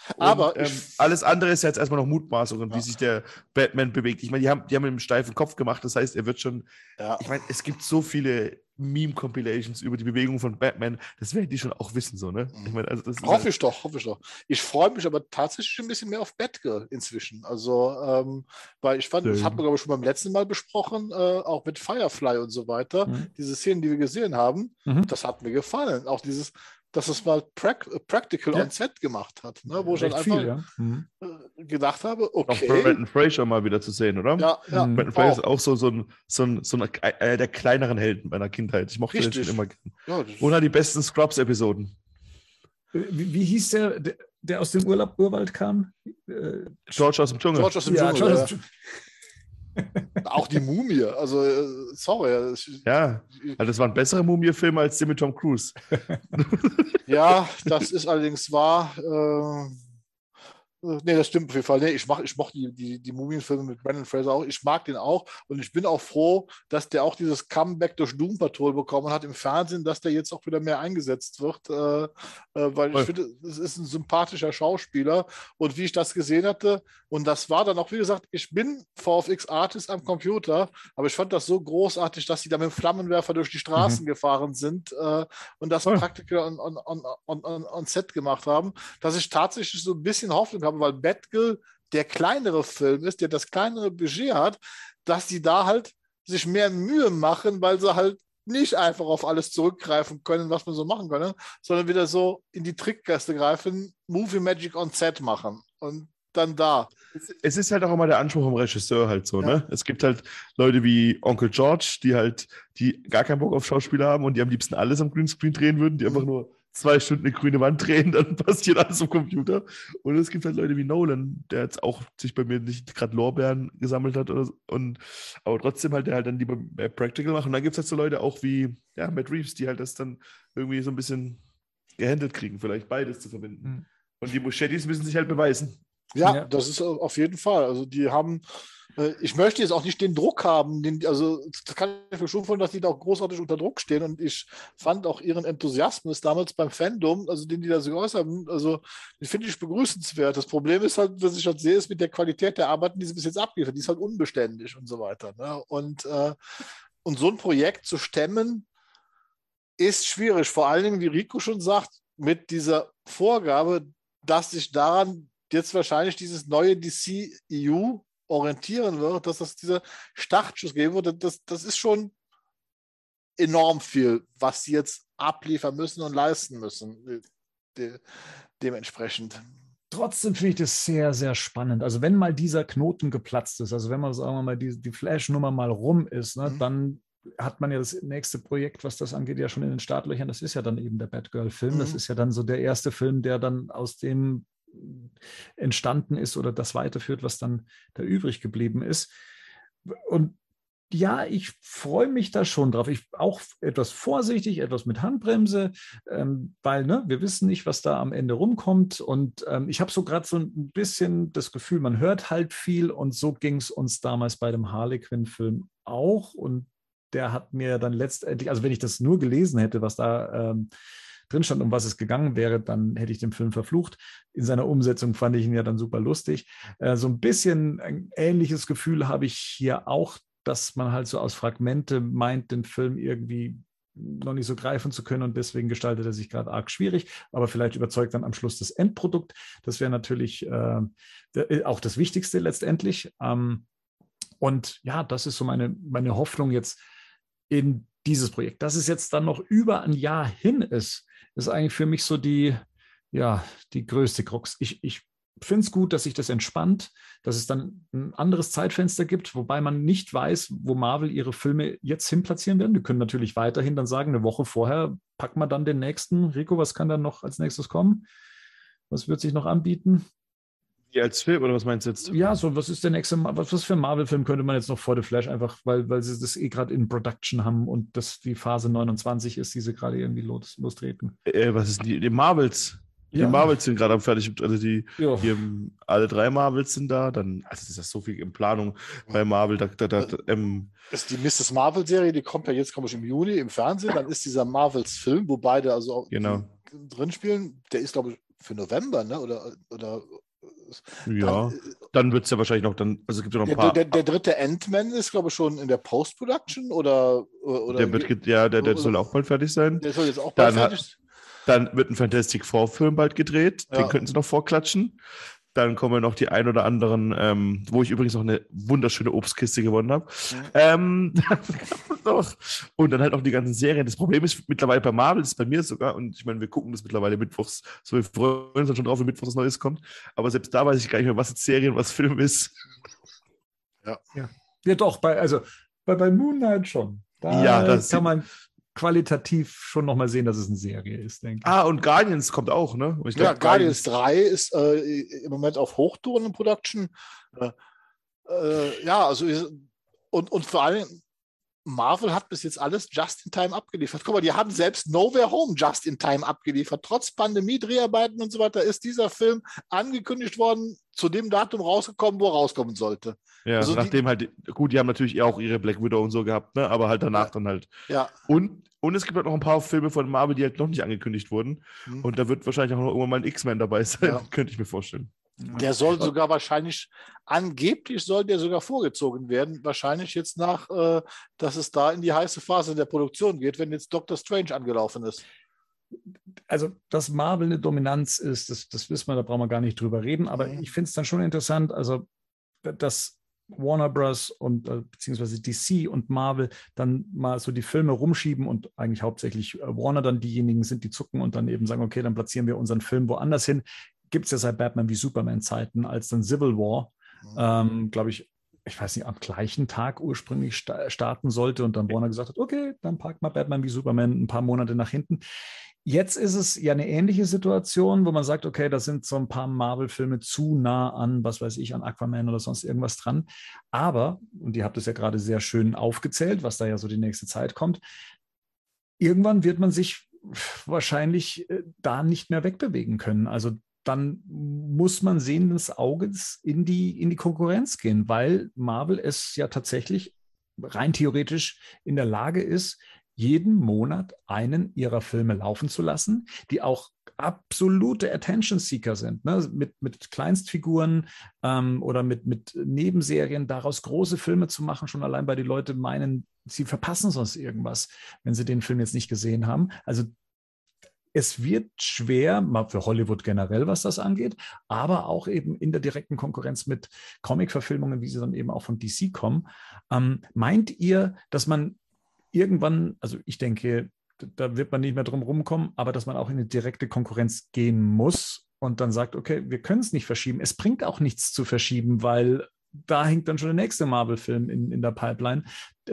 Aber alles andere ist jetzt erstmal noch Mutmaßungen, Ja. wie sich der Batman bewegt. Ich meine, die haben mit einem steifen Kopf gemacht, das heißt, er wird schon. Ja. Ich meine, es gibt so viele Meme-Compilations über die Bewegung von Batman, das werden die schon auch wissen, so, ne? Ich meine, also das ist Hoffe ich doch. Ich freue mich aber tatsächlich ein bisschen mehr auf Batgirl inzwischen. Also, weil ich fand, das hatten wir, glaube ich, schon beim letzten Mal besprochen, auch mit Firefly und so weiter. Diese Szenen, die wir gesehen haben, das hat mir gefallen. Auch dieses, dass es mal Practical on Set gemacht hat, ne? Wo ich dann einfach gedacht habe, okay. Auch Brendan Fraser mal wieder zu sehen, oder? Ja. Brendan Fraser ist auch so einer der kleineren Helden meiner Kindheit. Ich mochte den schon immer gern. Ja, Wo hat die besten Scrubs-Episoden? Wie hieß der aus dem Urwald kam? George aus dem Dschungel. George aus dem Dschungel. Auch die Mumie, also sorry. Ja, also das war ein besserer Mumie-Film als der mit Tom Cruise. Ja, das ist allerdings wahr. Nee, das stimmt auf jeden Fall. Nee, ich mochte die Mumienfilme mit Brendan Fraser auch. Ich mag den auch und ich bin auch froh, dass der auch dieses Comeback durch Doom Patrol bekommen hat im Fernsehen, dass der jetzt auch wieder mehr eingesetzt wird, weil ich finde, es ist ein sympathischer Schauspieler und wie ich das gesehen hatte, und das war dann auch, wie gesagt, ich bin VFX-Artist am Computer, aber ich fand das so großartig, dass sie da mit dem Flammenwerfer durch die Straßen gefahren sind und das Praktiker on Set gemacht haben, dass ich tatsächlich so ein bisschen Hoffnung habe, weil Batgirl der kleinere Film ist, der das kleinere Budget hat, dass die da halt sich mehr Mühe machen, weil sie halt nicht einfach auf alles zurückgreifen können, was man so machen können, sondern wieder so in die Trickgasse greifen, Movie Magic on Set machen und dann da. Es ist halt auch immer der Anspruch vom Regisseur halt so, ne? Es gibt halt Leute wie Onkel George, die gar keinen Bock auf Schauspieler haben und die am liebsten alles am Greenscreen drehen würden, die einfach nur 2 Stunden eine grüne Wand drehen, dann passiert alles am Computer. Und es gibt halt Leute wie Nolan, der jetzt auch sich bei mir nicht gerade Lorbeeren gesammelt hat oder so, aber trotzdem halt, der halt dann lieber mehr Practical macht. Und dann gibt es halt so Leute auch wie Matt Reeves, die halt das dann irgendwie so ein bisschen gehandelt kriegen, vielleicht beides zu verbinden. Und die Muschettis müssen sich halt beweisen. Ja, das ist auf jeden Fall. Also die haben, ich möchte jetzt auch nicht den Druck haben, also das kann ich mir schon vorstellen, dass die da auch großartig unter Druck stehen und ich fand auch ihren Enthusiasmus damals beim Fandom, also den die da so geäußert haben, also den finde ich begrüßenswert. Das Problem ist halt, was ich halt sehe, ist mit der Qualität der Arbeiten, die sie bis jetzt abgeliefert, die ist halt unbeständig und so weiter. Ne? Und so ein Projekt zu stemmen, ist schwierig. Vor allen Dingen, wie Rico schon sagt, mit dieser Vorgabe, dass sich daran jetzt wahrscheinlich dieses neue DCEU orientieren wird, dass das dieser Startschuss geben wird, das ist schon enorm viel, was sie jetzt abliefern müssen und leisten müssen. Dementsprechend. Trotzdem finde ich das sehr, sehr spannend. Also wenn mal dieser Knoten geplatzt ist, also wenn man, sagen wir mal, die Flash-Nummer mal rum ist, ne, dann hat man ja das nächste Projekt, was das angeht, ja schon in den Startlöchern. Das ist ja dann eben der Batgirl-Film. Das ist ja dann so der erste Film, der dann aus dem entstanden ist oder das weiterführt, was dann da übrig geblieben ist. Und ja, ich freue mich da schon drauf. Ich auch etwas vorsichtig, etwas mit Handbremse, weil wir wissen nicht, was da am Ende rumkommt. Und ich habe so gerade so ein bisschen das Gefühl, man hört halt viel und so ging es uns damals bei dem Harley Quinn-Film auch. Und der hat mir dann letztendlich, also wenn ich das nur gelesen hätte, was da drin stand, um was es gegangen wäre, dann hätte ich den Film verflucht. In seiner Umsetzung fand ich ihn ja dann super lustig. So ein bisschen ein ähnliches Gefühl habe ich hier auch, dass man halt so aus Fragmente meint, den Film irgendwie noch nicht so greifen zu können und deswegen gestaltet er sich gerade arg schwierig, aber vielleicht überzeugt dann am Schluss das Endprodukt. Das wäre natürlich auch das Wichtigste letztendlich. Und ja, das ist so meine Hoffnung jetzt in dieses Projekt. Dass es jetzt dann noch über ein Jahr hin ist eigentlich für mich so die größte Krux. Ich finde es gut, dass sich das entspannt, dass es dann ein anderes Zeitfenster gibt, wobei man nicht weiß, wo Marvel ihre Filme jetzt hin platzieren werden. Die können natürlich weiterhin dann sagen, eine Woche vorher packen wir dann den nächsten. Rico, was kann dann noch als nächstes kommen? Was wird sich noch anbieten? Wie als Film, oder was meinst du jetzt? Ja, so was ist der nächste, was für ein Marvel-Film könnte man jetzt noch vor The Flash einfach, weil sie das gerade in Production haben und das die Phase 29 ist, die sie gerade irgendwie lostreten. Was ist die Marvels? Die Marvels sind gerade am fertig, also die haben, alle 3 Marvels sind da, dann, also das ist so viel in Planung bei Marvel. Das ist die Mrs. Marvel-Serie, die kommt ja jetzt, im Juni im Fernsehen, dann ist dieser Marvels-Film, wo beide also auch drin spielen, der ist, glaube ich, für November, ne? Oder Ja, dann wird es ja wahrscheinlich noch, also es gibt ja noch ein paar. Der dritte Ant-Man ist, glaube ich, schon in der Post-Production oder Der soll auch bald fertig sein. Der soll jetzt auch bald fertig sein. Dann wird ein Fantastic Four-Film bald gedreht. Den könnten sie noch vorklatschen. Dann kommen noch die ein oder anderen, wo ich übrigens noch eine wunderschöne Obstkiste gewonnen habe. Und dann halt auch die ganzen Serien. Das Problem ist mittlerweile bei Marvel, das ist bei mir sogar, und ich meine, wir gucken das mittlerweile mittwochs, so wir freuen uns dann schon drauf, wenn mittwochs was Neues kommt. Aber selbst da weiß ich gar nicht mehr, was jetzt Serien, was Film ist. Ja doch, bei Moon Knight schon. Das kann man qualitativ schon nochmal sehen, dass es eine Serie ist, denke ich. Und Guardians kommt auch, ne? Ich glaub, Guardians 3 ist im Moment auf Hochtouren in Production. Und vor allem Marvel hat bis jetzt alles just in time abgeliefert. Guck mal, die haben selbst Nowhere Home just in time abgeliefert. Trotz Pandemie, Dreharbeiten und so weiter ist dieser Film angekündigt worden, zu dem Datum rausgekommen, wo er rauskommen sollte. Ja, also nachdem die haben natürlich auch ihre Black Widow und so gehabt, ne? Aber halt danach dann halt. Ja. Und es gibt halt noch ein paar Filme von Marvel, die halt noch nicht angekündigt wurden. Und da wird wahrscheinlich auch noch irgendwann mal ein X-Men dabei sein, könnte ich mir vorstellen. Der soll sogar angeblich soll der sogar vorgezogen werden, wahrscheinlich jetzt dass es da in die heiße Phase der Produktion geht, wenn jetzt Doctor Strange angelaufen ist. Also, dass Marvel eine Dominanz ist, das wissen wir, da brauchen wir gar nicht drüber reden, aber ich finde es dann schon interessant, also, dass Warner Bros. Und beziehungsweise DC und Marvel dann mal so die Filme rumschieben und eigentlich hauptsächlich Warner dann diejenigen sind, die zucken und dann eben sagen, okay, dann platzieren wir unseren Film woanders hin. Gibt es ja seit Batman wie Superman-Zeiten, als dann Civil War, glaube ich weiß nicht, am gleichen Tag ursprünglich starten sollte und dann Warner gesagt hat, okay, dann packt mal Batman wie Superman ein paar Monate nach hinten. Jetzt ist es ja eine ähnliche Situation, wo man sagt, okay, da sind so ein paar Marvel-Filme zu nah an, was weiß ich, an Aquaman oder sonst irgendwas dran. Aber, und ihr habt es ja gerade sehr schön aufgezählt, was da ja so die nächste Zeit kommt, irgendwann wird man sich wahrscheinlich da nicht mehr wegbewegen können. Also dann muss man sehenden Auges in die Konkurrenz gehen, weil Marvel es ja tatsächlich rein theoretisch in der Lage ist, jeden Monat einen ihrer Filme laufen zu lassen, die auch absolute Attention-Seeker sind, ne? Mit Kleinstfiguren oder mit Nebenserien daraus große Filme zu machen, schon allein, weil die Leute meinen, sie verpassen sonst irgendwas, wenn sie den Film jetzt nicht gesehen haben. Also es wird schwer, mal für Hollywood generell, was das angeht, aber auch eben in der direkten Konkurrenz mit Comic-Verfilmungen, wie sie dann eben auch von DC kommen. Meint ihr, dass man irgendwann, also ich denke, da wird man nicht mehr drum rumkommen, aber dass man auch in eine direkte Konkurrenz gehen muss und dann sagt, okay, wir können es nicht verschieben. Es bringt auch nichts zu verschieben, weil da hängt dann schon der nächste Marvel-Film in der Pipeline.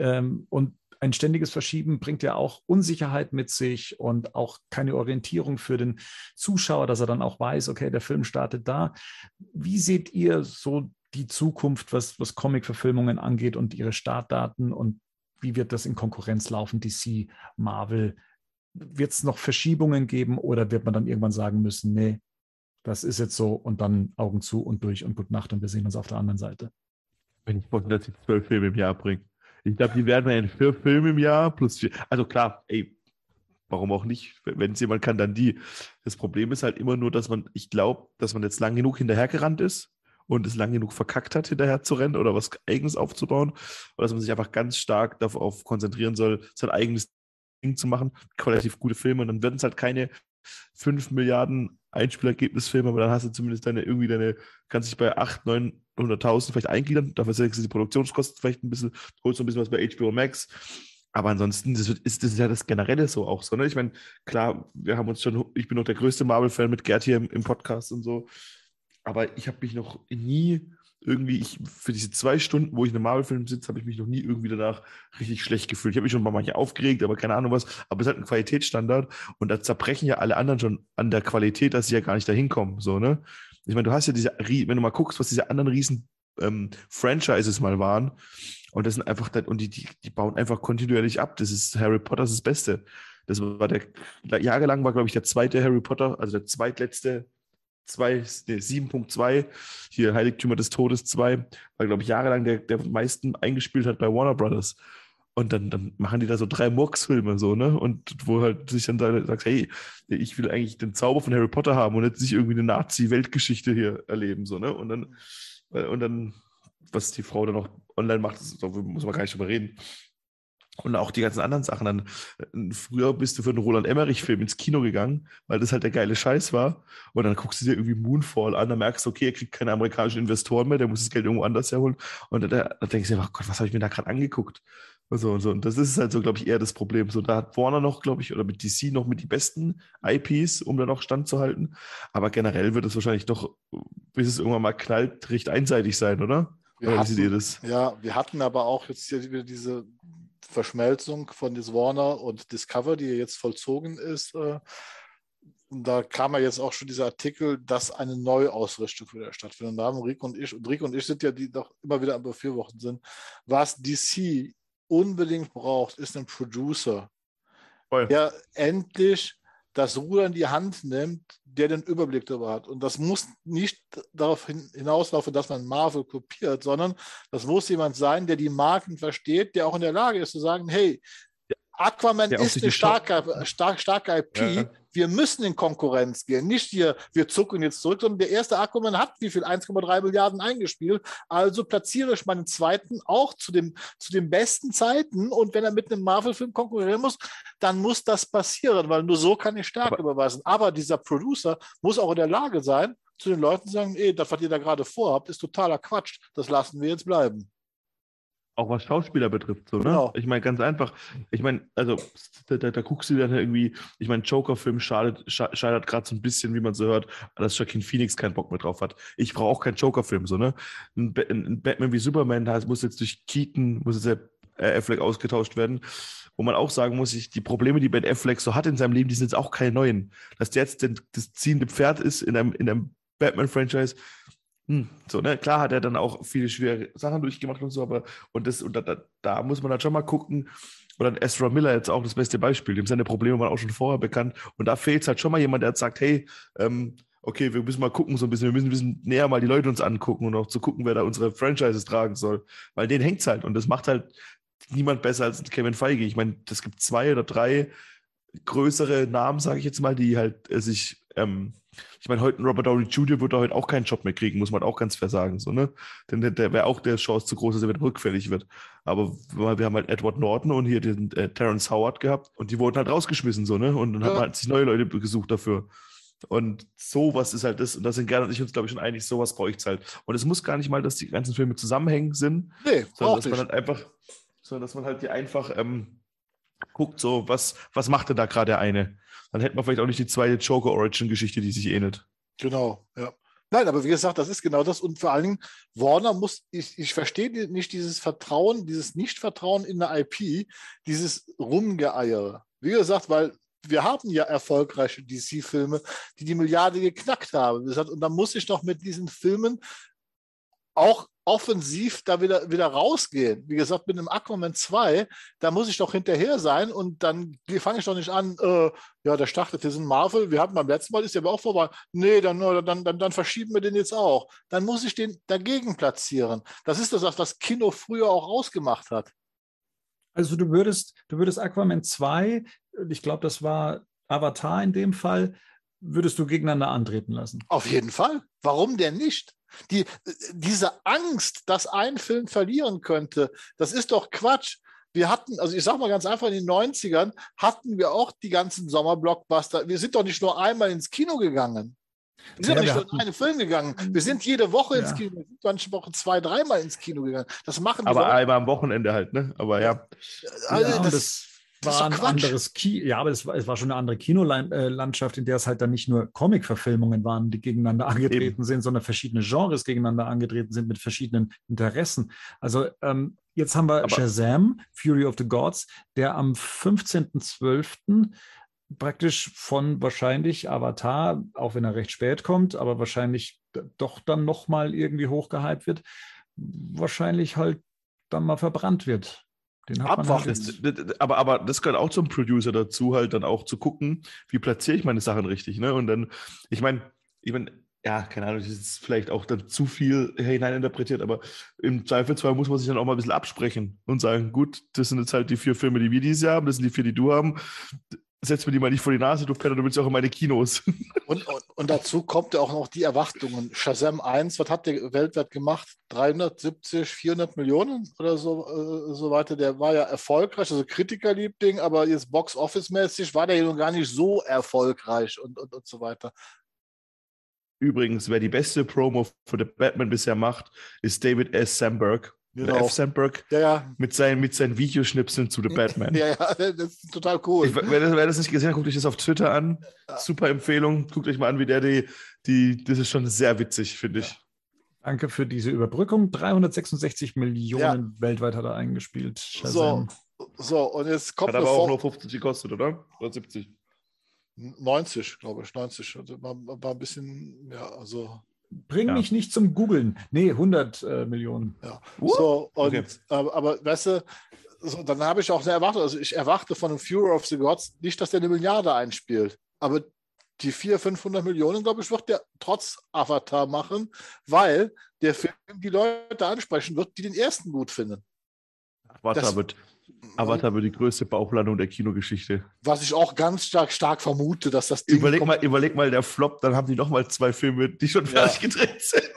Und ein ständiges Verschieben bringt ja auch Unsicherheit mit sich und auch keine Orientierung für den Zuschauer, dass er dann auch weiß, okay, der Film startet da. Wie seht ihr so die Zukunft, was Comic-Verfilmungen angeht und ihre Startdaten und wie wird das in Konkurrenz laufen, DC, Marvel? Wird es noch Verschiebungen geben oder wird man dann irgendwann sagen müssen, nee, das ist jetzt so und dann Augen zu und durch und gute Nacht und wir sehen uns auf der anderen Seite? Wenn ich wollte, dass sie 12 Filme im Jahr bringen. Ich glaube, die werden ja in 4 Filme im Jahr plus 4. Also klar, warum auch nicht? Wenn es jemand kann, dann die. Das Problem ist halt immer nur, ich glaube, dass man jetzt lang genug hinterhergerannt ist und es lang genug verkackt hat, hinterher zu rennen oder was Eigenes aufzubauen. Oder dass man sich einfach ganz stark darauf konzentrieren soll, sein eigenes Ding zu machen, qualitativ gute Filme. Und dann werden es halt keine 5 Milliarden Einspielergebnisfilme, aber dann hast du zumindest kannst dich bei 800.000, 900.000 vielleicht eingliedern. Dafür sind die Produktionskosten vielleicht ein bisschen, holst du ein bisschen was bei HBO Max. Aber ansonsten, das ist ja das Generelle so auch so. Ne? Ich meine, klar, ich bin noch der größte Marvel-Fan mit Gerd hier im Podcast und so. Aber ich habe mich noch nie irgendwie, für diese 2 Stunden, wo ich in einem Marvel-Film sitze, habe ich mich noch nie irgendwie danach richtig schlecht gefühlt. Ich habe mich schon mal manche aufgeregt, aber keine Ahnung was. Aber es ist halt ein Qualitätsstandard und da zerbrechen ja alle anderen schon an der Qualität, dass sie ja gar nicht dahin kommen. So, ne? Ich meine, du hast ja wenn du mal guckst, was diese anderen riesen Franchises mal waren und das sind einfach, und die bauen einfach kontinuierlich ab. Das ist Harry Potter das Beste. Das war jahrelang war, glaube ich, der zweite Harry Potter, also der zweitletzte 7.2, hier Heiligtümer des Todes 2, war, glaube ich, jahrelang der meisten eingespielt hat bei Warner Brothers. Und dann machen die da so 3 Murks-Filme so, ne? Und wo halt sich dann da sagst, hey, ich will eigentlich den Zauber von Harry Potter haben und jetzt nicht irgendwie eine Nazi-Weltgeschichte hier erleben, so, ne? Und dann, was die Frau dann noch online macht, da muss man gar nicht drüber reden. Und auch die ganzen anderen Sachen. Dann früher bist du für einen Roland Emmerich-Film ins Kino gegangen, weil das halt der geile Scheiß war. Und dann guckst du dir irgendwie Moonfall an, dann merkst du, okay, er kriegt keine amerikanischen Investoren mehr, der muss das Geld irgendwo anders herholen. Und da denkst du dir, oh Gott, was habe ich mir da gerade angeguckt? Und so. Und das ist halt so, glaube ich, eher das Problem. So, da hat Warner noch, glaube ich, oder mit DC noch mit die besten IPs, um da noch standzuhalten. Aber generell wird es wahrscheinlich doch, bis es irgendwann mal knallt, recht einseitig sein, oder? Oder wie seht ihr das? Ja, wir hatten aber auch jetzt hier wieder diese Verschmelzung von des Warner und Discover, die jetzt vollzogen ist. Und da kam ja jetzt auch schon dieser Artikel, dass eine Neuausrichtung wieder stattfindet. Und da haben Rico und ich sind ja, die doch immer wieder am Befürworten sind. Was DC unbedingt braucht, ist ein Producer, der endlich das Ruder in die Hand nimmt, der den Überblick darüber hat. Und das muss nicht darauf hinauslaufen, dass man Marvel kopiert, sondern das muss jemand sein, der die Marken versteht, der auch in der Lage ist zu sagen, hey, Aquaman ist eine starke IP. Ja. Wir müssen in Konkurrenz gehen. Nicht hier, wir zucken jetzt zurück, sondern der erste Aquaman hat wie viel? 1,3 Milliarden eingespielt. Also platziere ich meinen zweiten auch zu den besten Zeiten. Und wenn er mit einem Marvel-Film konkurrieren muss, dann muss das passieren, weil nur so kann ich Stärke überweisen. Aber dieser Producer muss auch in der Lage sein, zu den Leuten zu sagen, das, was ihr da gerade vorhabt, ist totaler Quatsch. Das lassen wir jetzt bleiben. Auch was Schauspieler betrifft, so, ne? Genau. Ich meine, ganz einfach, ich meine, also da guckst du dann irgendwie, ich meine, Joker-Film scheitert gerade so ein bisschen, wie man so hört, dass Joaquin Phoenix keinen Bock mehr drauf hat. Ich brauche auch keinen Joker-Film, so, ne? Ein Batman wie Superman, da muss jetzt durch Keaton, muss jetzt der Affleck ausgetauscht werden. Wo man auch sagen muss, die Probleme, die Ben Affleck so hat in seinem Leben, die sind jetzt auch keine neuen. Dass der jetzt das ziehende Pferd ist in einem Batman-Franchise, so, ne, klar hat er dann auch viele schwere Sachen durchgemacht und so, aber da muss man dann schon mal gucken. Oder Ezra Miller jetzt auch das beste Beispiel, dem seine Probleme waren auch schon vorher bekannt. Und da fehlt es halt schon mal jemand, der sagt, hey, okay, wir müssen mal gucken so ein bisschen, wir müssen ein bisschen näher mal die Leute uns angucken und auch zu gucken, wer da unsere Franchises tragen soll. Weil denen hängt es halt und das macht halt niemand besser als Kevin Feige. Ich meine, es gibt 2 oder 3 größere Namen, sage ich jetzt mal, die halt sich ich meine, heute ein Robert Downey Jr. wird da heute auch keinen Job mehr kriegen, muss man auch ganz fair sagen. So, ne? Denn der wäre auch der Chance zu groß, dass er wieder rückfällig wird. Aber wir haben halt Edward Norton und hier den Terrence Howard gehabt und die wurden halt rausgeschmissen, so, ne? Und dann hat man halt sich neue Leute gesucht dafür. Und sowas ist halt das, und da sind Gerd und ich uns, glaube ich, schon einig, sowas brauche ich halt. Und es muss gar nicht mal, dass die ganzen Filme zusammenhängen sind, sondern dass man halt einfach, die einfach guckt, so, was macht denn da gerade der eine? Dann hätten wir vielleicht auch nicht die zweite Joker-Origin-Geschichte, die sich ähnelt. Genau, ja. Nein, aber wie gesagt, das ist genau das. Und vor allen Dingen, Warner muss, ich verstehe nicht dieses Vertrauen, dieses Nicht-Vertrauen in der IP, dieses Rumgeeiere. Wie gesagt, weil wir haben ja erfolgreiche DC-Filme, die Milliarde geknackt haben. Und da muss ich doch mit diesen Filmen auch offensiv da wieder rausgehen. Wie gesagt, mit einem Aquaman 2, da muss ich doch hinterher sein und dann fange ich doch nicht an, der startet jetzt in Marvel, wir hatten beim letzten Mal, ist ja aber auch vorbei. Nee, dann verschieben wir den jetzt auch. Dann muss ich den dagegen platzieren. Das ist das, was Kino früher auch ausgemacht hat. Also du würdest Aquaman 2, ich glaube, das war Avatar in dem Fall, würdest du gegeneinander antreten lassen? Auf jeden Fall. Warum denn nicht? Diese Angst, dass ein Film verlieren könnte, das ist doch Quatsch. Wir hatten, also ich sage mal ganz einfach, in den 90ern hatten wir auch die ganzen Sommerblockbuster. Wir sind doch nicht nur einmal ins Kino gegangen. Wir sind doch nicht nur in einen Film gegangen. Wir sind jede Woche ins Kino. Wir sind manche Wochen 2-3 Mal ins Kino gegangen. Das machen wir. Aber einmal am Wochenende halt, ne? Aber ja. Das war ein anderes aber es war schon eine andere Kinolandschaft, in der es halt dann nicht nur Comic-Verfilmungen waren, die gegeneinander angetreten sind, sondern verschiedene Genres gegeneinander angetreten sind mit verschiedenen Interessen. Also jetzt haben wir Shazam, Fury of the Gods, der am 15.12. praktisch von wahrscheinlich Avatar, auch wenn er recht spät kommt, aber wahrscheinlich doch dann nochmal irgendwie hochgehypt wird, wahrscheinlich halt dann mal verbrannt wird. Den hat man halt aber das gehört auch zum Producer dazu, halt dann auch zu gucken, wie platziere ich meine Sachen richtig. Ne? Und dann, ich meine, ja, keine Ahnung, das ist vielleicht auch dann zu viel hineininterpretiert, aber im Zweifelsfall muss man sich dann auch mal ein bisschen absprechen und sagen, gut, das sind jetzt halt die 4 Filme, die wir dieses Jahr haben, das sind die 4, die du haben. Setz mir die mal nicht vor die Nase, du Penner, du willst ja auch in meine Kinos. Und dazu kommt ja auch noch die Erwartungen. Shazam 1, was hat der weltweit gemacht? 370, 400 Millionen oder so weiter. Der war ja erfolgreich, also Kritikerliebling, aber jetzt Box-Office-mäßig war der ja noch gar nicht so erfolgreich und so weiter. Übrigens, wer die beste Promo für The Batman bisher macht, ist David S. Sandberg. Genau. F. Sandberg Ja. mit seinen Videoschnipseln zu The Batman. Ja, das ist total cool. Wer das nicht gesehen hat, guckt euch das auf Twitter an. Super Empfehlung. Guckt euch mal an, wie der das ist schon sehr witzig, finde ich. Danke für diese Überbrückung. 366 Millionen weltweit hat er eingespielt. So, und jetzt kommt hat aber auch nur 50 gekostet, oder? Oder 70? 90, glaube ich. 90. Also war ein bisschen, ja, also. Bring mich nicht zum Googlen. Nee, 100 Millionen. Ja. So, und, okay. Aber weißt du, so, dann habe ich auch eine Erwartung. Also ich erwarte von dem Fury of the Gods nicht, dass der 1 Milliarde einspielt. Aber die 400-500 Millionen, glaube ich, wird der trotz Avatar machen, weil der Film die Leute ansprechen wird, die den ersten gut finden. Avatar wird die größte Bauchlandung der Kinogeschichte. Was ich auch ganz stark vermute, dass das Ding Überleg mal, der Flop, dann haben die nochmal 2 Filme, die schon fertig gedreht sind.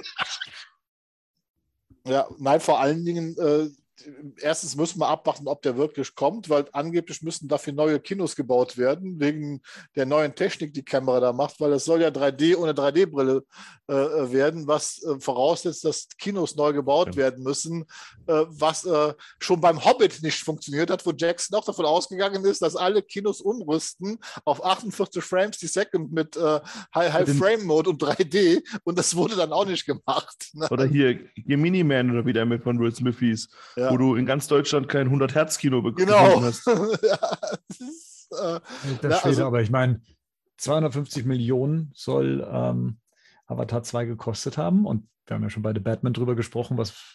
Ja, nein, vor allen Dingen, erstens müssen wir abwarten, ob der wirklich kommt, weil angeblich müssen dafür neue Kinos gebaut werden, wegen der neuen Technik, die Kamera da macht, weil es soll ja 3D ohne 3D-Brille werden, was voraussetzt, dass Kinos neu gebaut werden müssen, was schon beim Hobbit nicht funktioniert hat, wo Jackson auch davon ausgegangen ist, dass alle Kinos umrüsten auf 48 Frames die Second mit High-Frame-Mode und 3D und das wurde dann auch nicht gemacht. Ne? Oder hier Mini-Man oder wie der mit von Will Smith hieß. Ja. Wo du in ganz Deutschland kein 100-Hertz-Kino bekommen hast. Ja, das ist, Schwede, aber ich meine, 250 Millionen soll Avatar 2 gekostet haben und wir haben ja schon bei The Batman drüber gesprochen,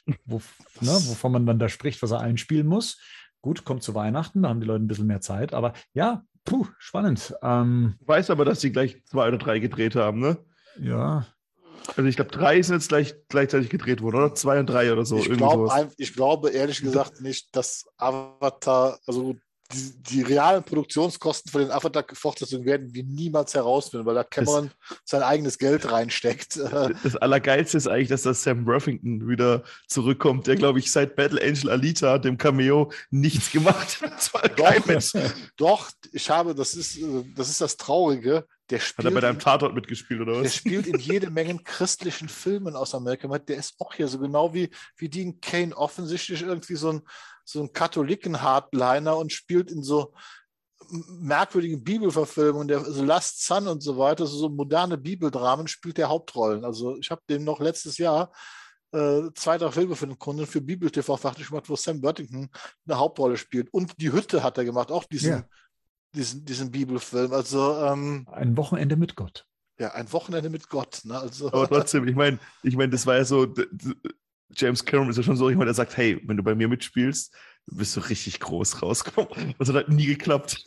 wovon man dann da spricht, was er einspielen muss. Gut, kommt zu Weihnachten, da haben die Leute ein bisschen mehr Zeit, aber ja, spannend. Ich weiß aber, dass sie gleich 2 oder 3 gedreht haben, ne? Ja. Also ich glaube, 3 sind jetzt gleichzeitig gedreht worden, oder? 2 und 3 oder so. Ich glaube ehrlich gesagt nicht, dass Avatar, also die realen Produktionskosten von den Avatar-Fortsetzungen werden wir niemals herausfinden, weil da Cameron sein eigenes Geld reinsteckt. Das Allergeilste ist eigentlich, dass das Sam Worthington wieder zurückkommt, der, glaube ich, seit Battle Angel Alita, dem Cameo, nichts gemacht hat. Doch, das ist das Traurige. Hat er bei deinem Tatort mitgespielt, oder was? Der spielt in jede Menge christlichen Filmen aus Amerika. Der ist auch hier so genau wie die in Kane offensichtlich irgendwie so ein Katholiken-Hardliner und spielt in so merkwürdigen Bibelverfilmungen, so Last Son und so weiter, so moderne Bibeldramen spielt der Hauptrollen. Also ich habe dem noch letztes Jahr 2, 3 Filme für den Kunden für Bibel-TV fertig gemacht, wo Sam Worthington eine Hauptrolle spielt. Und Die Hütte hat er gemacht, auch diesen Bibelfilm. Also ein Wochenende mit Gott. Ja, ein Wochenende mit Gott. Ne? Also, aber trotzdem, ich meine, das war ja so, James Cameron ist ja schon so jemand, der sagt, hey, wenn du bei mir mitspielst, bist du richtig groß rausgekommen. Das hat halt nie geklappt.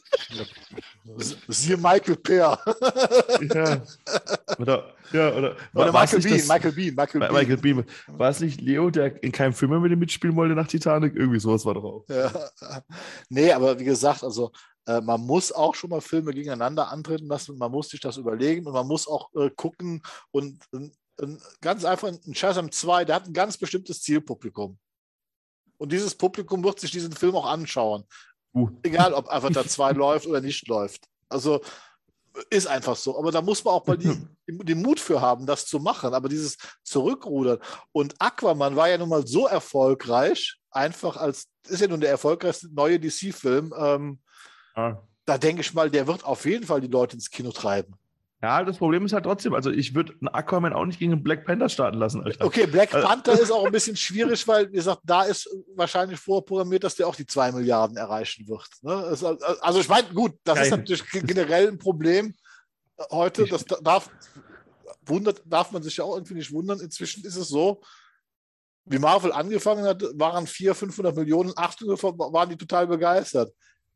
Siehe Michael Peer. Ja. Oder Michael Biehn. War es nicht Leo, der in keinem Film mehr mit ihm mitspielen wollte nach Titanic? Irgendwie sowas war doch auch. Ja. Nee, aber wie gesagt, also man muss auch schon mal Filme gegeneinander antreten lassen, man muss sich das überlegen und man muss auch gucken und ganz einfach, ein Shazam 2, der hat ein ganz bestimmtes Zielpublikum. Und dieses Publikum wird sich diesen Film auch anschauen. Egal, ob Avatar 2 läuft oder nicht läuft. Also ist einfach so. Aber da muss man auch mal den Mut für haben, das zu machen. Aber dieses Zurückrudern. Und Aquaman war ja nun mal so erfolgreich, ist ja nun der erfolgreichste neue DC-Film. Da denke ich mal, der wird auf jeden Fall die Leute ins Kino treiben. Ja, das Problem ist halt trotzdem, also ich würde einen Aquaman auch nicht gegen einen Black Panther starten lassen. Alter. Okay, Black Panther ist auch ein bisschen schwierig, weil, wie gesagt, da ist wahrscheinlich vorprogrammiert, dass der auch die 2 Milliarden erreichen wird. Ne? Also ich meine, gut, das ist natürlich generell ein Problem heute. Das darf man sich ja auch irgendwie nicht wundern. Inzwischen ist es so, wie Marvel angefangen hat, waren 400-500 Millionen, 800 waren die total begeistert.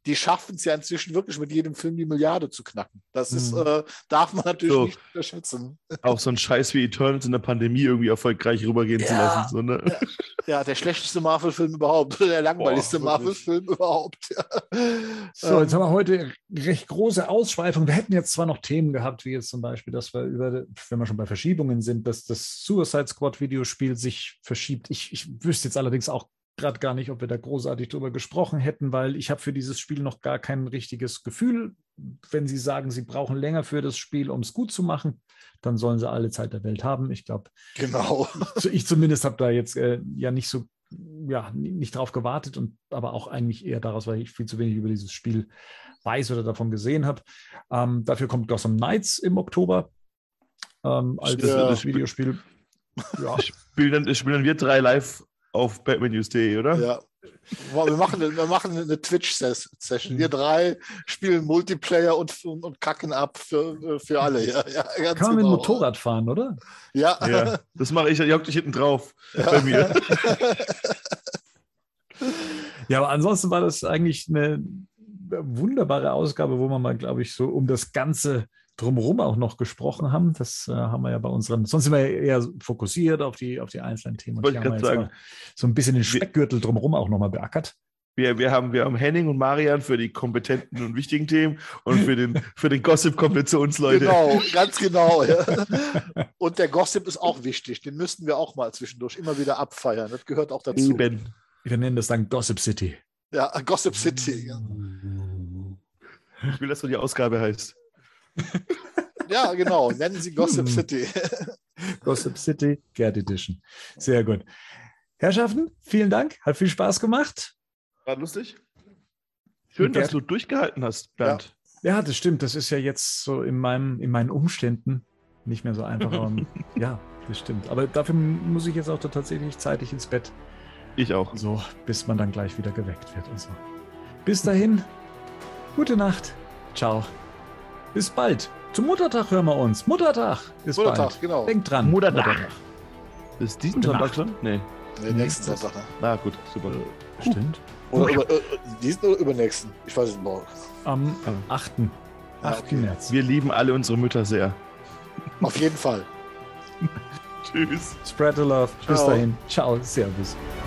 die schaffen es ja inzwischen wirklich mit jedem Film die Milliarde zu knacken. Das ist, darf man natürlich nicht unterschätzen. Auch so ein Scheiß wie Eternals in der Pandemie irgendwie erfolgreich rübergehen zu lassen. So, ne? Ja, der schlechteste Marvel-Film überhaupt. Der langweiligste Marvel-Film überhaupt. Ja. So, jetzt haben wir heute recht große Ausschweifung. Wir hätten jetzt zwar noch Themen gehabt, wie jetzt zum Beispiel, dass wir wenn wir schon bei Verschiebungen sind, dass das Suicide Squad Videospiel sich verschiebt. Ich wüsste jetzt allerdings auch gerade gar nicht, ob wir da großartig drüber gesprochen hätten, weil ich habe für dieses Spiel noch gar kein richtiges Gefühl. Wenn Sie sagen, Sie brauchen länger für das Spiel, um es gut zu machen, dann sollen Sie alle Zeit der Welt haben. Ich glaube, genau. Ich zumindest habe da jetzt nicht drauf gewartet und aber auch eigentlich eher daraus, weil ich viel zu wenig über dieses Spiel weiß oder davon gesehen habe. Dafür kommt Gotham Knights im Oktober als Videospiel. Ja. Spielen dann wir 3 live auf batmannews.de, oder? Ja. Wir machen eine Twitch-Session. Wir 3 spielen Multiplayer und kacken ab für alle. Ja, ganz Kann man mit dem Motorrad fahren, oder? Ja. Das mache ich. Ihr hockt dich hinten drauf bei mir. Ja, aber ansonsten war das eigentlich eine wunderbare Ausgabe, wo wir mal, glaube ich, so um das Ganze drumherum auch noch gesprochen haben. Das haben wir ja bei unseren, sonst sind wir ja eher fokussiert auf die einzelnen Themen. Wollte ich gerade sagen. So ein bisschen den Speckgürtel drumherum auch nochmal beackert. Wir haben Henning und Marian für die kompetenten und wichtigen Themen und für den Gossip kommt wir zu uns, Leute. Genau, ganz genau. Ja. Und der Gossip ist auch wichtig. Den müssten wir auch mal zwischendurch immer wieder abfeiern. Das gehört auch dazu. Eben. Wir nennen das dann Gossip City. Ja, Gossip City. Ja. Ich will, dass so die Ausgabe heißt. Ja, genau. Nennen Sie Gossip City. Gossip City, Gerd Edition. Sehr gut. Herrschaften, vielen Dank. Hat viel Spaß gemacht. War lustig. Schön, dass du durchgehalten hast, Bernd. Ja, das stimmt. Das ist ja jetzt so in meinen Umständen nicht mehr so einfach. Ja, das stimmt. Aber dafür muss ich jetzt auch tatsächlich zeitig ins Bett. Ich auch. So, bis man dann gleich wieder geweckt wird und so. Bis dahin, gute Nacht. Ciao. Bis bald. Zum Muttertag hören wir uns. Muttertag ist Muttertag, bald. genau. Denkt dran. Muttertag. Ist diesen Sonntag schon? Nee. Nächsten Sonntag. Ne? Na gut, super. Stimmt. Oder diesen oder übernächsten? Ich weiß es nicht. Am 8. Okay. März. Wir lieben alle unsere Mütter sehr. Auf jeden Fall. Tschüss. Spread the love. Bis Ciao. dahin. Ciao. Servus.